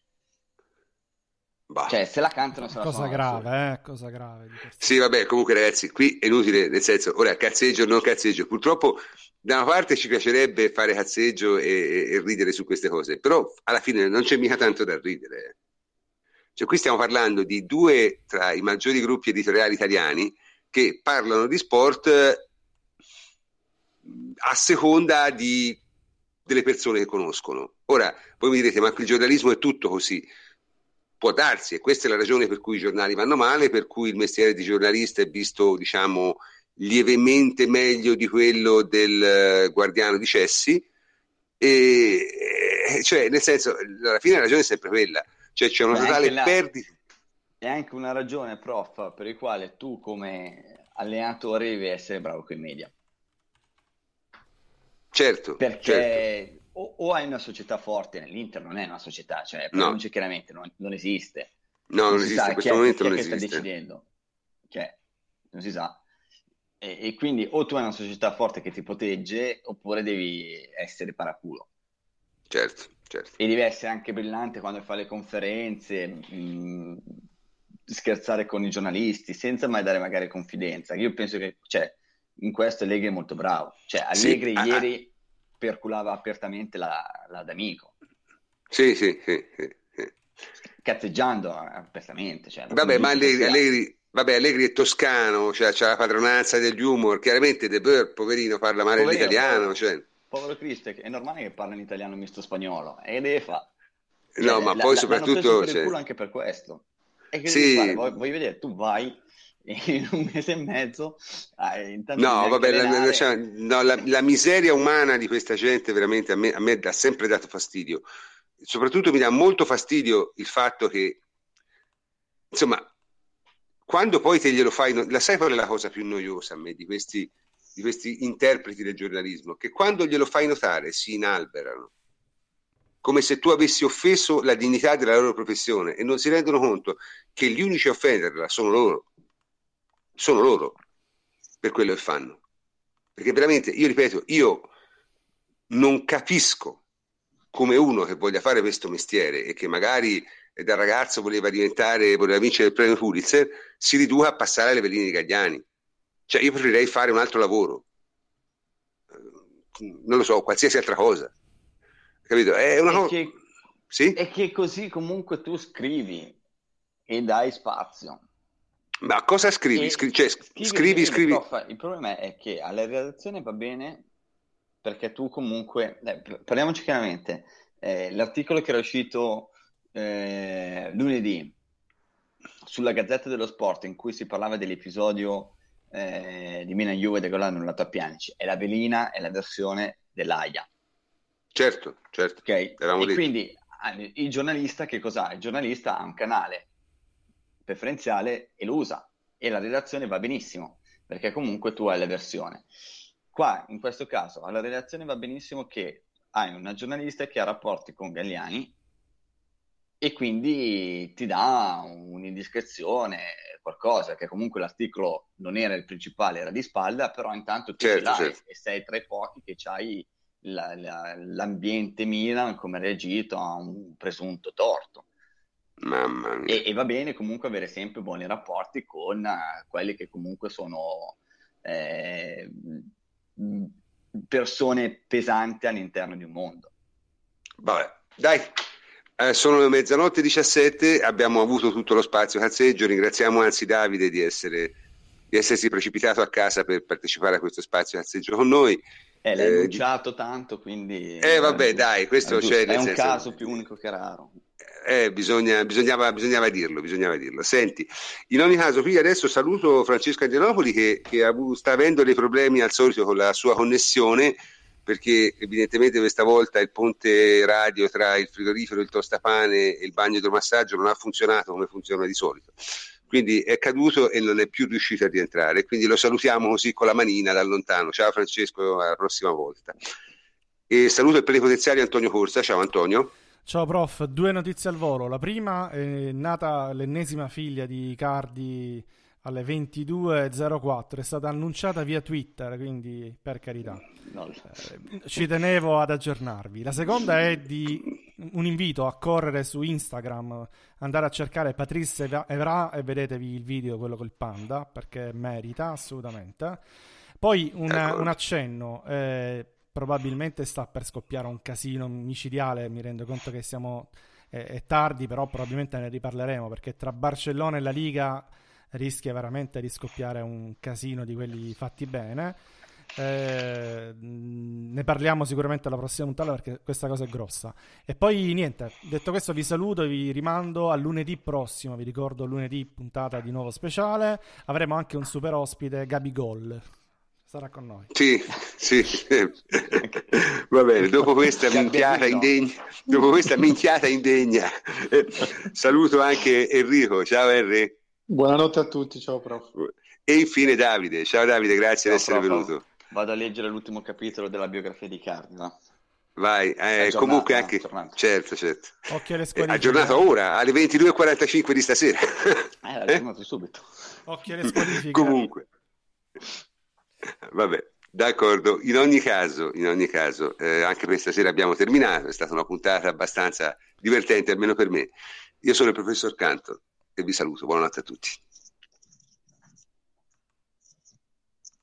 Bah. Cioè, se la cantano se la cosa grave, eh, cosa grave. Sì, vabbè, comunque ragazzi, qui è inutile, nel senso, ora cazzeggio o non cazzeggio, purtroppo da una parte ci piacerebbe fare cazzeggio e, e ridere su queste cose, però alla fine non c'è mica tanto da ridere. Cioè, qui stiamo parlando di due tra i maggiori gruppi editoriali italiani che parlano di sport a seconda di, delle persone che conoscono. Ora, voi mi direte, ma il giornalismo è tutto così? Può darsi, e questa è la ragione per cui i giornali vanno male, per cui il mestiere di giornalista è visto, diciamo, lievemente meglio di quello del uh, guardiano di cessi, e, e cioè, nel senso, alla fine la ragione è sempre quella, cioè c'è una totale la... perdita. È anche una ragione, prof, per il quale tu come allenatore devi essere bravo con i media. Certo, perché certo. O, o hai una società forte, nell'Inter non è una società, cioè no. chiaramente non, non esiste. No, non, non esiste, in questo momento non chi esiste. Chi sta decidendo? Cioè, non si sa. E, e quindi o tu hai una società forte che ti protegge, oppure devi essere paraculo. Certo, certo. E devi essere anche brillante quando fai le conferenze, mh, scherzare con i giornalisti, senza mai dare magari confidenza. Io penso che, cioè, in questo Allegri è molto bravo. Cioè, Allegri sì, ieri ah, perculava apertamente la, la D'Amico. Sì, sì, sì, sì, sì. Cazzeggiando apertamente. Cioè, vabbè, ma Allegri, Allegri, vabbè, Allegri è toscano, cioè c'ha la padronanza degli humor. Chiaramente De Boer, poverino, parla male poverino, l'italiano. Povero, cioè. povero Cristo, è normale che parli in italiano misto spagnolo. E deve fare. Cioè, no, ma la, poi la, soprattutto... per cioè... il culo anche per questo. E che sì. devi fare? Vuoi, vuoi vedere? Tu vai... in un mese e mezzo eh, no vabbè la, la, no, la, la miseria umana di questa gente veramente a me, a me dà sempre dato fastidio, soprattutto mi dà molto fastidio il fatto che insomma quando poi te glielo fai, la sai qual è la cosa più noiosa a me di questi, di questi interpreti del giornalismo, che quando glielo fai notare si inalberano come se tu avessi offeso la dignità della loro professione e non si rendono conto che gli unici a offenderla sono loro sono loro per quello che fanno, perché veramente io ripeto, io non capisco come uno che voglia fare questo mestiere e che magari da ragazzo voleva diventare, voleva vincere il premio Pulitzer, si riduca a passare alle veline di Galliani. Cioè io preferirei fare un altro lavoro, non lo so, qualsiasi altra cosa, capito? È una e, cosa... che, sì? e che così comunque tu scrivi e dai spazio. Ma cosa scrivi? Scri- cioè, scrivi, scrivi, scrivi. Prof, il problema è che alla redazione va bene perché tu comunque, eh, parliamoci chiaramente, eh, l'articolo che era uscito eh, lunedì sulla Gazzetta dello Sport in cui si parlava dell'episodio eh, di Milan Juve del gol annullato a Pjanic è la velina, è la versione dell'Aia. Certo, certo. Okay? E detto. quindi il giornalista che cos'ha? Il giornalista ha un canale preferenziale e lo usa, e la redazione va benissimo perché comunque tu hai la versione. Qua in questo caso alla redazione va benissimo che hai una giornalista che ha rapporti con Galliani e quindi ti dà un'indiscrezione, qualcosa, che comunque l'articolo non era il principale, era di spalla, però intanto tu certo, ce l'hai certo. e sei tra i pochi che c'hai la, la, l'ambiente Milan come ha reagito a un presunto torto. Mamma mia. E, e va bene comunque avere sempre buoni rapporti con uh, quelli che comunque sono eh, persone pesanti all'interno di un mondo. Vabbè, dai, eh, sono le mezzanotte diciassette, abbiamo avuto tutto lo spazio cazzeggio, ringraziamo anzi Davide di essere di essersi precipitato a casa per partecipare a questo spazio cazzeggio con noi. Eh, l'hai enunciato eh, tanto, quindi... Eh vabbè, dai, questo è, c'è, è un senso... caso più unico che raro. Eh, bisogna, bisognava, bisognava dirlo, bisognava dirlo. Senti, in ogni caso, qui adesso saluto Francesco Angelopoli che, che ha, sta avendo dei problemi al solito con la sua connessione, perché evidentemente questa volta il ponte radio tra il frigorifero, il tostapane e il bagno idromassaggio non ha funzionato come funziona di solito. Quindi è caduto e non è più riuscito a rientrare. Quindi lo salutiamo così con la manina da lontano. Ciao Francesco, alla prossima volta. E saluto il plenipotenziario Antonio Corsa. Ciao Antonio. Ciao prof, due notizie al volo. La prima è nata l'ennesima figlia di Icardi alle ventidue e zero quattro, è stata annunciata via Twitter, quindi per carità. No. Eh, ci tenevo ad aggiornarvi. La seconda è di un invito a correre su Instagram, andare a cercare Patrice Evra e vedetevi il video, quello col panda, perché merita assolutamente. Poi un, un accenno, eh, probabilmente sta per scoppiare un casino micidiale, mi rendo conto che siamo eh, è tardi, però probabilmente ne riparleremo, perché tra Barcellona e la Liga rischia veramente di scoppiare un casino di quelli fatti bene. Eh, ne parliamo sicuramente alla prossima puntata perché questa cosa è grossa. E poi niente, detto questo vi saluto e vi rimando a lunedì prossimo. Vi ricordo lunedì puntata di nuovo speciale, avremo anche un super ospite, Gabigol sarà con noi. Sì, sì. Va bene, dopo questa minchiata indegna, dopo questa minchiata indegna eh, saluto anche Enrico. Ciao Henry. Buonanotte a tutti, ciao prof. E infine Davide. Ciao Davide, grazie ciao, di essere prof. venuto. Vado a leggere l'ultimo capitolo della biografia di Cardi, no? Vai, eh, comunque anche aggiornato. certo, certo. Occhio alle eh, aggiornato ora alle ventidue e quarantacinque di stasera. Eh, l'ho aggiornato subito. Occhio alle squalifiche. Comunque. Vabbè, d'accordo. In ogni caso, in ogni caso, eh, anche per stasera abbiamo terminato. È stata una puntata abbastanza divertente, almeno per me. Io sono il professor Canto e vi saluto. Buonanotte a tutti.